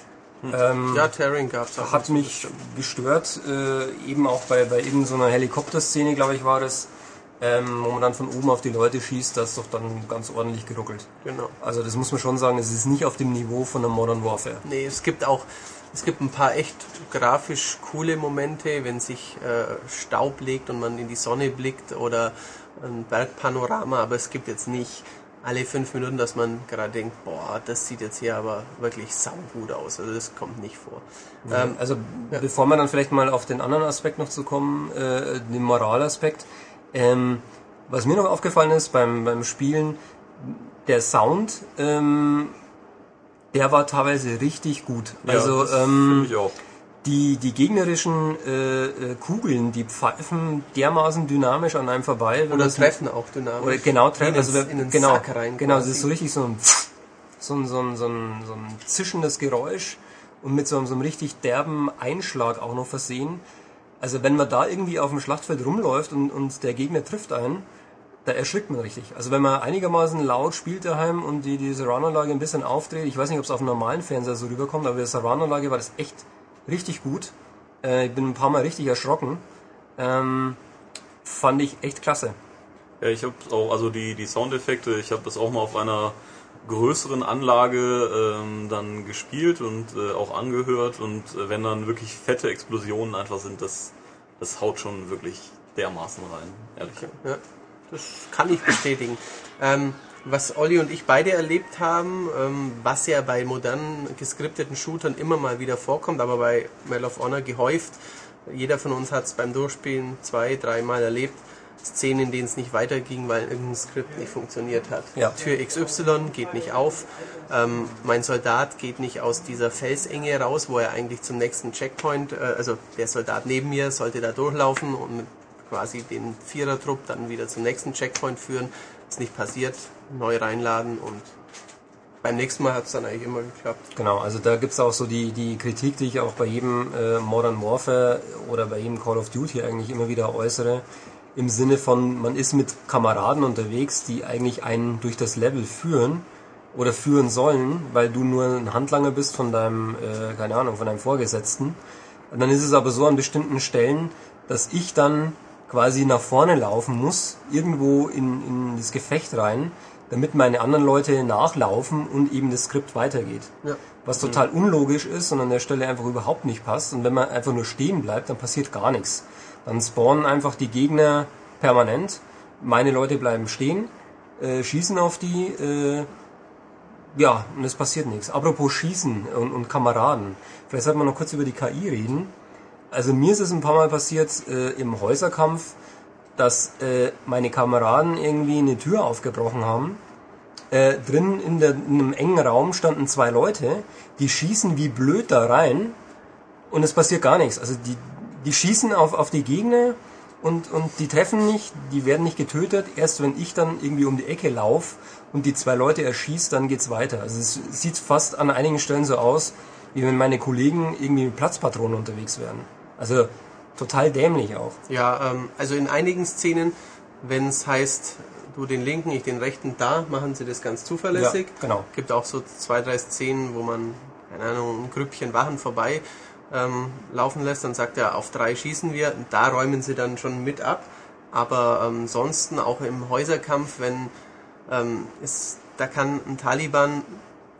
Ähm, Ja, Tearing gab es auch. hat mich gestört, äh, eben auch bei, bei eben so einer Helikopterszene, glaube ich, war das, ähm, wo man dann von oben auf die Leute schießt, das ist doch dann ganz ordentlich geruckelt. Genau. Also das muss man schon sagen, es ist nicht auf dem Niveau von der Modern Warfare. Nee, es gibt auch, es gibt ein paar echt grafisch coole Momente, wenn sich äh, Staub legt und man in die Sonne blickt oder ein Bergpanorama, aber es gibt jetzt nicht alle fünf Minuten, dass man gerade denkt, boah, das sieht jetzt hier aber wirklich saugut aus. Also das kommt nicht vor. Ähm, Also ja. bevor wir dann vielleicht mal auf den anderen Aspekt noch zu kommen, äh, den Moralaspekt, ähm, was mir noch aufgefallen ist beim, beim Spielen, der Sound, ähm, der war teilweise richtig gut. Ja, Also das ähm, finde ich auch. die, die gegnerischen äh, äh, Kugeln, die pfeifen dermaßen dynamisch an einem vorbei. wenn oder das- treffen auch dynamisch. Oder genau treffen, In also den, in den genau, Sack rein genau, quasi. das ist so richtig so ein so ein, so ein, so ein, so ein zischendes Geräusch und mit so einem, so einem richtig derben Einschlag auch noch versehen. Also wenn man da irgendwie auf dem Schlachtfeld rumläuft und, und der Gegner trifft einen, da erschrickt man richtig. Also wenn man einigermaßen laut spielt daheim und die, die Surround-Anlage ein bisschen aufdreht, ich weiß nicht, ob es auf einem normalen Fernseher so rüberkommt, aber bei der Surround-Anlage war das echt richtig gut. Äh, ich bin ein paar Mal richtig erschrocken. Ähm, fand ich echt klasse. Ja, ich habe auch, also die, die Soundeffekte, ich habe das auch mal auf einer größeren Anlage ähm, dann gespielt und äh, auch angehört und äh, wenn dann wirklich fette Explosionen einfach sind, das, das haut schon wirklich dermaßen rein, ehrlich. Ja, das kann ich bestätigen. Ähm, was Olli und ich beide erlebt haben, ähm, was ja bei modernen geskripteten Shootern immer mal wieder vorkommt, aber bei Medal of Honor gehäuft. Jeder von uns hat es beim Durchspielen zwei, dreimal erlebt. Szenen, in denen es nicht weiterging, weil irgendein Skript nicht funktioniert hat. Ja. Tür X Y geht nicht auf. Ähm, mein Soldat geht nicht aus dieser Felsenge raus, wo er eigentlich zum nächsten Checkpoint, äh, also der Soldat neben mir sollte da durchlaufen und mit quasi den Vierertrupp dann wieder zum nächsten Checkpoint führen. Ist nicht passiert. Neu reinladen und beim nächsten Mal hat es dann eigentlich immer geklappt. Genau, also da gibt's auch so die, die Kritik, die ich auch bei jedem äh, Modern Warfare oder bei jedem Call of Duty eigentlich immer wieder äußere, im Sinne von, man ist mit Kameraden unterwegs, die eigentlich einen durch das Level führen oder führen sollen, weil du nur ein Handlanger bist von deinem, äh, keine Ahnung, von deinem Vorgesetzten. Und dann ist es aber so an bestimmten Stellen, dass ich dann quasi nach vorne laufen muss, irgendwo in, in das Gefecht rein, damit meine anderen Leute nachlaufen und eben das Skript weitergeht. Ja. Was total unlogisch ist und an der Stelle einfach überhaupt nicht passt. Und wenn man einfach nur stehen bleibt, dann passiert gar nichts. Dann spawnen einfach die Gegner permanent. Meine Leute bleiben stehen, äh, schießen auf die, äh, ja, und es passiert nichts. Apropos Schießen und, und Kameraden. Vielleicht sollte man noch kurz über die K I reden. Also mir ist es ein paar Mal passiert äh, im Häuserkampf, dass äh, meine Kameraden irgendwie eine Tür aufgebrochen haben. Äh, drin in, der, in einem engen Raum standen zwei Leute, die schießen wie blöd da rein und es passiert gar nichts. Also die, die schießen auf, auf die Gegner und, und die treffen nicht, die werden nicht getötet. Erst wenn ich dann irgendwie um die Ecke laufe und die zwei Leute erschießt, dann geht's weiter. Also es sieht fast an einigen Stellen so aus, wie wenn meine Kollegen irgendwie mit Platzpatronen unterwegs wären. Also total dämlich auch. Ja, ähm, also in einigen Szenen, wenn es heißt, du den linken, ich den rechten, da machen sie das ganz zuverlässig. Ja, genau. Gibt auch so zwei, drei Szenen, wo man, keine Ahnung, ein Grüppchen Wachen vorbei ähm, laufen lässt, dann sagt er, auf drei schießen wir, da räumen sie dann schon mit ab. Aber ähm, ansonsten auch im Häuserkampf, wenn ähm, es, da kann ein Taliban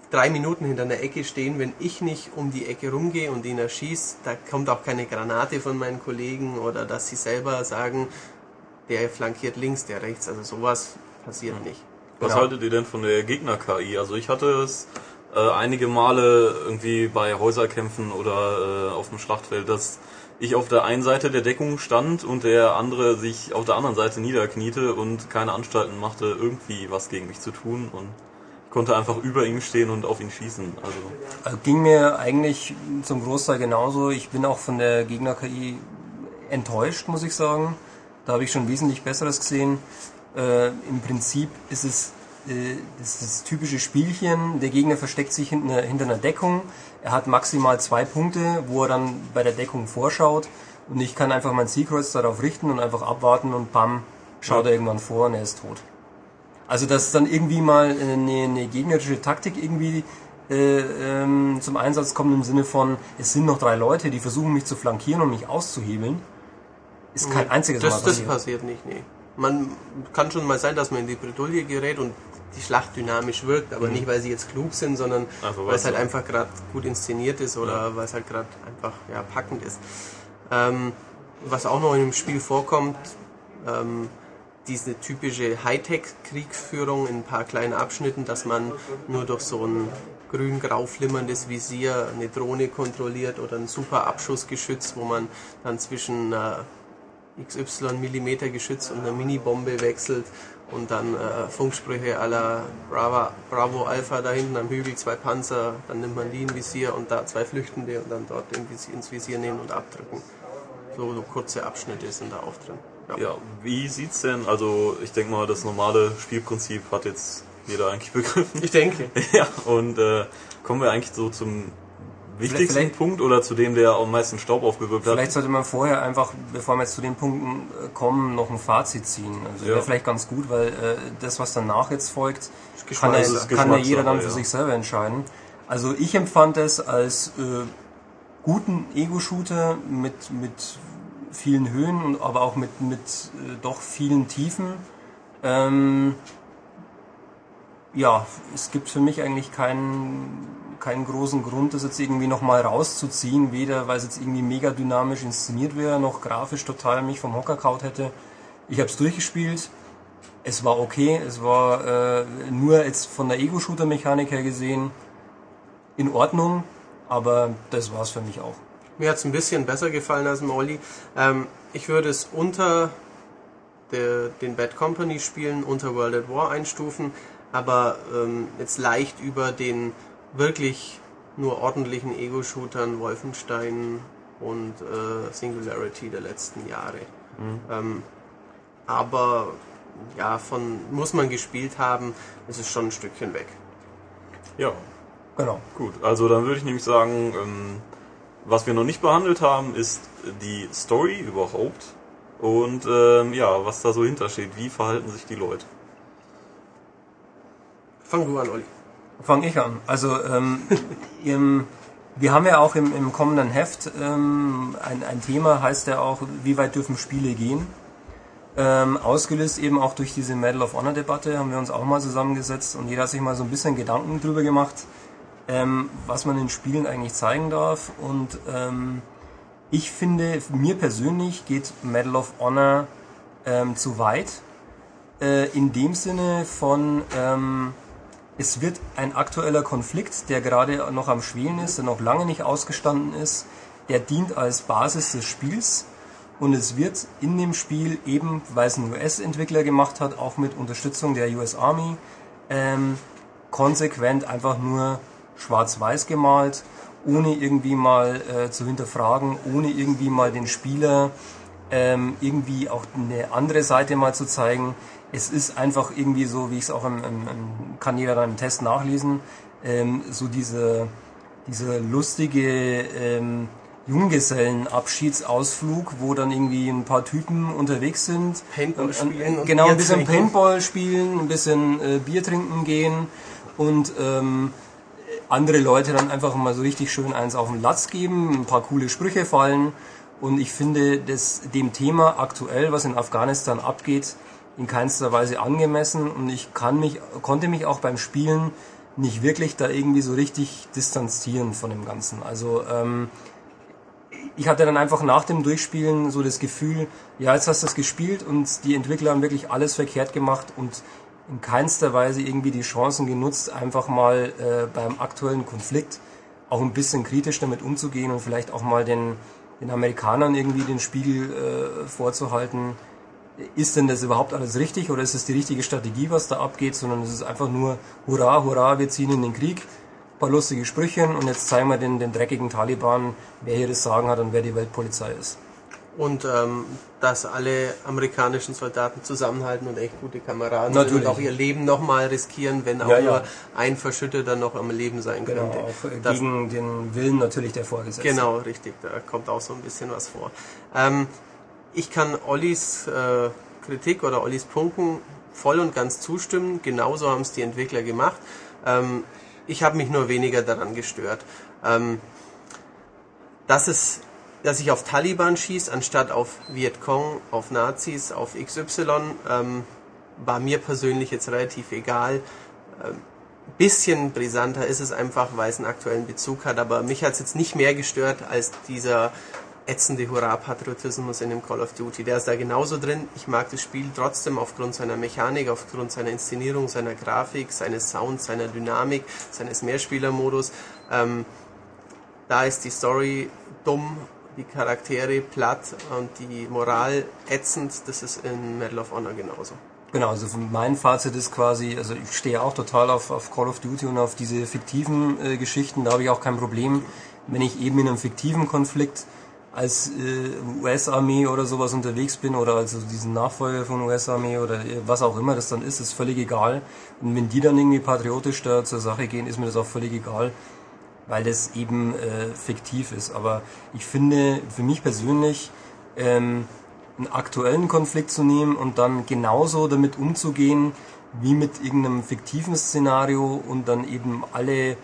drei Minuten hinter einer Ecke stehen, wenn ich nicht um die Ecke rumgehe und ihn erschieße, da kommt auch keine Granate von meinen Kollegen oder dass sie selber sagen, der flankiert links, der rechts, also sowas passiert nicht. Was Genau. haltet ihr denn von der Gegner-K I? Also ich hatte es äh, einige Male irgendwie bei Häuserkämpfen oder äh, auf dem Schlachtfeld, dass ich auf der einen Seite der Deckung stand und der andere sich auf der anderen Seite niederkniete und keine Anstalten machte, irgendwie was gegen mich zu tun, und ich konnte einfach über ihm stehen und auf ihn schießen. Also Also ging mir eigentlich zum Großteil genauso. Ich bin auch von der Gegner-K I enttäuscht, muss ich sagen. Da habe ich schon wesentlich Besseres gesehen. Äh, Im Prinzip ist es äh, das, das typische Spielchen. Der Gegner versteckt sich hinter, hinter einer Deckung. Er hat maximal zwei Punkte, wo er dann bei der Deckung vorschaut. Und ich kann einfach mein Zielkreuz darauf richten und einfach abwarten und bam, schaut er irgendwann vor und er ist tot. Also dass dann irgendwie mal eine, eine gegnerische Taktik irgendwie äh, ähm, zum Einsatz kommt im Sinne von, es sind noch drei Leute, die versuchen mich zu flankieren und mich auszuhebeln, ist kein einziges das, Mal das passiert. passiert nicht, nee. Man kann schon mal sein, dass man in die Bredouille gerät und die Schlacht dynamisch wirkt, aber mhm. nicht, weil sie jetzt klug sind, sondern also, weil es halt du? einfach gerade gut inszeniert ist oder ja. weil es halt gerade einfach ja, packend ist. Ähm, was auch noch in dem Spiel vorkommt, ähm, diese typische Hightech-Kriegführung in ein paar kleinen Abschnitten, dass man nur durch so ein grün-grau flimmerndes Visier eine Drohne kontrolliert oder ein super Abschussgeschütz, wo man dann zwischen äh, X Y Millimeter Geschütz und einer Minibombe wechselt und dann äh, Funksprüche à la Bravo, Bravo Alpha da hinten am Hügel, zwei Panzer, dann nimmt man die in Visier und da zwei Flüchtende und dann dort ins Visier nehmen und abdrücken. So, so kurze Abschnitte sind da auch drin. Ja, ja, wie sieht's denn, also ich denke mal, das normale Spielprinzip hat jetzt jeder eigentlich begriffen. Ich denke. Ja, und äh, kommen wir eigentlich so zum wichtigsten Vielleicht- Punkt oder zu dem, der am meisten Staub aufgewirbelt hat? Vielleicht sollte man vorher einfach, bevor wir jetzt zu den Punkten äh, kommen, noch ein Fazit ziehen. Also Ja. wäre vielleicht ganz gut, weil äh, das, was danach jetzt folgt, Geschmack- kann ja, das ist kann ja jeder dann Geschmackssache, für ja. sich selber entscheiden. Also ich empfand es als äh, guten Ego-Shooter mit, mit vielen Höhen, und aber auch mit, mit äh, doch vielen Tiefen. Ähm, ja, es gibt für mich eigentlich keinen, keinen großen Grund, das jetzt irgendwie nochmal rauszuziehen, weder weil es jetzt irgendwie mega dynamisch inszeniert wäre, noch grafisch total mich vom Hocker kaut hätte. Ich habe es durchgespielt, es war okay, es war äh, nur jetzt von der Ego-Shooter-Mechanik her gesehen in Ordnung, aber das war's für mich auch. Mir hat es ein bisschen besser gefallen als dem Olli. Ähm, ich würde es unter der, den Bad Company Spielen, unter World at War einstufen, aber ähm, jetzt leicht über den wirklich nur ordentlichen Ego-Shootern Wolfenstein und äh, Singularity der letzten Jahre. Mhm. Ähm, aber ja, von muss man gespielt haben, ist es schon ein Stückchen weg. Ja, Genau. gut. Also dann würde ich nämlich sagen, ähm, was wir noch nicht behandelt haben, ist die Story überhaupt und ähm, ja, was da so hintersteht. Wie verhalten sich die Leute? Fang du an, Olli. Fange ich an. Also ähm, im, wir haben ja auch im, im kommenden Heft ähm, ein, ein Thema, heißt ja auch, wie weit dürfen Spiele gehen? Ähm, ausgelöst eben auch durch diese Medal of Honor Debatte haben wir uns auch mal zusammengesetzt und jeder hat sich mal so ein bisschen Gedanken drüber gemacht, ähm, was man in Spielen eigentlich zeigen darf. Und ähm, ich finde, mir persönlich geht Medal of Honor ähm, zu weit. Äh, in dem Sinne von, ähm, es wird ein aktueller Konflikt, der gerade noch am Schwelen ist, der noch lange nicht ausgestanden ist, der dient als Basis des Spiels. Und es wird in dem Spiel eben, weil es ein U S-Entwickler gemacht hat, auch mit Unterstützung der U S Army, ähm, konsequent einfach nur schwarz-weiß gemalt, ohne irgendwie mal äh, zu hinterfragen, ohne irgendwie mal den Spieler ähm, irgendwie auch eine andere Seite mal zu zeigen. Es ist einfach irgendwie so, wie ich es auch im, im, im kann jeder dann im Test nachlesen, ähm, so diese, diese lustige ähm, Junggesellenabschiedsausflug, wo dann irgendwie ein paar Typen unterwegs sind. Paintball spielen und Genau, Bier ein bisschen trinken. Paintball spielen, ein bisschen äh, Bier trinken gehen und ähm, andere Leute dann einfach mal so richtig schön eins auf den Latz geben, ein paar coole Sprüche fallen. Und ich finde das dem Thema aktuell, was in Afghanistan abgeht, in keinster Weise angemessen. Und ich kann mich, konnte mich auch beim Spielen nicht wirklich da irgendwie so richtig distanzieren von dem Ganzen. Also ähm, ich hatte dann einfach nach dem Durchspielen so das Gefühl, ja, jetzt hast du es gespielt und die Entwickler haben wirklich alles verkehrt gemacht und in keinster Weise irgendwie die Chancen genutzt, einfach mal äh, beim aktuellen Konflikt auch ein bisschen kritisch damit umzugehen und vielleicht auch mal den, den Amerikanern irgendwie den Spiegel äh, vorzuhalten. Ist denn das überhaupt alles richtig oder ist es die richtige Strategie, was da abgeht, sondern es ist einfach nur hurra, hurra, wir ziehen in den Krieg, ein paar lustige Sprüchen und jetzt zeigen wir den, den dreckigen Taliban, wer hier das Sagen hat und wer die Weltpolizei ist. Und ähm, dass alle amerikanischen Soldaten zusammenhalten und echt gute Kameraden Natürlich. sind und auch ihr Leben nochmal riskieren, wenn auch Ja, nur ja. ein Verschütteter noch am Leben sein Genau, könnte. auch äh, Das- gegen den Willen natürlich der Vorgesetzten. Genau, richtig, da kommt auch so ein bisschen was vor. Ähm, ich kann Ollis äh, Kritik oder Ollis Punkten voll und ganz zustimmen, genauso haben es die Entwickler gemacht. Ähm, ich habe mich nur weniger daran gestört. Ähm, dass es dass ich auf Taliban schießt, anstatt auf Vietcong, auf Nazis, auf X Y, ähm, war mir persönlich jetzt relativ egal. Ähm, bisschen brisanter ist es einfach, weil es einen aktuellen Bezug hat, aber mich hat es jetzt nicht mehr gestört als dieser ätzende Hurra-Patriotismus in dem Call of Duty. Der ist da genauso drin. Ich mag das Spiel trotzdem aufgrund seiner Mechanik, aufgrund seiner Inszenierung, seiner Grafik, seines Sounds, seiner Dynamik, seines Mehrspielermodus. Ähm, da ist die Story dumm, die Charaktere platt und die Moral ätzend. Das ist in Medal of Honor genauso. Genau, also mein Fazit ist quasi, also ich stehe auch total auf, auf Call of Duty und auf diese fiktiven äh, Geschichten, da habe ich auch kein Problem, wenn ich eben in einem fiktiven Konflikt als äh, U S-Armee oder sowas unterwegs bin oder also diesen Nachfolger von U S-Armee oder äh, was auch immer das dann ist, ist völlig egal. Und wenn die dann irgendwie patriotisch da zur Sache gehen, ist mir das auch völlig egal, weil das eben äh, fiktiv ist. Aber ich finde, für mich persönlich, ähm, einen aktuellen Konflikt zu nehmen und dann genauso damit umzugehen wie mit irgendeinem fiktiven Szenario und dann eben alle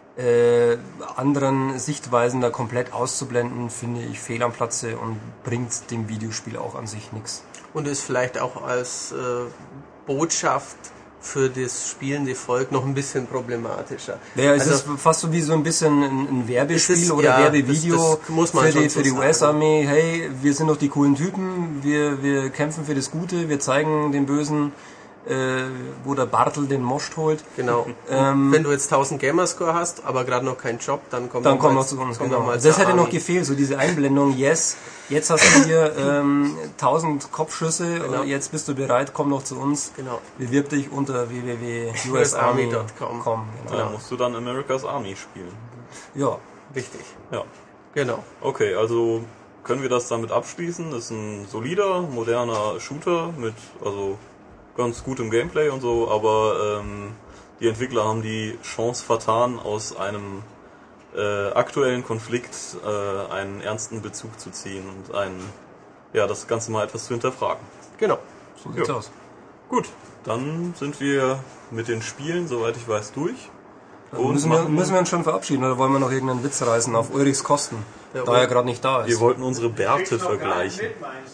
äh, anderen Sichtweisen da komplett auszublenden, finde ich fehl am Platze und bringt dem Videospiel auch an sich nichts. Und ist vielleicht auch als äh, Botschaft für das spielende Volk noch ein bisschen problematischer. Ja, es Also- ist fast so wie so ein bisschen ein, ein Werbespiel Es ist- oder ja, Werbevideo das- das muss man für schon die, so für die sagen. U S-Armee. Hey, wir sind doch die coolen Typen, wir, wir kämpfen für das Gute, wir zeigen den Bösen, äh, wo der Bartel den Most holt. Genau. Ähm, Wenn du jetzt tausend Gamerscore hast, aber gerade noch keinen Job, dann komm Dann noch komm mal- noch zu uns, komm genau. noch mal Also das zur hätte noch Army. gefehlt, so diese Einblendung, yes, jetzt hast du hier ähm, tausend Kopfschüsse, Genau. äh, jetzt bist du bereit, komm noch zu uns. Genau. Bewirb dich unter w w w punkt u s army punkt com. Da Genau. musst du dann America's Army spielen. Ja, Richtig. Ja. Genau. Okay, also können wir das damit abschließen? Das ist ein solider, moderner Shooter mit also ganz gutem Gameplay und so, aber ähm, die Entwickler haben die Chance vertan, aus einem äh, aktuellen Konflikt äh, einen ernsten Bezug zu ziehen und einen, ja, das Ganze mal etwas zu hinterfragen. Genau. so sieht's Ja. aus. Gut, dann sind wir mit den Spielen, soweit ich weiß, durch. Und müssen, wir, müssen wir uns schon verabschieden oder wollen wir noch irgendeinen Witz reißen auf Ulrichs Kosten, Ja, da er gerade nicht da Wir ist? wollten unsere Bärte vergleichen.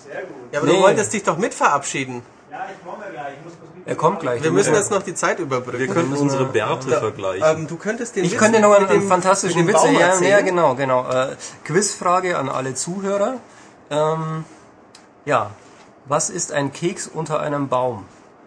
Ja, aber Nee. du wolltest dich doch mit verabschieden. Ja, ich komme gleich. Ich muss was mit. Er kommt gleich. Wir du müssen musst- jetzt noch die Zeit überbrücken. Wir könnten müssen unsere wir- Bärte vergleichen. Ähm, du könntest den Ich Witz könnte noch einen, mit dem- einen fantastischen mit dem Witz Baum ja, erzählen. ja, genau, genau. Äh, Quizfrage an alle Zuhörer. Ähm, ja, was ist ein Keks unter einem Baum?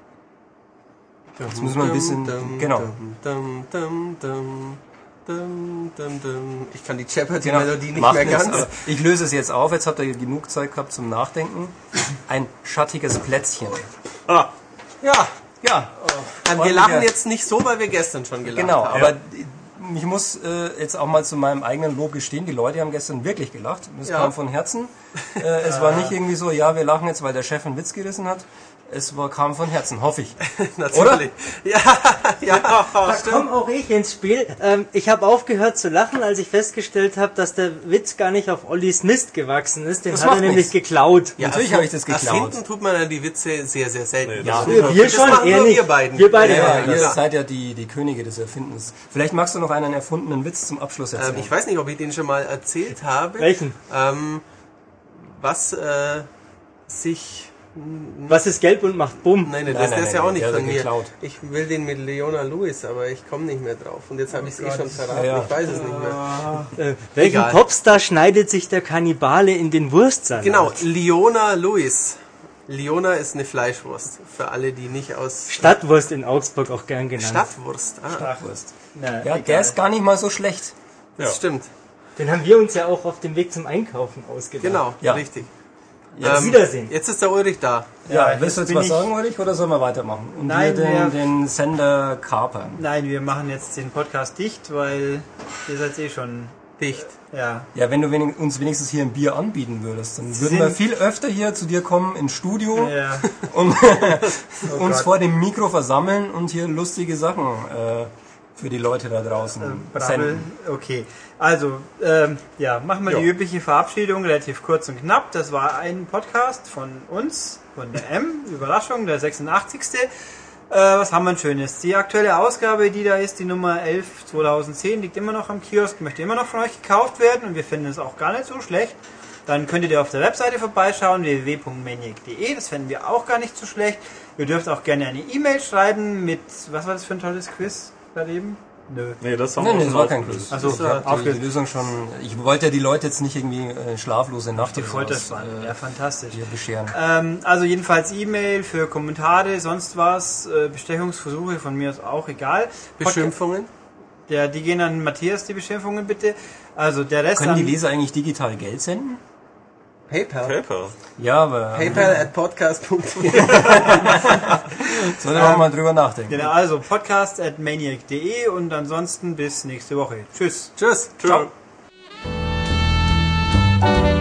Jetzt müssen wir ein bisschen, genau. Dum, dum, dum, dum, dum, dum. Ich kann die Jeopardy Genau, Melodie nicht macht mehr nichts, ganz. aber ich löse es jetzt auf, jetzt habt ihr genug Zeit gehabt zum Nachdenken. Ein schattiges Plätzchen. Ah, Ja, Ja, ähm, wir ordentlicher- lachen jetzt nicht so, weil wir gestern schon gelacht Genau, haben. aber ich muss äh, jetzt auch mal zu meinem eigenen Lob gestehen, die Leute haben gestern wirklich gelacht. Das Ja. kam von Herzen. Äh, es war nicht irgendwie so, ja, wir lachen jetzt, weil der Chef einen Witz gerissen hat. Es war, kam von Herzen, hoffe ich. Natürlich. Ja, ja, Da komme auch ich ins Spiel. Ähm, ich habe aufgehört zu lachen, als ich festgestellt habe, dass der Witz gar nicht auf Ollis Mist gewachsen ist. Den Das hat er macht nämlich nichts. geklaut. ja. Natürlich habe ich das geklaut. Erfinden tut man ja die Witze sehr, sehr selten. Nee, das Ja, tut Wir, man- wir Das schon, machen er nur nicht. wir beiden. Wir beide Ja, machen ihr das. seid ja die, die Könige des Erfindens. Vielleicht magst du noch einen erfundenen Witz zum Abschluss erzählen. Ähm, ich weiß nicht, ob ich den schon mal erzählt habe. Welchen? Ähm, was äh, sich Was ist gelb und macht Bumm? Nein, nein, Nein, das, nein, das ist nein, ja auch nicht der von ist mir. geklaut. Ich will den mit Leona Lewis, aber ich komme nicht mehr drauf. Und jetzt habe ich es eh schon verraten. Ja, ja. Ich weiß es nicht mehr. Äh, welchen Egal. Popstar schneidet sich der Kannibale in den Wurstsalat? Genau, Leona Lewis. Leona ist eine Fleischwurst. Für alle, die nicht aus Stadtwurst in Augsburg auch gern genannt. Stadtwurst. Ah, Stadtwurst. Na, Ja, egal. der ist gar nicht mal so schlecht. das stimmt. Den haben wir uns ja auch auf dem Weg zum Einkaufen ausgedacht. Genau, Ja. richtig. Auf Ähm, Wiedersehen. Jetzt ist der Ulrich da. Ja, jetzt willst du jetzt bin was ich- sagen, Ulrich, oder sollen wir weitermachen? Und Nein, wir den, wir- den Sender kapern. Nein, wir machen jetzt den Podcast dicht, weil ihr seid eh schon, Dicht. ja. Ja, wenn du wenig, uns wenigstens hier ein Bier anbieten würdest, dann würden sind- wir viel öfter hier zu dir kommen ins Studio Ja, und Oh uns Gott. vor dem Mikro versammeln und hier lustige Sachen äh, für die Leute da draußen Brabbel. senden. Okay, also, ähm, ja, machen wir Ja. die übliche Verabschiedung, relativ kurz und knapp. Das war ein Podcast von uns, von der M, Überraschung, der sechsundachtzigste. Äh, was haben wir ein Schönes? Die aktuelle Ausgabe, die da ist, die Nummer elf zweitausendzehn, liegt immer noch am Kiosk, möchte immer noch von euch gekauft werden und wir finden es auch gar nicht so schlecht. Dann könntet ihr auf der Webseite vorbeischauen, w w w punkt maniac punkt d e, das fänden wir auch gar nicht so schlecht. Ihr dürft auch gerne eine E-Mail schreiben mit, was war das für ein tolles Quiz gerade eben? Nö. Nee, das haben Nein, wir nee, schon das war kein aufgelöst. Quiz. Also, ich habe die, aufgelöst. die Lösung schon. Ich wollte ja die Leute jetzt nicht irgendwie äh, schlaflose Nacht Die oder Folter sowas, spannend, äh, ja, fantastisch. hier bescheren. Ähm, also jedenfalls E-Mail für Kommentare, sonst was, äh, Bestechungsversuche von mir ist auch egal. Beschimpfungen. Der, die gehen an Matthias, die Beschimpfungen bitte. Also der Rest Können die an, Leser eigentlich digital Geld senden? PayPal. Paper. Ja, aber PayPal at podcast punkt de. sollte man mal drüber nachdenken. genau, also podcast at maniac punkt de und ansonsten bis nächste Woche. Tschüss. Tschüss. Ciao. Ciao.